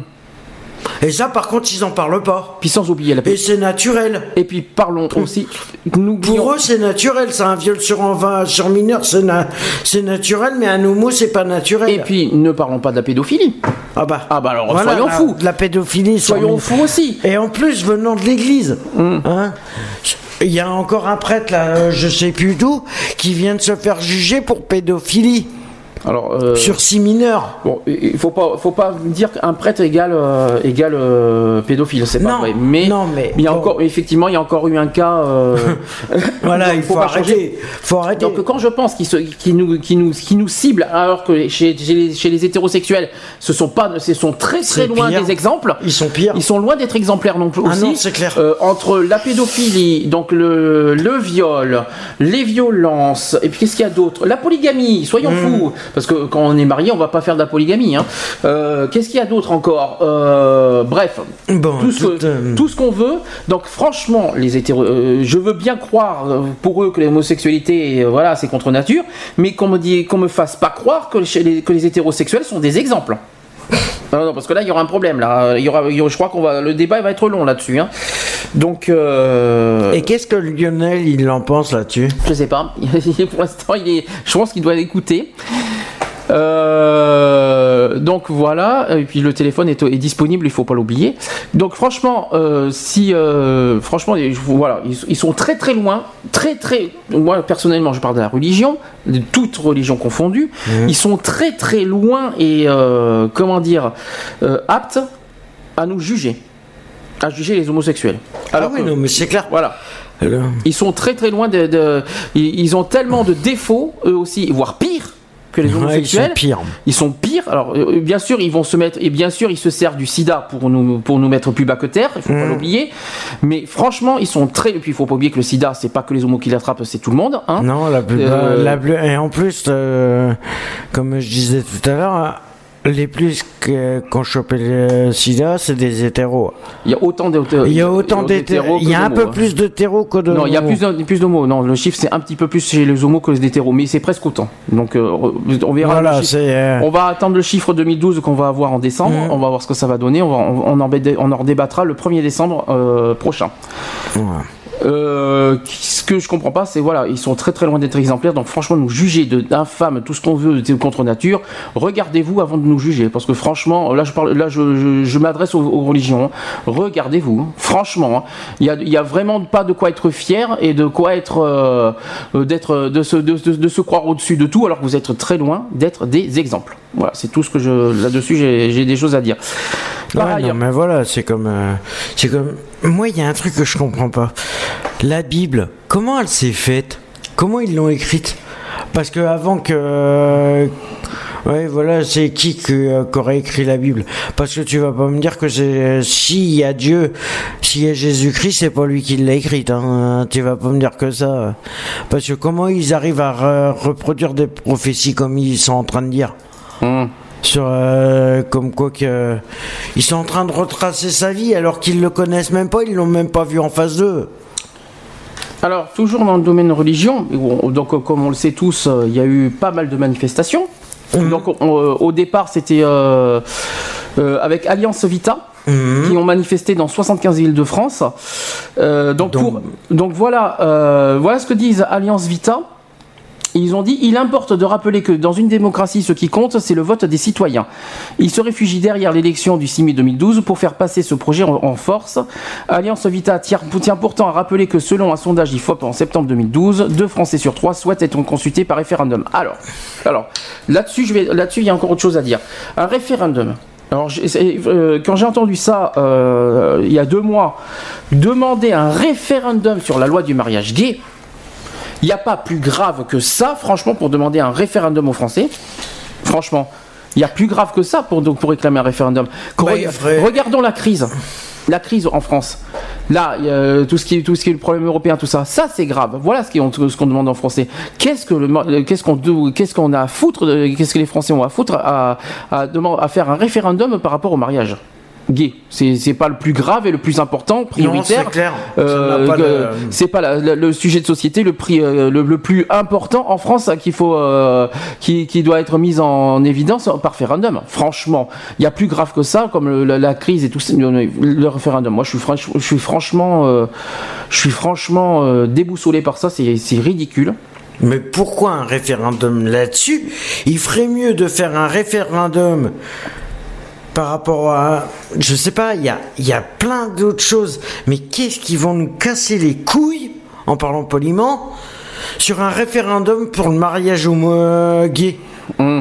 Et ça, par contre, ils en parlent pas. Puis sans oublier la paix. Et c'est naturel. Et puis parlons aussi. Pour eux, c'est naturel. C'est un viol sur un sur mineur, c'est na, c'est naturel, mais un homo, c'est pas naturel. Et puis ne parlons pas de la pédophilie. Ah bah. Ah bah alors voilà, soyons la, fous. La pédophilie. Soyons fous aussi. Et en plus, venant de l'église. Mmh. Hein, il y a encore un prêtre là, je sais plus d'où, qui vient de se faire juger pour pédophilie. Alors, euh, sur six mineurs. Bon, il faut pas, faut pas dire qu'un prêtre égale, euh, égale euh, pédophile, c'est pas non, vrai. Mais, non, mais il y a bon. encore, effectivement, il y a encore eu un cas. Euh, voilà, donc, il faut, faut pas arrêter. changer. Faut arrêter. Donc quand je pense qu'ils, se, qu'ils nous, qu'ils nous, qu'ils nous ciblent, alors que chez, chez, les, chez les hétérosexuels, ce sont pas, ce sont très très c'est loin pire. Des exemples. Ils sont pires. Ils sont loin d'être exemplaires non plus. Ah aussi. non, c'est clair. Euh, entre la pédophilie, donc le, le viol, les violences, et puis qu'est-ce qu'il y a d'autre? La polygamie. Soyons mmh. fous, parce que quand on est marié, on va pas faire de la polygamie. Hein. Euh, qu'est-ce qu'il y a d'autre encore? euh, Bref, bon, tout, ce, tout, euh... tout ce qu'on veut. Donc franchement, les hétéros, euh, je veux bien croire pour eux que l'homosexualité, euh, voilà, c'est contre nature, mais qu'on me dit, qu'on me fasse pas croire que les, que les hétérosexuels sont des exemples. Non, non, parce que là, il y aura un problème. Là, il y aura, il y aura, je crois qu'on va, le débat il va être long là-dessus. Hein. Donc. Euh... Et qu'est-ce que Lionel il en pense là-dessus? Je sais pas. Pour l'instant, il est. Je pense qu'il doit écouter. Euh, donc voilà, et puis le téléphone est, est disponible, il faut pas l'oublier. Donc franchement, euh, si euh, franchement, voilà, ils, ils sont très très loin, très très. Moi personnellement, je parle de la religion, de toute religion confondue, mmh. ils sont très très loin et euh, comment dire, euh, aptes à nous juger, à juger les homosexuels. Alors ah oui, que, non, mais c'est clair. Voilà. Alors... Ils sont très très loin de, de ils, ils ont tellement de défauts, eux aussi, voire pire. Que les homosexuels, ouais, ils sont pires. Ils sont pires. Alors euh, bien sûr, ils vont se mettre et bien sûr, ils se servent du sida pour nous pour nous mettre plus bas que terre. Il faut mmh. pas l'oublier. Mais franchement, ils sont très. Et puis il faut pas oublier que le sida, c'est pas que les homos qui l'attrapent, c'est tout le monde. Hein. Non, la plus, euh... la plus. Et en plus, euh, comme je disais tout à l'heure. Les plus que, qu'on chopait le sida, c'est des hétéros. Il y a autant d'hétéros. Il y a autant d'hétéros. Il y a un peu plus d'hétéros que de. Non, il y a plus, plus d'homos. Non, le chiffre c'est un petit peu plus chez les homos que les hétéros, mais c'est presque autant. Donc euh, on verra. Voilà, le c'est. Euh... On va attendre le chiffre deux mille douze qu'on va avoir en décembre. Mmh. On va voir ce que ça va donner. On, va, on, on, en, on en redébattra le premier décembre euh, prochain. Ouais. Euh, ce que je comprends pas, c'est voilà, ils sont très très loin d'être exemplaires. Donc franchement, nous juger de, d'infâme, tout ce qu'on veut de contre nature, regardez-vous avant de nous juger, parce que franchement, là je parle, là je, je, je m'adresse aux, aux religions. Hein. Regardez-vous, hein. Franchement, il hein. y a, y a vraiment pas de quoi être fier et de quoi être, euh, d'être, de se, de, de, de se croire au-dessus de tout, alors que vous êtes très loin d'être des exemples. Voilà, c'est tout ce que je là-dessus j'ai, j'ai des choses à dire. Par ouais, ailleurs, non, mais voilà, c'est comme, euh, c'est comme. Moi, il y a un truc que je comprends pas. La Bible, comment elle s'est faite? Comment ils l'ont écrite? Parce que avant que, euh, ouais, voilà, c'est qui qui euh, aurait écrit la Bible? Parce que tu vas pas me dire que c'est s'il y a Dieu, s'il y a Jésus-Christ, c'est pas lui qui l'a écrite. Hein. Tu vas pas me dire que ça. Parce que comment ils arrivent à re- reproduire des prophéties comme ils sont en train de dire? Mmh. Sur euh, comme quoi que euh, ils sont en train de retracer sa vie alors qu'ils le connaissent même pas, ils l'ont même pas vu en face d'eux. Alors toujours dans le domaine de religion, donc comme on le sait tous, il y a eu pas mal de manifestations. Mmh. Donc on, on, au départ c'était euh, euh, avec Alliance Vita. Mmh. Qui ont manifesté dans soixante-quinze villes de France. Euh, donc, donc... Pour, donc voilà, euh, voilà ce que disent Alliance Vita. Ils ont dit, il importe de rappeler que dans une démocratie, ce qui compte, c'est le vote des citoyens. Ils se réfugient derrière l'élection du six mai deux mille douze pour faire passer ce projet en, en force. Alliance Vita tient, tient pourtant à rappeler que selon un sondage I F O P en septembre deux mille douze, deux Français sur trois souhaitent être consultés par référendum. Alors, alors là-dessus, je vais, là-dessus, il y a encore autre chose à dire. Un référendum. Alors, euh, quand j'ai entendu ça euh, il y a deux mois, demander un référendum sur la loi du mariage gay, il n'y a pas plus grave que ça, franchement, pour demander un référendum aux Français. Franchement, il y a plus grave que ça pour, pour réclamer un référendum. Bah, Re- regardons la crise. La crise en France. Là, euh, tout ce qui est, tout ce qui est le problème européen, tout ça, ça c'est grave. Voilà ce, qui, ce qu'on demande en Français. Qu'est-ce que le, qu'est-ce qu'on, qu'est-ce qu'on a à foutre, de, qu'est-ce que les Français ont à foutre à, à, à, à faire un référendum par rapport au mariage gay? C'est, c'est pas le plus grave et le plus important, prioritaire. Non, c'est clair. Euh, pas euh, le... C'est pas la, la, le sujet de société le, prix, euh, le, le plus important en France qu'il faut, euh, qui, qui doit être mis en évidence par référendum. Franchement, il y a plus grave que ça, comme le, la, la crise et tout ça, le, le référendum. Moi, je suis, franch, je suis franchement, euh, je suis franchement euh, déboussolé par ça. C'est, c'est ridicule. Mais pourquoi un référendum là-dessus? Il ferait mieux de faire un référendum par rapport à, je sais pas, il y a, y a plein d'autres choses, mais qu'est-ce qui vont nous casser les couilles, en parlant poliment, sur un référendum pour le mariage homo gay? mmh.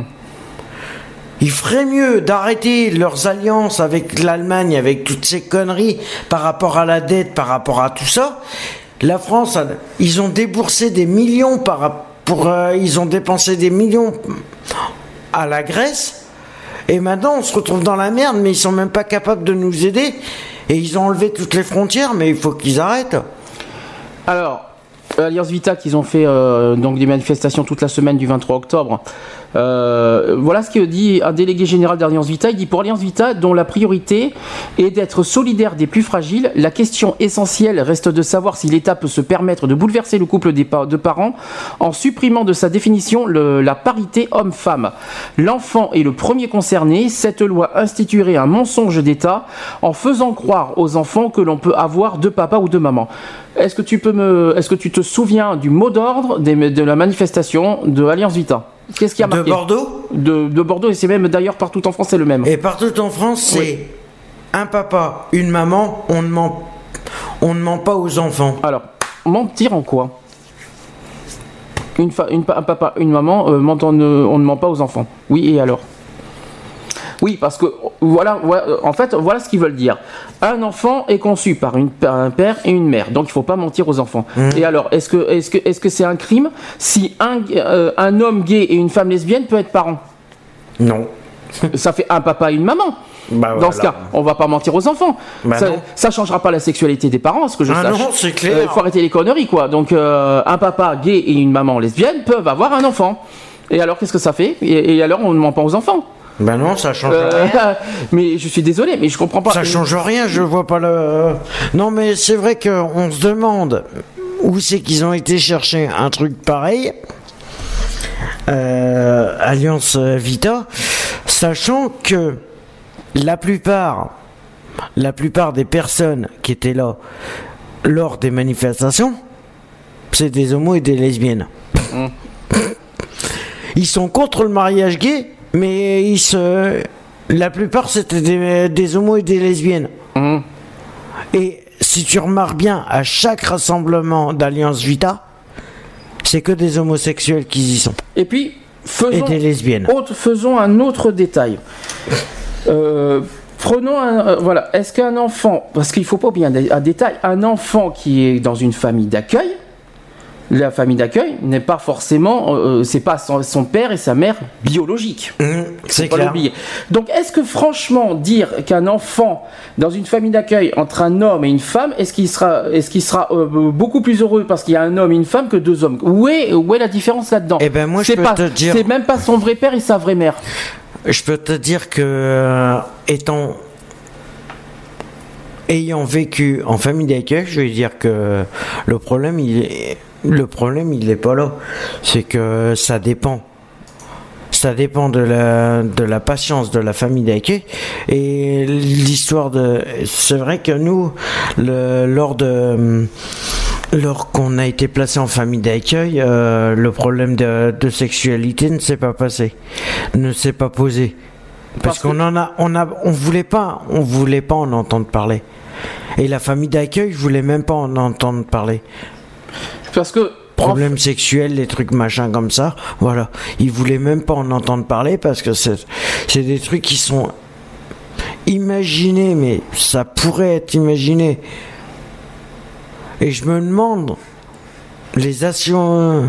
Il ferait mieux d'arrêter leurs alliances avec l'Allemagne, avec toutes ces conneries, par rapport à la dette, par rapport à tout ça. La France, ils ont déboursé des millions par, pour, euh, ils ont dépensé des millions à la Grèce. Et maintenant, on se retrouve dans la merde, mais ils sont même pas capables de nous aider. Et ils ont enlevé toutes les frontières, mais il faut qu'ils arrêtent. Alors, Alliance Vita, qu'ils ont fait euh, donc des manifestations toute la semaine du vingt-trois octobre. Euh, voilà ce que dit un délégué général d'Alliance Vita. Il dit, pour Alliance Vita, dont la priorité est d'être solidaire des plus fragiles, la question essentielle reste de savoir si l'État peut se permettre de bouleverser le couple des pa- de parents en supprimant de sa définition le, la parité homme-femme. L'enfant est le premier concerné. Cette loi instituerait un mensonge d'État en faisant croire aux enfants que l'on peut avoir deux papas ou deux mamans. Est-ce que tu peux me, est-ce que tu te souviens du mot d'ordre des, de la manifestation de Alliance Vita? Qu'est-ce qui a marqué? De Bordeaux de, de Bordeaux, et c'est même d'ailleurs partout en France, c'est le même. Et partout en France, c'est oui. Un papa, une maman, on ne ment, on ne ment pas aux enfants. Alors, mentir en quoi? une, fa, une Un papa, une maman, euh, ment, on, ne, on ne ment pas aux enfants. Oui, et alors? Oui, parce que voilà, voilà, en fait, voilà ce qu'ils veulent dire. Un enfant est conçu par, une, par un père et une mère, donc il ne faut pas mentir aux enfants. Mmh. Et alors, est-ce que, est-ce que, est-ce que c'est un crime si un, euh, un homme gay et une femme lesbienne peuvent être parents? Non. Ça fait un papa et une maman. Bah Dans voilà. ce cas, on va pas mentir aux enfants. Bah ça, ça changera pas la sexualité des parents, ce que je ah sache. Non, c'est clair. Il euh, faut arrêter les conneries, quoi. Donc, euh, un papa gay et une maman lesbienne peuvent avoir un enfant. Et alors, qu'est-ce que ça fait? et, et alors, on ne ment pas aux enfants. Ben non, ça change euh, rien. Mais je suis désolé, mais je comprends pas. Ça change rien, je vois pas le. Non, mais c'est vrai qu'on se demande où c'est qu'ils ont été chercher un truc pareil. Euh, Alliance Vita, sachant que la plupart, la plupart des personnes qui étaient là lors des manifestations, c'est des homos et des lesbiennes. Mmh. Ils sont contre le mariage gay, mais ils se... la plupart c'était des, des homos et des lesbiennes. Mmh. Et si tu remarques bien, à chaque rassemblement d'Alliance Vita, c'est que des homosexuels qui y sont. Et puis, faisons, et des lesbiennes. Autre, faisons un autre détail. Euh, prenons un... Euh, voilà, est-ce qu'un enfant... Parce qu'il ne faut pas oublier un, un détail. Un enfant qui est dans une famille d'accueil, la famille d'accueil n'est pas forcément, euh, c'est pas son, son père et sa mère biologiques. Mmh, c'est pas clair. l'oublier. Donc, est-ce que franchement dire qu'un enfant dans une famille d'accueil entre un homme et une femme, est-ce qu'il sera, est-ce qu'il sera euh, beaucoup plus heureux parce qu'il y a un homme et une femme que deux hommes? Où est, où est la différence là-dedans? Eh ben moi, c'est je peux pas, te dire. C'est même pas son vrai père et sa vraie mère. Je peux te dire que euh, étant ayant vécu en famille d'accueil, je vais dire que le problème il est Le problème, il n'est pas là. C'est que ça dépend. Ça dépend de la, de la patience de la famille d'accueil. Et l'histoire de... C'est vrai que nous, le, lors de... Lors qu'on a été placé en famille d'accueil, euh, le problème de, de sexualité ne s'est pas passé. Ne s'est pas posé. Parce, Parce qu'on que... en a... On a, on voulait pas... On voulait pas en entendre parler. Et la famille d'accueil voulait même pas en entendre parler. Parce que problèmes sexuels, les trucs machin comme ça, voilà, ils voulaient même pas en entendre parler parce que c'est c'est des trucs qui sont imaginés, mais ça pourrait être imaginé. Et je me demande, les actions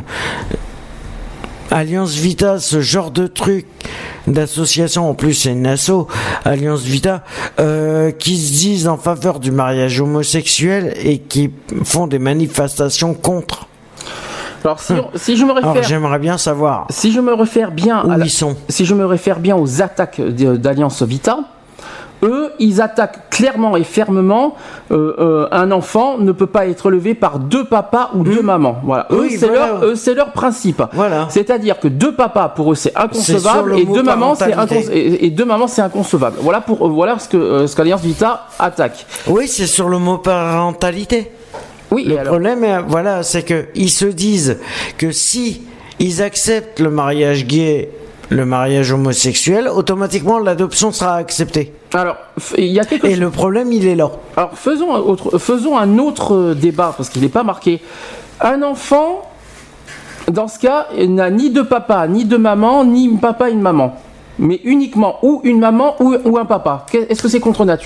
Alliance Vita, ce genre de truc d'association, en plus c'est une asso, Alliance Vita, euh, qui se disent en faveur du mariage homosexuel et qui font des manifestations contre. Alors si, on, si je me réfère, Alors, j'aimerais bien savoir. Si je me réfère bien où à la, ils sont. Si je me réfère bien aux attaques d'Alliance Vita, eux, ils attaquent clairement et fermement. Euh, euh, un enfant ne peut pas être élevé par deux papas ou mmh. deux mamans. Voilà. Eux, oui, c'est voilà. leur, eux, c'est leur principe. Voilà. C'est-à-dire que deux papas pour eux c'est inconcevable et deux mamans c'est inconce- et, et deux mamans c'est inconcevable. Voilà pour voilà ce que euh, ce qu'Alliance Vita attaque. Oui, c'est sur le mot parentalité. Oui. Le alors... problème, voilà, c'est que ils se disent que si ils acceptent le mariage gay, le mariage homosexuel, automatiquement l'adoption sera acceptée. Alors, il y a quelque Et chose... le problème, il est là. Alors, faisons un autre, faisons un autre débat, parce qu'il n'est pas marqué. Un enfant, dans ce cas, n'a ni de papa, ni de maman, ni papa et une maman. Mais uniquement ou une maman ou, ou un papa. Est-ce que c'est contre nature ?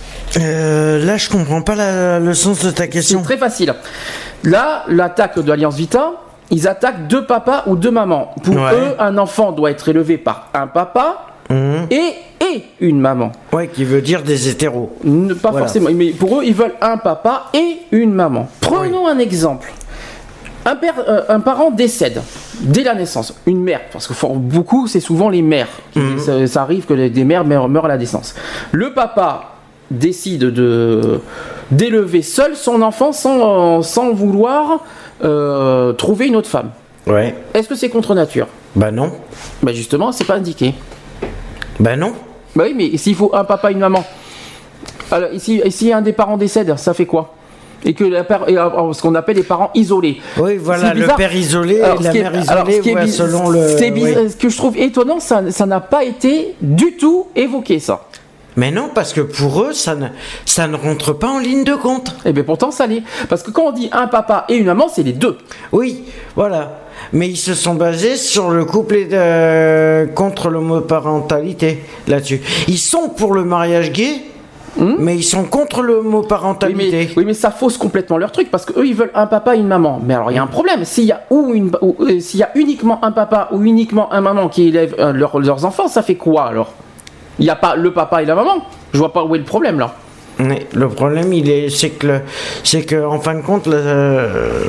Euh, là, je comprends pas la, le sens de ta question. C'est très facile. Là, l'attaque de l'Alliance Vita, ils attaquent deux papas ou deux mamans. Pour ouais. eux, un enfant doit être élevé par un papa mmh. et, et une maman. Ouais, qui veut dire des hétéros. Ne, pas voilà. forcément, mais pour eux, ils veulent un papa et une maman. Prenons oui. un exemple. Un, père, euh, un parent décède dès la naissance. Une mère, parce que for, beaucoup, c'est souvent les mères. Qui, mmh. ça, ça arrive que les, des mères meurent, meurent à la naissance. Le papa décide de d'élever seul son enfant sans, sans vouloir euh, trouver une autre femme. Ouais. Est-ce que c'est contre nature ? Bah non. Bah justement, c'est pas indiqué. Bah non. Bah oui, mais s'il faut un papa et une maman, alors ici, ici un des parents décède, ça fait quoi ? Et que la père, et, euh, ce qu'on appelle les parents isolés. Oui, voilà, le père isolé alors, et la est, mère isolée, ouais, ouais, selon le... C'est bizarre, oui. Ce que je trouve étonnant, ça, ça n'a pas été du tout évoqué, ça. Mais non, parce que pour eux, ça ne, ça ne rentre pas en ligne de compte. Eh bien pourtant, ça l'est. Parce que quand on dit un papa et une maman, c'est les deux. Oui, voilà. Mais ils se sont basés sur le couple et de... contre l'homoparentalité, là-dessus. Ils sont pour le mariage gay, mmh. mais ils sont contre l'homoparentalité. Oui mais, oui, mais ça fausse complètement leur truc, parce qu'eux, ils veulent un papa et une maman. Mais alors, il y a un problème. S'il y a, ou une, ou, euh, s'il y a uniquement un papa ou uniquement un maman qui élève euh, leur, leurs enfants, ça fait quoi, alors ? Il n'y a pas le papa et la maman. Je vois pas où est le problème là. Mais le problème, il est, c'est que, le, c'est que, en fin de compte, le, euh,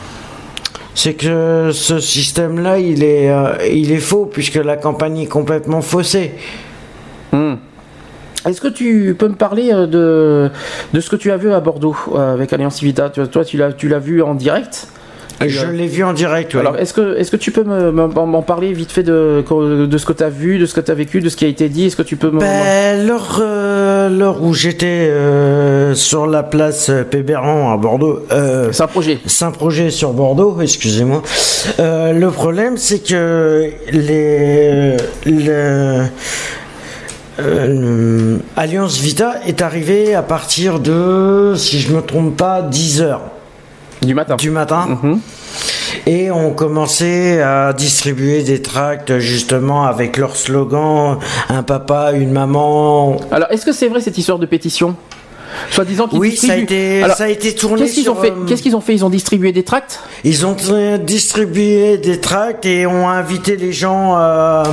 c'est que ce système-là, il est, euh, il est faux puisque la campagne est complètement faussée. Mmh. Est-ce que tu peux me parler de de ce que tu as vu à Bordeaux avec Alliance Vita ? Toi, tu l'as, tu l'as vu en direct ? Je l'ai vu en direct. Ouais. Alors, est-ce que, est-ce que tu peux me, m'en parler vite fait de, de ce que tu as vu, de ce que tu as vécu, de ce qui a été dit? Est-ce que tu peux me... Ben, l'heure, euh, l'heure où j'étais euh, sur la place Péberan à Bordeaux... Euh, Saint-Projet. Saint-Projet sur Bordeaux, excusez-moi. Euh, le problème, c'est que les... les Euh, Alliance Vita est arrivée à partir de, si je me trompe pas, dix heures du matin. Du matin. Mmh. Et on commençait à distribuer des tracts justement avec leur slogan un papa, une maman. Alors, est-ce que c'est vrai cette histoire de pétition? Soit disant qu'ils oui, distribuent... ça a été, Alors, ça a été tourné. Qu'est-ce qu'ils sur, ont fait euh... Qu'est-ce qu'ils ont fait Ils ont distribué des tracts. Ils ont euh, distribué des tracts et ont invité les gens euh,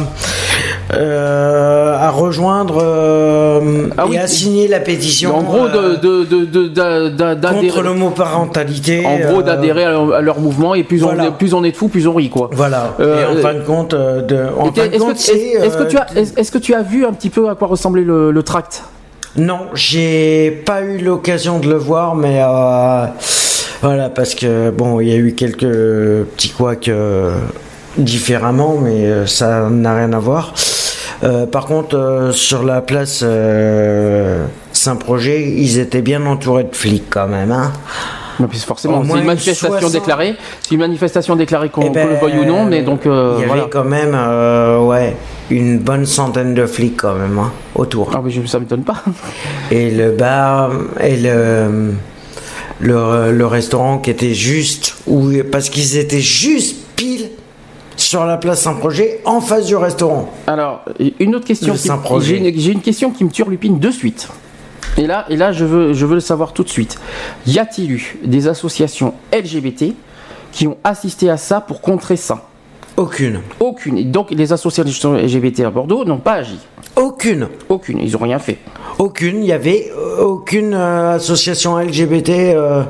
euh, à rejoindre euh, ah, et oui. à signer la pétition. En gros, de, de, de, de, de, de, d'adhérer contre l'homoparentalité. En gros, euh... d'adhérer à leur, à leur mouvement et plus, voilà. on, plus on est de fous, plus on rit, quoi. Voilà. Euh, et en fin de compte, euh, de, en fin de est-ce, compte, que, c'est, est-ce, est-ce que tu as, euh, est-ce, est-ce que tu as vu un petit peu à quoi ressemblait le, le tract? Non, j'ai pas eu l'occasion de le voir, mais euh, voilà, parce que bon, il y a eu quelques petits couacs euh, différemment, mais euh, ça n'a rien à voir. Euh, par contre, euh, sur la place euh, Saint-Projet, ils étaient bien entourés de flics quand même, hein. Mais forcément, c'est une manifestation soixante... déclarée. C'est une manifestation déclarée qu'on, eh ben, qu'on le veuille ou non, mais donc euh, il y voilà. avait quand même, euh, ouais, une bonne centaine de flics quand même hein, autour. Ah mais ça m'étonne pas. Et le bar et le le, le restaurant qui était juste où parce qu'ils étaient juste pile sur la place Saint-Projet en face du restaurant. Alors une autre question. Qui, j'ai, une, j'ai une question qui me turlupine de suite. Et là, et là je, veux, je veux le savoir tout de suite. Y a-t-il eu des associations L G B T qui ont assisté à ça pour contrer ça? Aucune. Aucune. Et donc les associations L G B T à Bordeaux n'ont pas agi? Aucune. Aucune. Ils n'ont rien fait? Aucune. Il n'y avait aucune euh, association L G B T. Euh...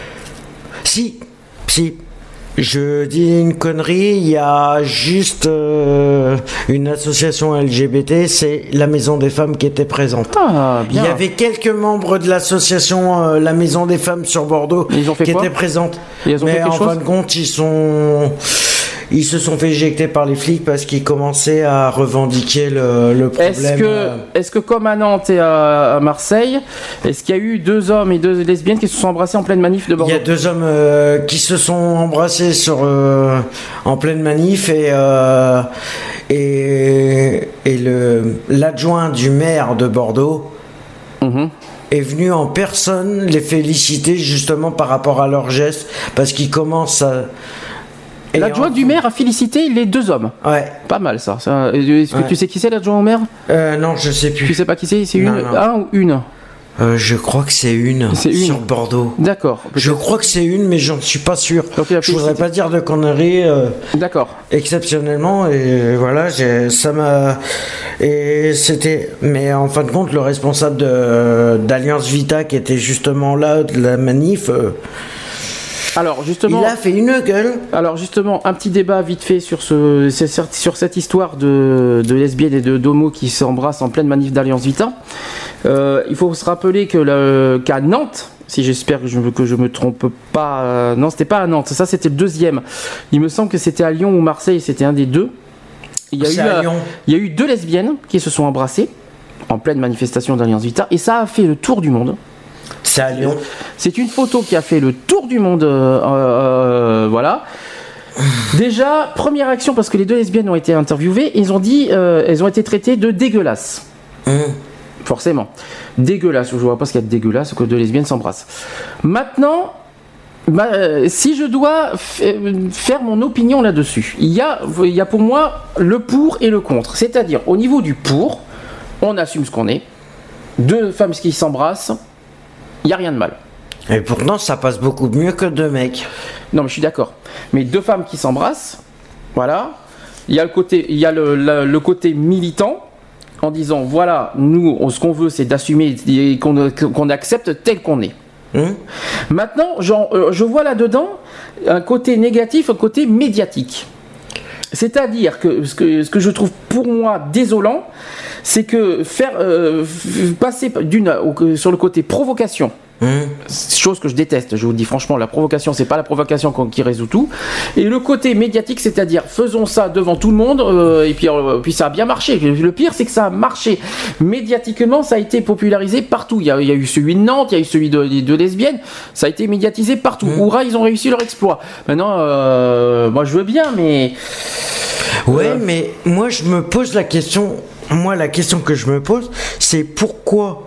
Si. Si. Je dis une connerie, il y a juste euh, une association L G B T, c'est la Maison des Femmes qui était présente. Ah, bien. Il y avait quelques membres de l'association euh, la Maison des Femmes sur Bordeaux ils ont fait qui quoi étaient présentes. Et ils ont mais fait en chose fin de compte, ils sont... Ils se sont fait éjecter par les flics parce qu'ils commençaient à revendiquer le, le problème. Est-ce que, euh... est-ce que comme à Nantes et à, à Marseille, est-ce qu'il y a eu deux hommes et deux lesbiennes qui se sont embrassés en pleine manif de Bordeaux? Il y a deux hommes euh, qui se sont embrassés sur, euh, en pleine manif et, euh, et, et le, l'adjoint du maire de Bordeaux mmh. est venu en personne les féliciter justement par rapport à leur geste parce qu'ils commencent à... Et l'adjoint en... du maire a félicité les deux hommes. Ouais. Pas mal ça. ça. Est-ce que ouais. tu sais qui c'est l'adjoint au maire? euh, Non, je sais plus. Tu sais pas qui c'est? C'est une, non, non. un ou une? Euh, je crois que c'est une, c'est une sur Bordeaux. D'accord. Peut-être. Je crois que c'est une, mais j'en suis pas sûr. Donc, je voudrais pas dire de conneries. Euh, D'accord. Exceptionnellement, et voilà, j'ai, ça m'a. Et c'était. Mais en fin de compte, le responsable de, d'Alliance Vita, qui était justement là, de la manif. Euh, Alors justement, il a fait une gueule. Alors justement, un petit débat vite fait sur ce, sur cette histoire de, de lesbiennes et de d'homos qui s'embrassent en pleine manif d'Alliance Vita. Euh, il faut se rappeler que le, qu'à Nantes, si j'espère que je que je me trompe pas, euh, non, c'était pas à Nantes, ça c'était le deuxième. Il me semble que c'était à Lyon ou Marseille, c'était un des deux. Il y a C'est eu, à Lyon. Il y a eu deux lesbiennes qui se sont embrassées en pleine manifestation d'Alliance Vita et ça a fait le tour du monde. C'est à Lyon. C'est une photo qui a fait le tour du monde. Euh, euh, voilà. Déjà, première action, parce que les deux lesbiennes ont été interviewées, ils ont dit, euh, elles ont été traitées de dégueulasses. Mmh. Forcément. Dégueulasse. Je vois pas ce qu'il y a de dégueulasse que deux lesbiennes s'embrassent. Maintenant, bah, euh, si je dois f- faire mon opinion là-dessus, il y a, il y a pour moi le pour et le contre. C'est-à-dire, au niveau du pour, on assume ce qu'on est. Deux femmes qui s'embrassent. Il n'y a rien de mal. Et pourtant, ça passe beaucoup mieux que deux mecs. Non, mais je suis d'accord. Mais deux femmes qui s'embrassent, voilà. Il y a le côté, il y a le, le, le côté militant, en disant, voilà, nous, on, ce qu'on veut, c'est d'assumer et qu'on, qu'on accepte tel qu'on est. Mmh. Maintenant, genre, euh, je vois là-dedans un côté négatif, un côté médiatique. C'est-à-dire que ce, que ce que je trouve pour moi désolant, c'est que faire euh, passer d'une, sur le côté provocation Mmh. Chose que je déteste, je vous dis franchement, la provocation, c'est pas la provocation qui résout tout. Et le côté médiatique, c'est-à-dire faisons ça devant tout le monde, euh, et puis, euh, puis ça a bien marché. Le pire, c'est que ça a marché médiatiquement, ça a été popularisé partout. Il y a, il y a eu celui de Nantes, il y a eu celui de, de lesbiennes, ça a été médiatisé partout. Mmh. Oura, ils ont réussi leur exploit. Maintenant, euh, moi je veux bien, mais. Ouais, euh... mais moi je me pose la question. Moi, la question que je me pose, c'est pourquoi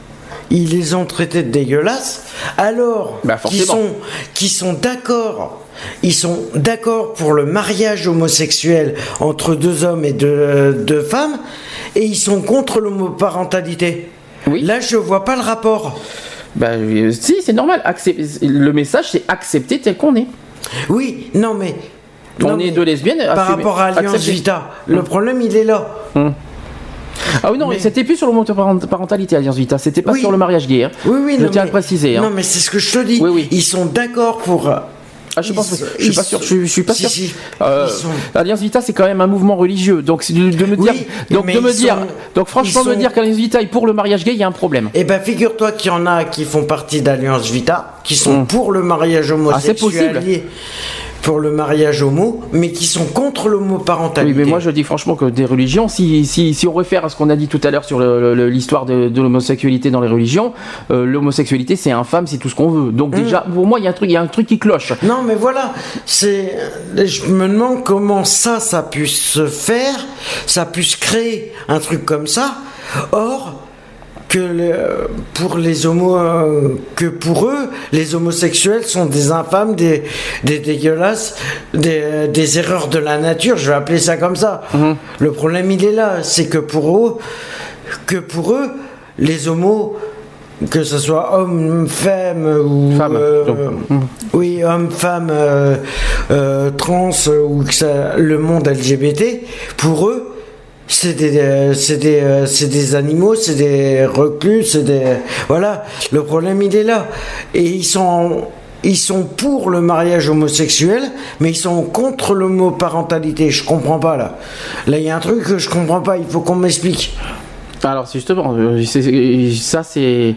ils les ont traités de dégueulasses, alors bah, qu'ils sont, qu'ils sont d'accord, ils sont d'accord pour le mariage homosexuel entre deux hommes et deux, deux femmes, et ils sont contre l'homoparentalité. Oui. Là, je vois pas le rapport. Bah, euh, si, c'est normal. Accep- le message, c'est accepter tel qu'on est. Oui, non mais... On non, est mais deux lesbiennes. Par assumer, rapport à Alliance accepter. Vita, mmh. le problème, il est là. Mmh. Ah oui, non, mais c'était plus sur l'homoparentalité, Alliance Vita, c'était pas oui. sur le mariage gay. Hein. Oui, oui, je non, tiens mais, à le préciser. Hein. Non, mais c'est ce que je te dis. Oui, oui. Ils sont d'accord pour. Ah, je pense, je suis pas sûr. Je, je suis pas si, sûr. Si. Euh, sont... Alliance Vita, c'est quand même un mouvement religieux, donc de, de me dire, oui, donc de me dire, sont, donc franchement, sont... me dire qu'Alliance Vita est pour le mariage gay, il y a un problème. Eh ben, figure-toi qu'il y en a qui font partie d'Alliance Vita, qui sont mmh. pour le mariage homosexuel. Ah, c'est possible. Pour le mariage homo, mais qui sont contre l'homoparentalité. Oui, mais moi je dis franchement que des religions, si, si, si on réfère à ce qu'on a dit tout à l'heure sur le, le, l'histoire de, de l'homosexualité dans les religions, euh, l'homosexualité c'est infâme, c'est tout ce qu'on veut. Donc mmh. déjà, pour moi, il y a un truc, il y a un truc qui cloche. Non, mais voilà, c'est, je me demande comment ça, ça puisse se faire, ça puisse créer un truc comme ça. Or, que le, pour les homos, euh, que pour eux, les homosexuels sont des infâmes, des, des dégueulasses, des, des erreurs de la nature, je vais appeler ça comme ça. Mmh. Le problème, il est là, c'est que pour eux, que pour eux, les homos, que ce soit homme, femme ou femme. Euh, mmh. oui, homme, femme, euh, euh, trans ou que ça, le monde L G B T, pour eux, c'est des, c'est des, c'est des animaux, c'est des reclus, c'est des, voilà. Le problème, il est là. Et ils sont, ils sont pour le mariage homosexuel, mais ils sont contre l'homoparentalité. Je comprends pas, là. Là, il y a un truc que je comprends pas. Il faut qu'on m'explique. Alors, justement, c'est, ça, c'est...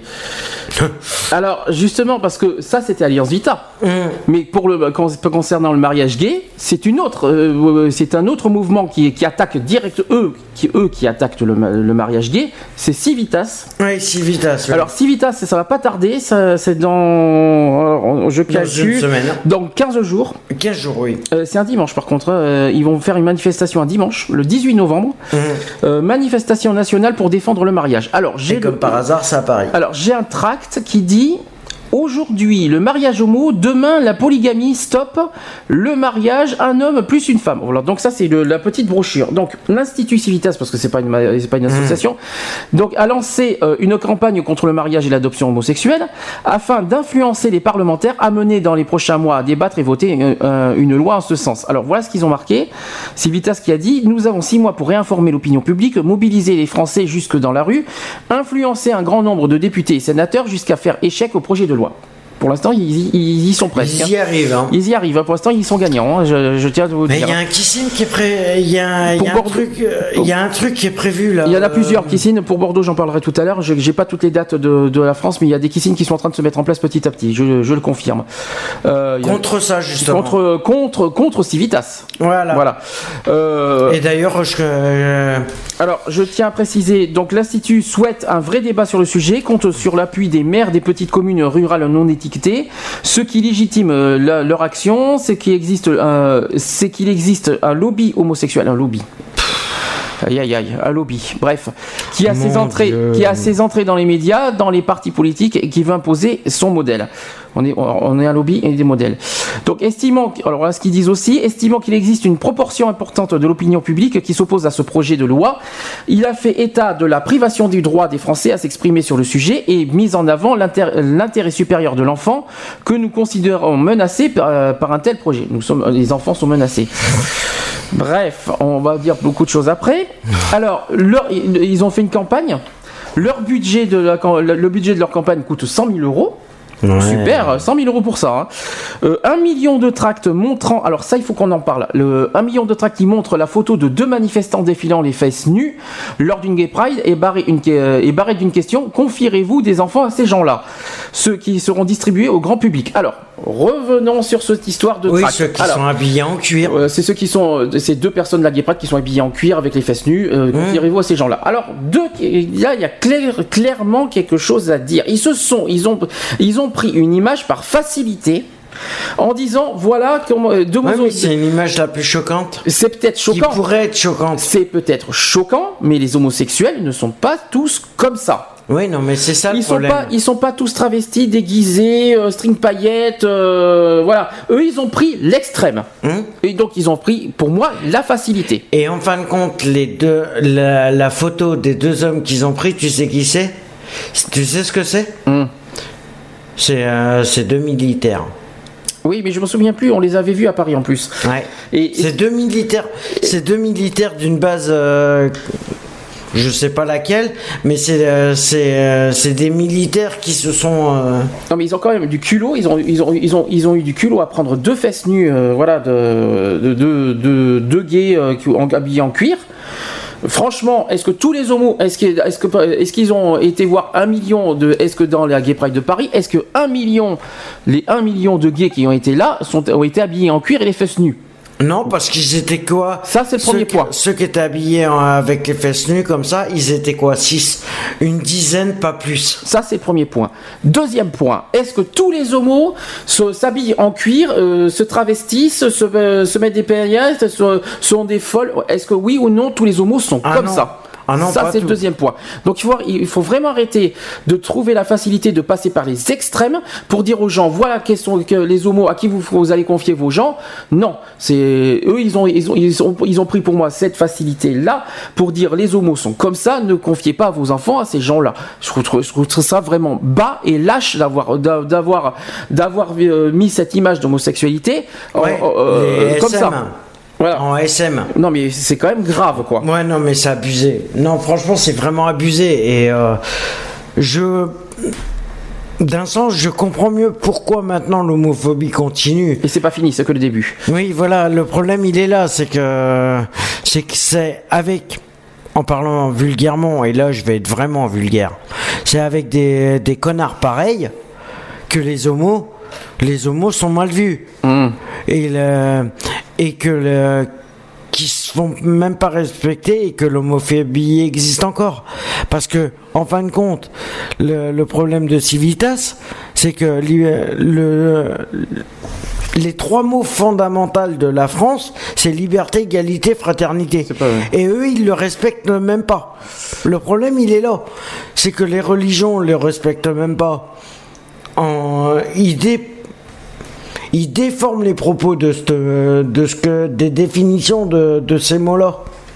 Alors, justement, parce que ça, c'était Alliance Vita. Mmh. Mais pour le, concernant le mariage gay, c'est une autre, euh, c'est un autre mouvement qui, qui attaque direct, eux, qui, eux, qui attaquent le, le mariage gay, c'est Civitas. Oui, Civitas. Oui. Alors, Civitas, ça, ça va pas tarder, ça, c'est dans... Alors, je calcule... Dans une semaine. Dans quinze jours. quinze jours, oui. Euh, c'est un dimanche, par contre. Euh, ils vont faire une manifestation un dimanche, le dix-huit novembre. Mmh. Euh, manifestation nationale pour défendre le mariage. Alors, j'ai Et comme le... par hasard, c'est à Paris. Alors, j'ai un tract qui dit aujourd'hui le mariage homo, demain la polygamie, stop, le mariage un homme plus une femme. Voilà, donc ça c'est le, la petite brochure. Donc l'Institut Civitas, parce que c'est pas une, c'est pas une association, mmh. donc a lancé euh, une campagne contre le mariage et l'adoption homosexuelle afin d'influencer les parlementaires à mener dans les prochains mois à débattre et voter une, euh, une loi en ce sens. Alors voilà ce qu'ils ont marqué. Civitas qui a dit: nous avons six mois pour réinformer l'opinion publique, mobiliser les Français jusque dans la rue, influencer un grand nombre de députés et sénateurs jusqu'à faire échec au projet de loi. Pour l'instant, ils, ils, ils y sont presque. Ils y arrivent. Hein. Ils y arrivent. Pour l'instant, ils sont gagnants. Hein. Je, je tiens à vous Mais dire. Mais il y a un kissing qui est pré... Il y a, y a un truc. Il y a un truc qui est prévu là. Il y en a plusieurs kissings. Pour Bordeaux, j'en parlerai tout à l'heure. Je j'ai pas toutes les dates de, de la France, mais il y a des kissings qui sont en train de se mettre en place petit à petit. Je, je le confirme. Euh, contre a... ça justement. Contre contre contre Civitas. Voilà. Voilà. Euh... Et d'ailleurs, je. Euh... Alors, je tiens à préciser. Donc, l'Institut souhaite un vrai débat sur le sujet, compte sur l'appui des maires des petites communes rurales non étiquetées. Ce qui légitime euh, la, leur action, c'est qu'il existe, euh, c'est qu'il existe un lobby homosexuel, un lobby. Aïe aïe aïe, un lobby. Bref, qui a Mon ses entrées, Dieu. qui a ses entrées dans les médias, dans les partis politiques et qui veut imposer son modèle. On est, on est un lobby et des modèles. Donc, estimant, alors voilà ce qu'ils disent aussi, estimant qu'il existe une proportion importante de l'opinion publique qui s'oppose à ce projet de loi, il a fait état de la privation du droit des Français à s'exprimer sur le sujet et mis en avant l'intérêt, l'intérêt supérieur de l'enfant que nous considérons menacé par, euh, par un tel projet. Nous sommes, les enfants sont menacés. Bref, on va dire beaucoup de choses après. Alors, leur, ils ont fait une campagne. Leur budget de la, le budget de leur campagne coûte cent mille euros. Ouais. Super, cent mille euros pour ça. Hein. Euh, un million de tracts montrant, alors ça il faut qu'on en parle, le, un million de tracts qui montrent la photo de deux manifestants défilant les fesses nues lors d'une gay pride est barré, une, est barré d'une question, confierez-vous des enfants à ces gens-là? Ceux qui seront distribués au grand public. Alors, revenons sur cette histoire de oui, tracts. ceux qui alors, sont habillés en cuir. Euh, c'est ceux qui sont, ces deux personnes de la gay pride qui sont habillées en cuir avec les fesses nues, euh, confierez-vous mmh. à ces gens-là. Alors, deux, là il y a clair, clairement quelque chose à dire. Ils se sont, ils ont, ils ont pris une image par facilité en disant voilà comment de ouais, mais c'est une image la plus choquante. C'est peut-être choquant. Qui pourrait être choquante. C'est peut-être choquant, mais les homosexuels ne sont pas tous comme ça. Oui, non, mais c'est ça ils le sont problème. Pas, ils sont pas tous travestis, déguisés, euh, string paillettes, euh, voilà. Eux, ils ont pris l'extrême. Hum? Et donc, ils ont pris, pour moi, la facilité. Et en fin de compte, les deux, la, la photo des deux hommes qu'ils ont pris, tu sais qui c'est? Tu sais ce que c'est? Hum. C'est euh, c'est deux militaires. Oui, mais je me souviens plus. On les avait vus à Paris en plus. Ouais. Et, c'est deux militaires. C'est deux militaires d'une base. Euh, je sais pas laquelle, mais c'est euh, c'est euh, c'est des militaires qui se sont. Euh... Non, mais ils ont quand même du culot. Ils ont ils ont ils ont ils ont eu du culot à prendre deux fesses nues, euh, voilà, de de de, de deux gays euh, habillés en cuir. Franchement, est-ce que tous les homos, est-ce que, est-ce que, est-ce qu'ils ont été voir un million de, est-ce que dans la Gay Pride de Paris, est-ce que un million, les un million de gays qui ont été là sont, ont été habillés en cuir et les fesses nues? Non, parce qu'ils étaient quoi? Ça, c'est le premier ceux point. Qui, ceux qui étaient habillés en, avec les fesses nues comme ça, ils étaient quoi? six? Une dizaine, pas plus. Ça, c'est le premier point. Deuxième point, est-ce que tous les homos se, s'habillent en cuir, euh, se travestissent, se, euh, se mettent des paillettes, se, sont des folles? Est-ce que oui ou non, tous les homos sont ah comme non. ça? Ah non, ça, c'est tout. le deuxième point. Donc, il faut, il faut vraiment arrêter de trouver la facilité de passer par les extrêmes pour dire aux gens, voilà quels sont que les homos à qui vous, vous allez confier vos gens. Non, c'est eux, ils ont, ils ont, ils ont, ils ont pris pour moi cette facilité-là pour dire les homos sont comme ça, ne confiez pas vos enfants à ces gens-là. Je trouve, je trouve ça vraiment bas et lâche d'avoir, d'avoir, d'avoir mis cette image d'homosexualité ouais, euh, comme ça. Voilà. En S M. Non mais c'est quand même grave quoi. Ouais non mais c'est abusé. Non franchement c'est vraiment abusé et euh, je d'un sens je comprends mieux pourquoi maintenant l'homophobie continue. Et c'est pas fini, c'est que le début. Oui voilà, le problème il est là, c'est que c'est que c'est avec, en parlant vulgairement, et là je vais être vraiment vulgaire, c'est avec des, des connards pareils que les homos les homos sont mal vus. Mmh. Et le et que le, qui se font même pas respecter et que l'homophobie existe encore. Parce que, en fin de compte, le, le problème de Civitas, c'est que le, le, les trois mots fondamentaux de la France, c'est liberté, égalité, fraternité. C'est pas vrai. Et eux, ils le respectent même pas. Le problème, il est là. C'est que les religions le respectent même pas. En, ils dé, Ils déforment les propos de ce, de ce que, des définitions de, de ces mots-là.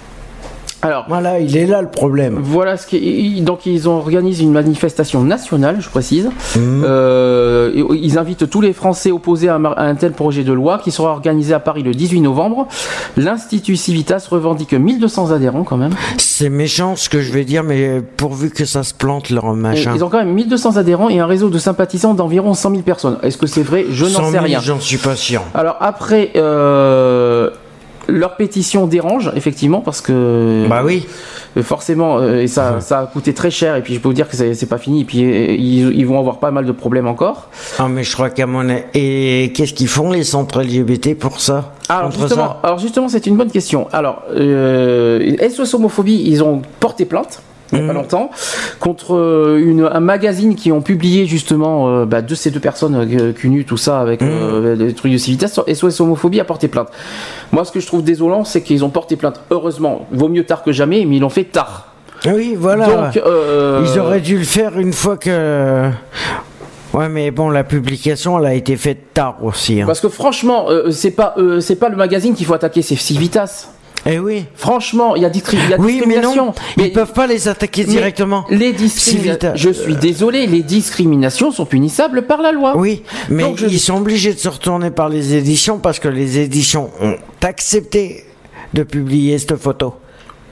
Alors, voilà, il est là le problème. Voilà ce qui, donc ils ont organisé une manifestation nationale, je précise. Mmh. Euh, ils invitent tous les Français opposés à un tel projet de loi qui sera organisé à Paris le dix-huit novembre. L'Institut Civitas revendique mille deux cents adhérents quand même. C'est méchant ce que je vais dire, mais pourvu que ça se plante leur machin. Et ils ont quand même mille deux cents adhérents et un réseau de sympathisants d'environ cent mille personnes. Est-ce que c'est vrai? Je n'en sais rien. J'en suis pas sûr. Alors après. Euh Leur pétition dérange effectivement parce que bah oui forcément euh, et ça, ça a coûté très cher et puis je peux vous dire que c'est, c'est pas fini et puis ils, ils vont avoir pas mal de problèmes encore. Ah mais je crois qu'à mon avis, et qu'est-ce qu'ils font les centres L G B T pour ça? Alors justement, ça alors justement c'est une bonne question. Alors euh, S O S Homophobie ils ont porté plainte il n'y a pas longtemps, contre une, un magazine qui ont publié justement euh, bah, de ces deux personnes euh, cul nu, tout ça, avec mmh. euh, les trucs de Civitas. S O S Homophobie a porté plainte. Moi, ce que je trouve désolant, c'est qu'ils ont porté plainte. Heureusement, vaut mieux tard que jamais, mais ils l'ont fait tard. Oui, voilà. Donc, euh... ils auraient dû le faire une fois que... Ouais, mais bon, la publication, elle a été faite tard aussi. Hein. Parce que franchement, euh, c'est pas, euh, c'est pas le magazine qu'il faut attaquer, c'est Civitas. Eh oui. Franchement, il y a, discri- y a oui, discrimination. Mais non, mais ils peuvent pas les attaquer directement. Les discriminations. Je suis désolé, les discriminations sont punissables par la loi. Oui, mais donc je... ils sont obligés de se retourner par les éditions parce que les éditions ont accepté de publier cette photo.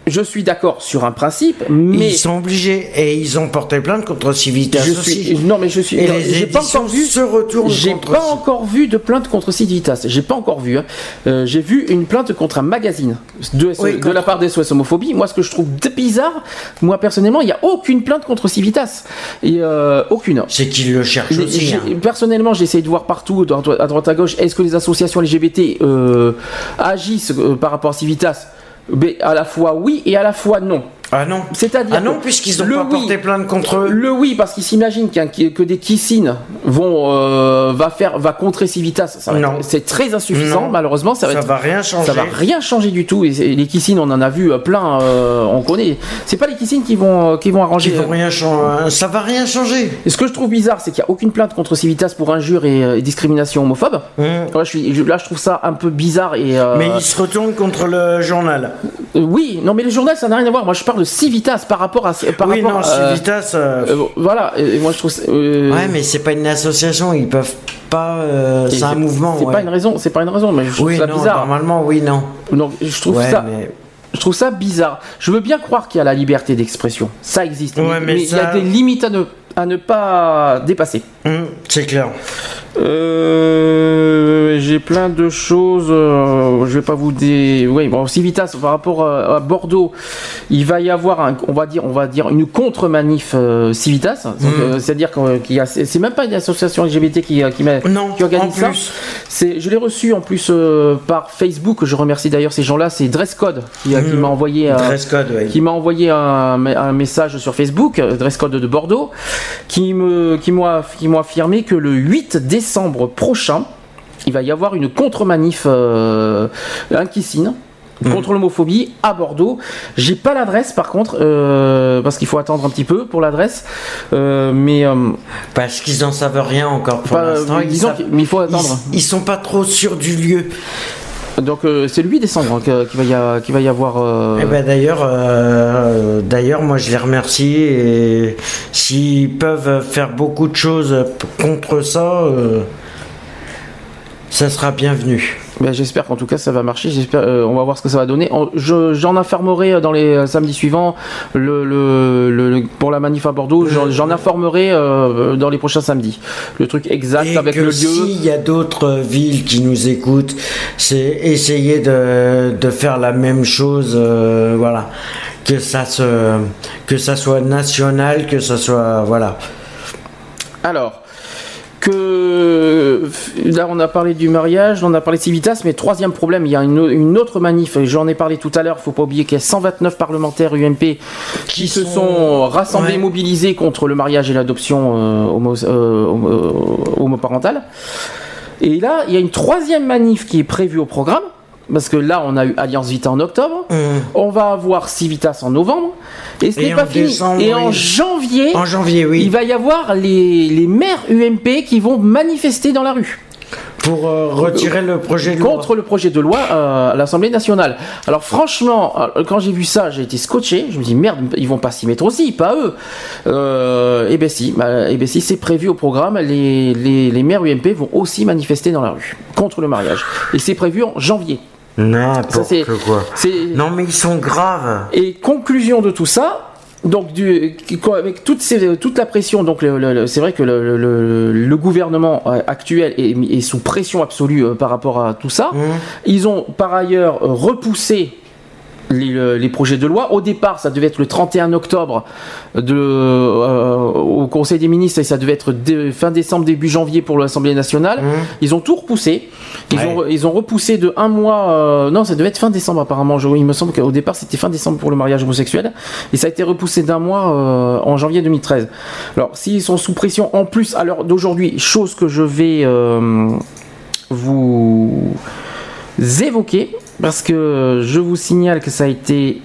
Je suis d'accord sur un principe, mais ils sont obligés et ils ont porté plainte contre Civitas je aussi. suis, non mais je suis. Et non, les j'ai pas éditions encore vu. se retournent J'ai contre pas Civitas. encore vu de plainte contre Civitas. J'ai pas encore vu. Hein. Euh, j'ai vu une plainte contre un magazine de, S- Oui, de contre- la part des S O S Homophobie. Moi, ce que je trouve de bizarre, moi personnellement, il y a aucune plainte contre Civitas. Et euh, aucune. C'est qu'ils le cherchent Mais aussi. j'ai- hein. Personnellement, j'ai essayé de voir partout, dans- à droite à gauche, est-ce que les associations L G B T euh, agissent euh, par rapport à Civitas. Mais à la fois oui et à la fois non. Ah non. C'est-à-dire Ah non, que puisqu'ils n'ont le pas oui- porté plainte contre eux. Le oui, parce qu'ils s'imaginent qu'un- que des kissines vont euh, va faire va contrer Civitas. Ça va Non. être- c'est très insuffisant, Non. malheureusement. Ça va, Ça être- va rien changer. Ça va rien changer du tout. Et c'est- les kissines, on en a vu euh, plein. euh, on connaît. C'est pas les kissines qui vont euh, qui vont arranger. Ils vont rien changer. Ça va rien changer. Et ce que je trouve bizarre, c'est qu'il n'y a aucune plainte contre Civitas pour injure et, euh, et discrimination homophobe. Mmh. Là, je suis, je- là, je trouve ça un peu bizarre. Et, euh, Mais ils se retournent contre le journal. euh, oui, non, mais le journal, ça n'a rien à voir. Moi, je parle de Civitas par rapport à. Par oui, rapport non, à, Civitas. euh, euh, voilà, et moi, je trouve. euh, Ouais, mais c'est pas une association. Ils peuvent pas. euh, et c'est un mouvement. C'est ouais. pas une raison. C'est pas une raison. Mais je trouve Oui, ça non, bizarre. normalement, oui, non. Donc, je trouve Ouais, ça. mais- Je trouve ça bizarre. Je veux bien croire qu'il y a la liberté d'expression. Ça existe. Ouais, mais il ça- y a des limites à ne, à ne pas dépasser. Hum, c'est clair. Euh, j'ai plein de choses. Euh, je vais pas vous dé. Oui, bon, Civitas par rapport à, à Bordeaux, il va y avoir, un, on va dire, on va dire une contre-manif euh, Civitas. Donc, Mm. euh, c'est-à-dire que- qu'il y a, c'est c'est même pas une association L G B T qui, qui, m'a- Non, qui organise en ça. plus. C'est, je l'ai reçu en plus euh, par Facebook. Je remercie d'ailleurs ces gens-là. C'est Dresscode qui, qui Mm. m'a envoyé. euh, Dresscode, ouais. qui m'a envoyé un, un message sur Facebook, euh, Dresscode de Bordeaux, qui me, qui m'a, qui m'ont affirmé que le huit décembre prochain, il va y avoir une contre-manif, euh, un kissine. Contre l'homophobie à Bordeaux. J'ai pas l'adresse par contre, euh, parce qu'il faut attendre un petit peu pour l'adresse. Euh, mais euh, Parce qu'ils en savent rien encore pour pas- l'instant. Ils disons savent- qu'il- mais il faut attendre. Ils, ils sont pas trop sûrs du lieu. Donc euh, c'est le huit décembre que- qu'il va y, a- qu'il va y avoir. euh, Eh ben d'ailleurs, euh, d'ailleurs, moi je les remercie et s'ils peuvent faire beaucoup de choses contre ça, euh, ça sera bienvenu. Ben, j'espère qu'en tout cas ça va marcher. J'espère, euh, on va voir ce que ça va donner. En- je, j'en informerai dans les euh, samedis suivants le, le, le- le- pour la manif à Bordeaux. J'en, j'en informerai euh, dans les prochains samedis. Le truc exact Et avec que le lieu. s'il y a d'autres villes qui nous écoutent, c'est essayer de, de faire la même chose, euh, voilà, que ça se, que ça soit national, que ça soit, voilà. Alors. Que là on a parlé du mariage, on a parlé de Civitas, mais troisième problème, il y a une, une autre manif, et j'en ai parlé tout à l'heure, faut pas oublier qu'il y a cent vingt-neuf parlementaires U M P qui, Qui se sont- sont rassemblés, ouais. mobilisés contre le mariage et l'adoption euh, homo, euh, homo- euh, homoparentale. Et là, il y a une troisième manif qui est prévue au programme. Parce que là, on a eu Alliance Vita en octobre, Mmh. on va avoir Civitas en novembre, et ce Et n'est en pas fini. décembre, Et en oui. janvier, En janvier, oui. il va y avoir les, les maires U M P qui vont manifester dans la rue. Pour euh, retirer le projet de loi. Contre le projet de loi euh, à l'Assemblée nationale. Alors franchement, euh, quand j'ai vu ça, j'ai été scotché. Je me dis merde, ils vont pas s'y mettre aussi, pas eux. Euh, et ben si, bah, et ben si, c'est prévu au programme. Les, les, les maires U M P vont aussi manifester dans la rue contre le mariage. Et c'est prévu en janvier. Ça, N'importe c'est- quoi. c'est- Non mais ils sont graves. Et conclusion de tout ça. Donc, du, avec toute, ces, toute la pression, donc le, le, le, c'est vrai que le, le, le gouvernement actuel est, est sous pression absolue euh, par rapport à tout ça. Mmh. Ils ont par ailleurs euh, repoussé les, les projets de loi. Au départ, ça devait être le trente et un octobre de, euh, au Conseil des ministres et ça devait être dé, fin décembre, début janvier pour l'Assemblée nationale. Mmh. Ils ont tout repoussé. Ils, Ouais. ont, ils ont repoussé de un mois. Euh, non, ça devait être fin décembre apparemment. Je, il me semble qu'au départ, c'était fin décembre pour le mariage homosexuel. Et ça a été repoussé d'un mois euh, en janvier deux mille treize. Alors, s'ils sont sous pression en plus à l'heure d'aujourd'hui, chose que je vais euh, vous évoquer, parce que je vous signale que ça a été...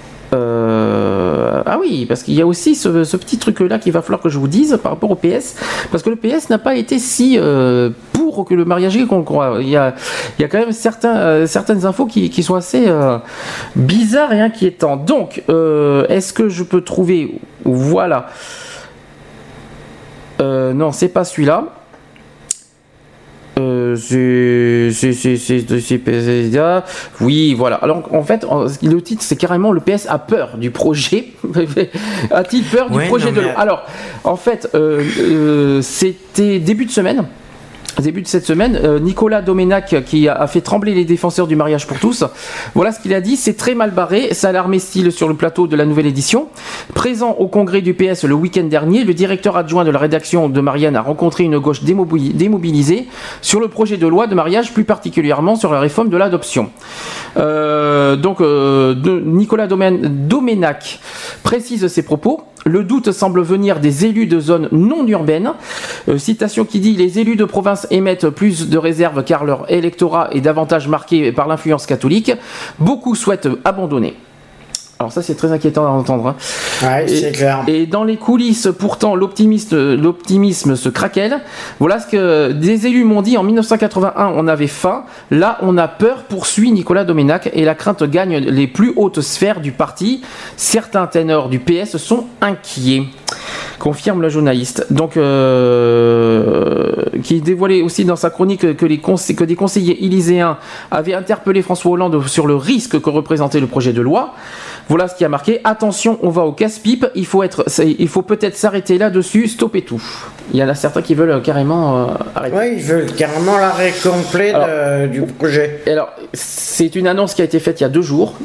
Euh, ah oui, parce qu'il y a aussi ce, ce petit truc-là qu'il va falloir que je vous dise par rapport au P S, parce que le P S n'a pas été si euh, pour que le mariage gay qu'on le croit. Il y a, il y a quand même certains, euh, certaines infos qui, qui sont assez euh, bizarres et inquiétantes. Donc, euh, est-ce que je peux trouver... Voilà. Euh, non, c'est pas celui-là. Euh, c'est, c'est, c'est, c'est, c'est P S A. Oui, voilà. Alors, en fait, le titre, c'est carrément le P S a peur du projet. A-t-il peur du ouais, projet non, de mais... loi? Alors, en fait, euh, euh, c'était début de semaine. Début de cette semaine, euh, Nicolas Domenac, qui a, a fait trembler les défenseurs du mariage pour tous, voilà ce qu'il a dit: c'est très mal barré, ça a alarmé style sur le plateau de la nouvelle édition. Présent au congrès du P S le week-end dernier, le directeur adjoint de la rédaction de Marianne a rencontré une gauche démobilisée sur le projet de loi de mariage, plus particulièrement sur la réforme de l'adoption. Euh, donc, euh, de, Nicolas Domen, Domenac précise ses propos. Le doute semble venir des élus de zones non urbaines. Euh, citation qui dit: les élus de province émettent plus de réserves car leur électorat est davantage marqué par l'influence catholique. Beaucoup souhaitent abandonner. Alors ça, c'est très inquiétant à entendre. Hein. Ouais, c'est et, clair. Et dans les coulisses, pourtant, l'optimisme, l'optimisme se craquelle. Voilà ce que des élus m'ont dit en dix-neuf cent quatre-vingt-un. On avait faim. Là, on a peur, poursuit Nicolas Domenac. Et la crainte gagne les plus hautes sphères du parti. Certains ténors du P S sont inquiets. Confirme le journaliste. Donc, euh, qui dévoilait aussi dans sa chronique que, les conseils, que des conseillers élyséens avaient interpellé François Hollande sur le risque que représentait le projet de loi. Voilà ce qui a marqué: attention, on va au casse-pipe, il faut, être, il faut peut-être s'arrêter là-dessus, stopper tout. Il y en a certains qui veulent carrément euh, arrêter. Oui, ils veulent carrément l'arrêt complet alors, de, du projet. Alors, c'est une annonce qui a été faite il y a deux jours.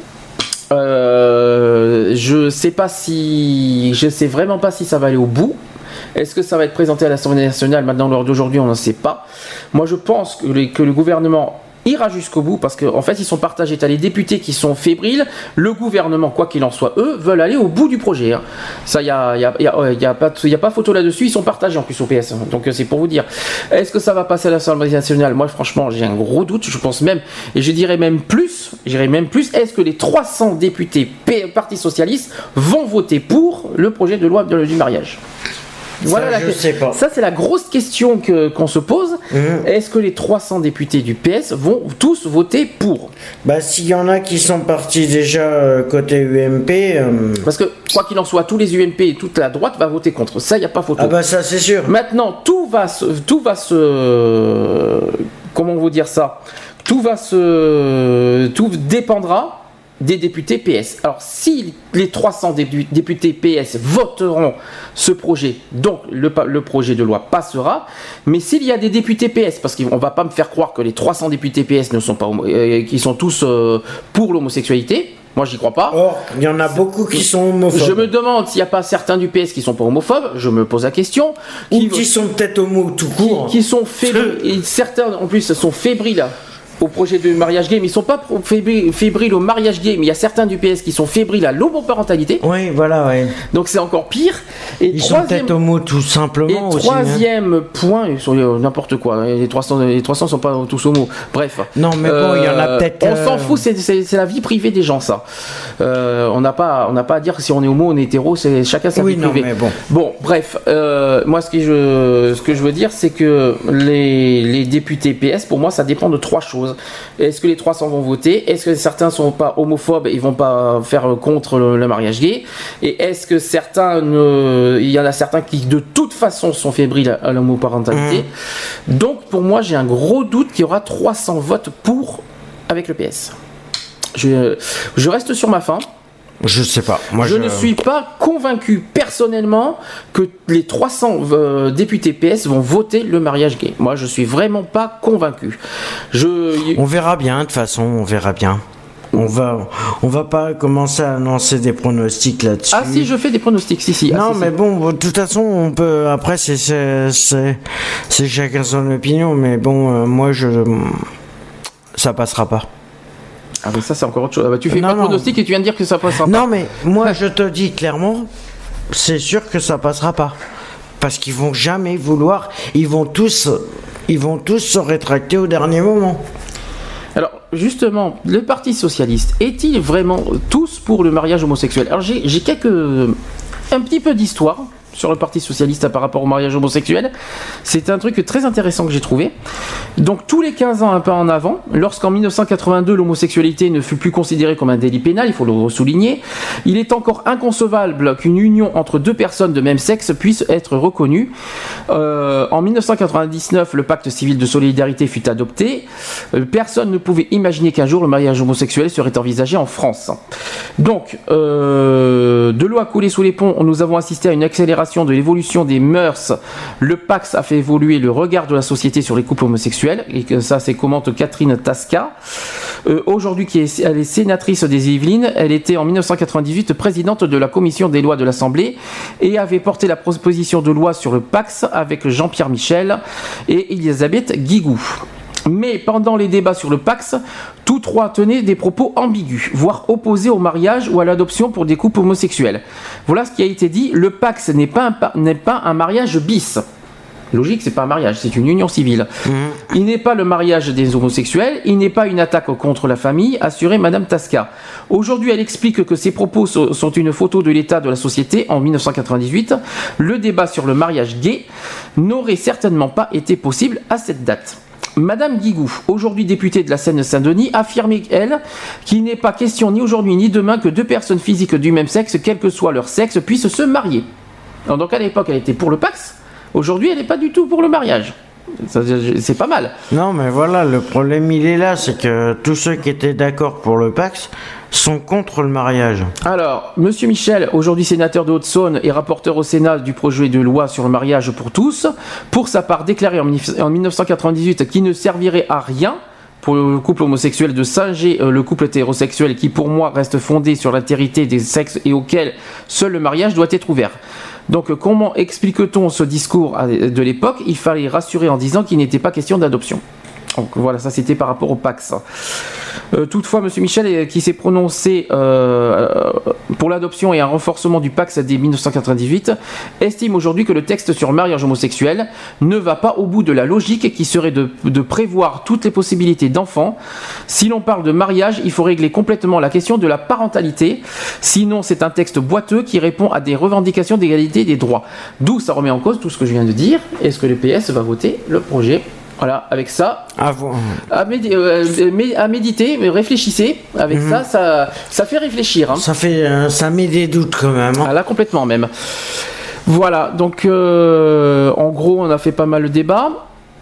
Euh, je sais pas si, je sais vraiment pas si ça va aller au bout. Est-ce que ça va être présenté à l'Assemblée nationale maintenant, lors d'aujourd'hui, on n'en sait pas. Moi, je pense que, les, que le gouvernement ira jusqu'au bout, parce qu'en en fait ils sont partagés. T'as les députés qui sont fébriles, le gouvernement, quoi qu'il en soit, eux veulent aller au bout du projet. Hein. Ça, il y a, y a, y a, y a pas, y a pas photo là-dessus. Ils sont partagés en plus au P S. Donc c'est pour vous dire. Est-ce que ça va passer à l'Assemblée nationale? Moi, franchement, j'ai un gros doute. Je pense même, et je dirais même plus, j'irais même plus. Est-ce que les trois cents députés P- Parti socialiste vont voter pour le projet de loi de, du mariage? Voilà, ça, la... je sais pas. Ça, c'est la grosse question que, qu'on se pose. Mmh. Est-ce que les trois cents députés du P S vont tous voter pour? Bah, s'il y en a qui sont partis déjà euh, côté U M P... Euh... Parce que, quoi qu'il en soit, tous les U M P et toute la droite va voter contre. Ça, il n'y a pas photo. Ah bah ça, c'est sûr. Maintenant, tout va se... Tout va se... Comment vous dire ça? Tout va se... Tout dépendra des députés P S. Alors, si les trois cents députés P S voteront ce projet, donc le, le projet de loi passera, mais s'il y a des députés P S, parce qu'on ne va pas me faire croire que les trois cents députés P S ne sont pas, euh, qui sont tous euh, pour l'homosexualité. Moi, j'y crois pas. Or, il y en a beaucoup qui sont homophobes. Je me demande s'il n'y a pas certains du P S qui sont pas homophobes. Je me pose la question. Ou qui, qui sont peut-être homo tout court. Qui, qui sont fébriles. Et certains, en plus, sont fébriles au projet de mariage gay, mais ils sont pas fébriles, fébriles au mariage gay, mais il y a certains du P S qui sont fébriles à l'homoparentalité. Oui, voilà, oui. Donc c'est encore pire. Et ils sont peut-être homo tout simplement. Et aussi, troisième hein. point, ils sont euh, n'importe quoi. Les trois cents, les trois cents sont pas tous homo. Bref. Non, mais bon, il euh, y en a peut-être. On euh... s'en fout, c'est, c'est, c'est la vie privée des gens, ça. Euh, on n'a pas, on n'a pas à dire si on est homo, on est hétéro, c'est chacun sa oui, vie non, privée. Mais bon. Bon, bref. Euh, moi, ce que je, ce que je veux dire, c'est que les, les députés P S, pour moi, ça dépend de trois choses. Est-ce que les trois cents vont voter? Est-ce que certains sont pas homophobes et vont pas faire contre le, le mariage gay? Et est-ce que certains ne... il y en a certains qui de toute façon sont fébriles à, à l'homoparentalité? Mmh. Donc pour moi, j'ai un gros doute qu'il y aura trois cents votes pour avec le P S. Je, je reste sur ma faim. Je sais pas. Moi, je, je ne suis pas convaincu personnellement que les trois cents euh, députés P S vont voter le mariage gay. Moi, je suis vraiment pas convaincu. Je... On verra bien, de toute façon, on verra bien. On va, on va pas commencer à annoncer des pronostics là-dessus. Ah si, je fais des pronostics, si, si. Non, ah, si, mais si. bon, de toute façon, on peut. Après, c'est, c'est, c'est, c'est chacun son opinion, mais bon, euh, moi, je, ça passera pas. Ah mais ça c'est encore autre chose. Ah, bah, tu fais non, pas de non. pronostic et tu viens de dire que ça passera pas. Non mais moi je te dis clairement, c'est sûr que ça passera pas. Parce qu'ils vont jamais vouloir, ils vont tous, ils vont tous se rétracter au dernier moment. Alors justement, le Parti socialiste est-il vraiment tous pour le mariage homosexuel? Alors j'ai, j'ai quelques, un petit peu d'histoire. sur le Parti Socialiste par rapport au mariage homosexuel. C'est un truc très intéressant que j'ai trouvé. Donc tous les quinze ans un peu en avant, lorsqu'en dix-neuf cent quatre-vingt-deux l'homosexualité ne fut plus considérée comme un délit pénal, il faut le souligner, il est encore inconcevable qu'une union entre deux personnes de même sexe puisse être reconnue. Euh, en dix-neuf cent quatre-vingt-dix-neuf, le pacte civil de solidarité fut adopté. Euh, personne ne pouvait imaginer qu'un jour le mariage homosexuel serait envisagé en France. Donc, euh, de l'eau a coulé sous les ponts, nous avons assisté à une accélération de l'évolution des mœurs. Le Pacs a fait évoluer le regard de la société sur les couples homosexuels, et que ça c'est commente Catherine Tasca. Euh, aujourd'hui, qui est, elle est sénatrice des Yvelines, elle était en dix-neuf cent quatre-vingt-dix-huit présidente de la commission des lois de l'Assemblée et avait porté la proposition de loi sur le Pacs avec Jean-Pierre Michel et Elisabeth Guigou. Mais pendant les débats sur le Pacs, tous trois tenaient des propos ambigus, voire opposés au mariage ou à l'adoption pour des couples homosexuels. Voilà ce qui a été dit, le Pacs n'est pas un, n'est pas un mariage bis. Logique, c'est pas un mariage, c'est une union civile. Mmh. Il n'est pas le mariage des homosexuels, il n'est pas une attaque contre la famille, assurait Madame Tasca. Aujourd'hui, elle explique que ces propos sont une photo de l'état de la société en dix-neuf cent quatre-vingt-dix-huit. Le débat sur le mariage gay n'aurait certainement pas été possible à cette date. Madame Guigou, aujourd'hui députée de la Seine-Saint-Denis, affirmait, elle, qu'il n'est pas question ni aujourd'hui ni demain que deux personnes physiques du même sexe, quel que soit leur sexe, puissent se marier. Alors, donc à l'époque, elle était pour le Pacs. Aujourd'hui, elle n'est pas du tout pour le mariage. Ça, c'est pas mal. Non, mais voilà, le problème, il est là. C'est que tous ceux qui étaient d'accord pour le Pacs sont contre le mariage. Alors, Monsieur Michel, aujourd'hui sénateur de Haute-Saône et rapporteur au Sénat du projet de loi sur le mariage pour tous, pour sa part déclaré en dix-neuf cent quatre-vingt-dix-huit qu'il ne servirait à rien pour le couple homosexuel de singer le couple hétérosexuel qui, pour moi, reste fondé sur l'altérité des sexes et auquel seul le mariage doit être ouvert. Donc, comment explique-t-on ce discours de l'époque ? Il fallait rassurer en disant qu'il n'était pas question d'adoption. Donc voilà, ça c'était par rapport au Pacs. Euh, toutefois, M. Michel, qui s'est prononcé euh, pour l'adoption et un renforcement du Pacs dès dix-neuf cent quatre-vingt-dix-huit, estime aujourd'hui que le texte sur le mariage homosexuel ne va pas au bout de la logique qui serait de, de prévoir toutes les possibilités d'enfants. Si l'on parle de mariage, il faut régler complètement la question de la parentalité. Sinon, c'est un texte boiteux qui répond à des revendications d'égalité des droits. D'où ça remet en cause tout ce que je viens de dire. Est-ce que le P S va voter le projet ? Voilà, avec ça, à, à, médi- euh, à méditer, mais réfléchissez. Avec mmh. ça, ça, ça fait réfléchir. Hein. Ça fait, euh, ça met des doutes quand même. Hein. Ah, là, complètement même. Voilà, donc euh, en gros, on a fait pas mal de débats.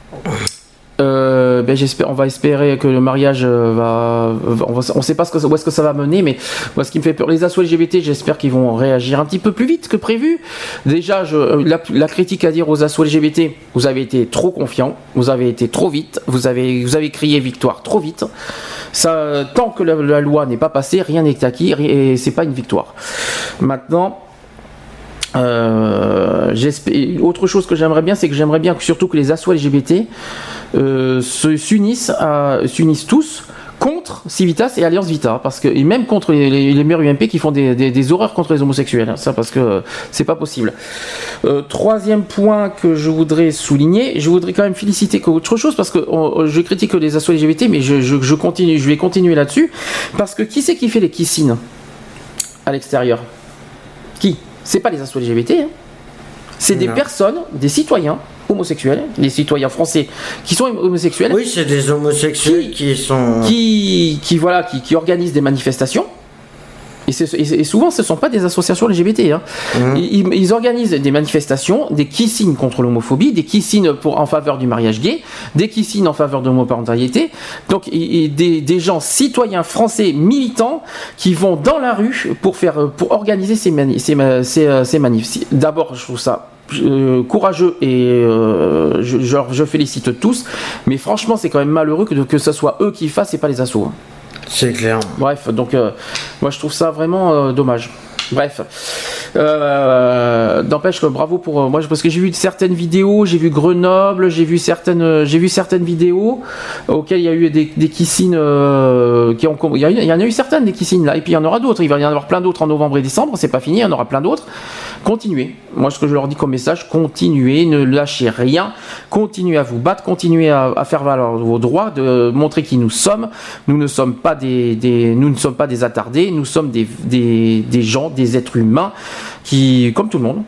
Euh, ben j'espère, on va espérer que le mariage va, on va, on sait pas ce que, où est-ce que ça va mener, mais moi, ce qui me fait peur, les assos L G B T, j'espère qu'ils vont réagir un petit peu plus vite que prévu. Déjà, je, la, la critique à dire aux assos L G B T, vous avez été trop confiants, vous avez été trop vite, vous avez, vous avez crié victoire trop vite. Ça, tant que la, la loi n'est pas passée, rien n'est acquis et c'est pas une victoire. Maintenant. Euh, autre chose que j'aimerais bien, c'est que j'aimerais bien que, surtout que les assos L G B T euh, se, s'unissent, à, s'unissent tous contre Civitas et Alliance Vita, parce que, et même contre les, les, les maires U M P qui font des, des, des horreurs contre les homosexuels, ça parce que euh, c'est pas possible. Euh, troisième point que je voudrais souligner, je voudrais quand même féliciter autre chose, parce que on, je critique les assos L G B T, mais je, je, je continue, je vais continuer là-dessus, parce que qui c'est qui fait les kissines à l'extérieur ? Qui ? C'est pas les assos L G B T, hein. C'est non. Des personnes, des citoyens homosexuels, les citoyens français qui sont homosexuels. Oui, c'est des homosexuels qui, qui sont qui, qui voilà, qui, qui organisent des manifestations. Et, et souvent, ce ne sont pas des associations L G B T. Hein. Mmh. Ils, ils organisent des manifestations, des kissings contre l'homophobie, des kissings pour, en faveur du mariage gay, des kissings en faveur de l'homoparentalité. Donc, et, et des, des gens citoyens français militants qui vont dans la rue pour, faire, pour organiser ces, mani- ces, ces, ces manifs. D'abord, je trouve ça Euh, courageux et euh, je, genre, je félicite tous, mais franchement c'est quand même malheureux que, que ce soit eux qui fassent et pas les assos. C'est clair. Bref, donc euh, moi je trouve ça vraiment euh, dommage. Bref, euh, n'empêche que bravo pour euh, moi parce que j'ai vu certaines vidéos, j'ai vu Grenoble, j'ai vu certaines, j'ai vu certaines vidéos auxquelles il y a eu des, des kissines euh, qui ont, il y, a, il y en a eu certaines des kissines là, et puis il y en aura d'autres. Il va y en avoir plein d'autres en novembre et décembre. C'est pas fini, il y en aura plein d'autres. Continuez. Moi, ce que je leur dis comme message, continuez, ne lâchez rien, continuez à vous battre, continuez à, à faire valoir vos droits, de montrer qui nous sommes. Nous ne sommes pas des, des nous ne sommes pas des attardés, nous sommes des, des, des gens, des êtres humains qui, comme tout le monde,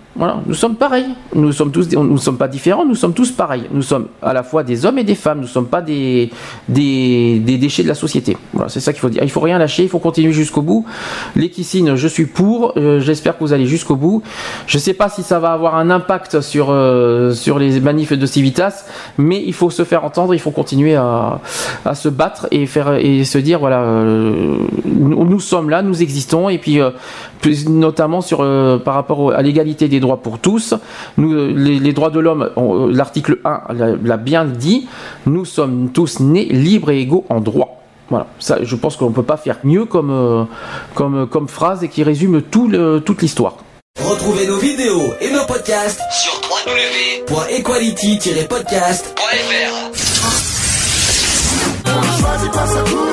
Voilà, nous sommes pareils. Nous sommes tous, nous ne sommes pas différents. Nous sommes tous pareils. Nous sommes à la fois des hommes et des femmes. Nous ne sommes pas des, des, des déchets de la société. Voilà, c'est ça qu'il faut dire. Il faut rien lâcher. Il faut continuer jusqu'au bout. Les Kissines, je suis pour. Euh, j'espère que vous allez jusqu'au bout. Je ne sais pas si ça va avoir un impact sur euh, sur les manifs de Civitas, mais il faut se faire entendre. Il faut continuer à, à se battre et faire et se dire voilà, euh, nous, nous sommes là, nous existons et puis euh, plus, notamment sur euh, par rapport à l'égalité des droits pour tous. Nous, les, les droits de l'homme, on, l'article un l'a, l'a bien dit, nous sommes tous nés libres et égaux en droit. Voilà, ça, je pense qu'on ne peut pas faire mieux comme, euh, comme, comme phrase et qui résume tout le, toute l'histoire. Retrouvez nos vidéos et nos podcasts sur w w w point equality tiret podcast point f r.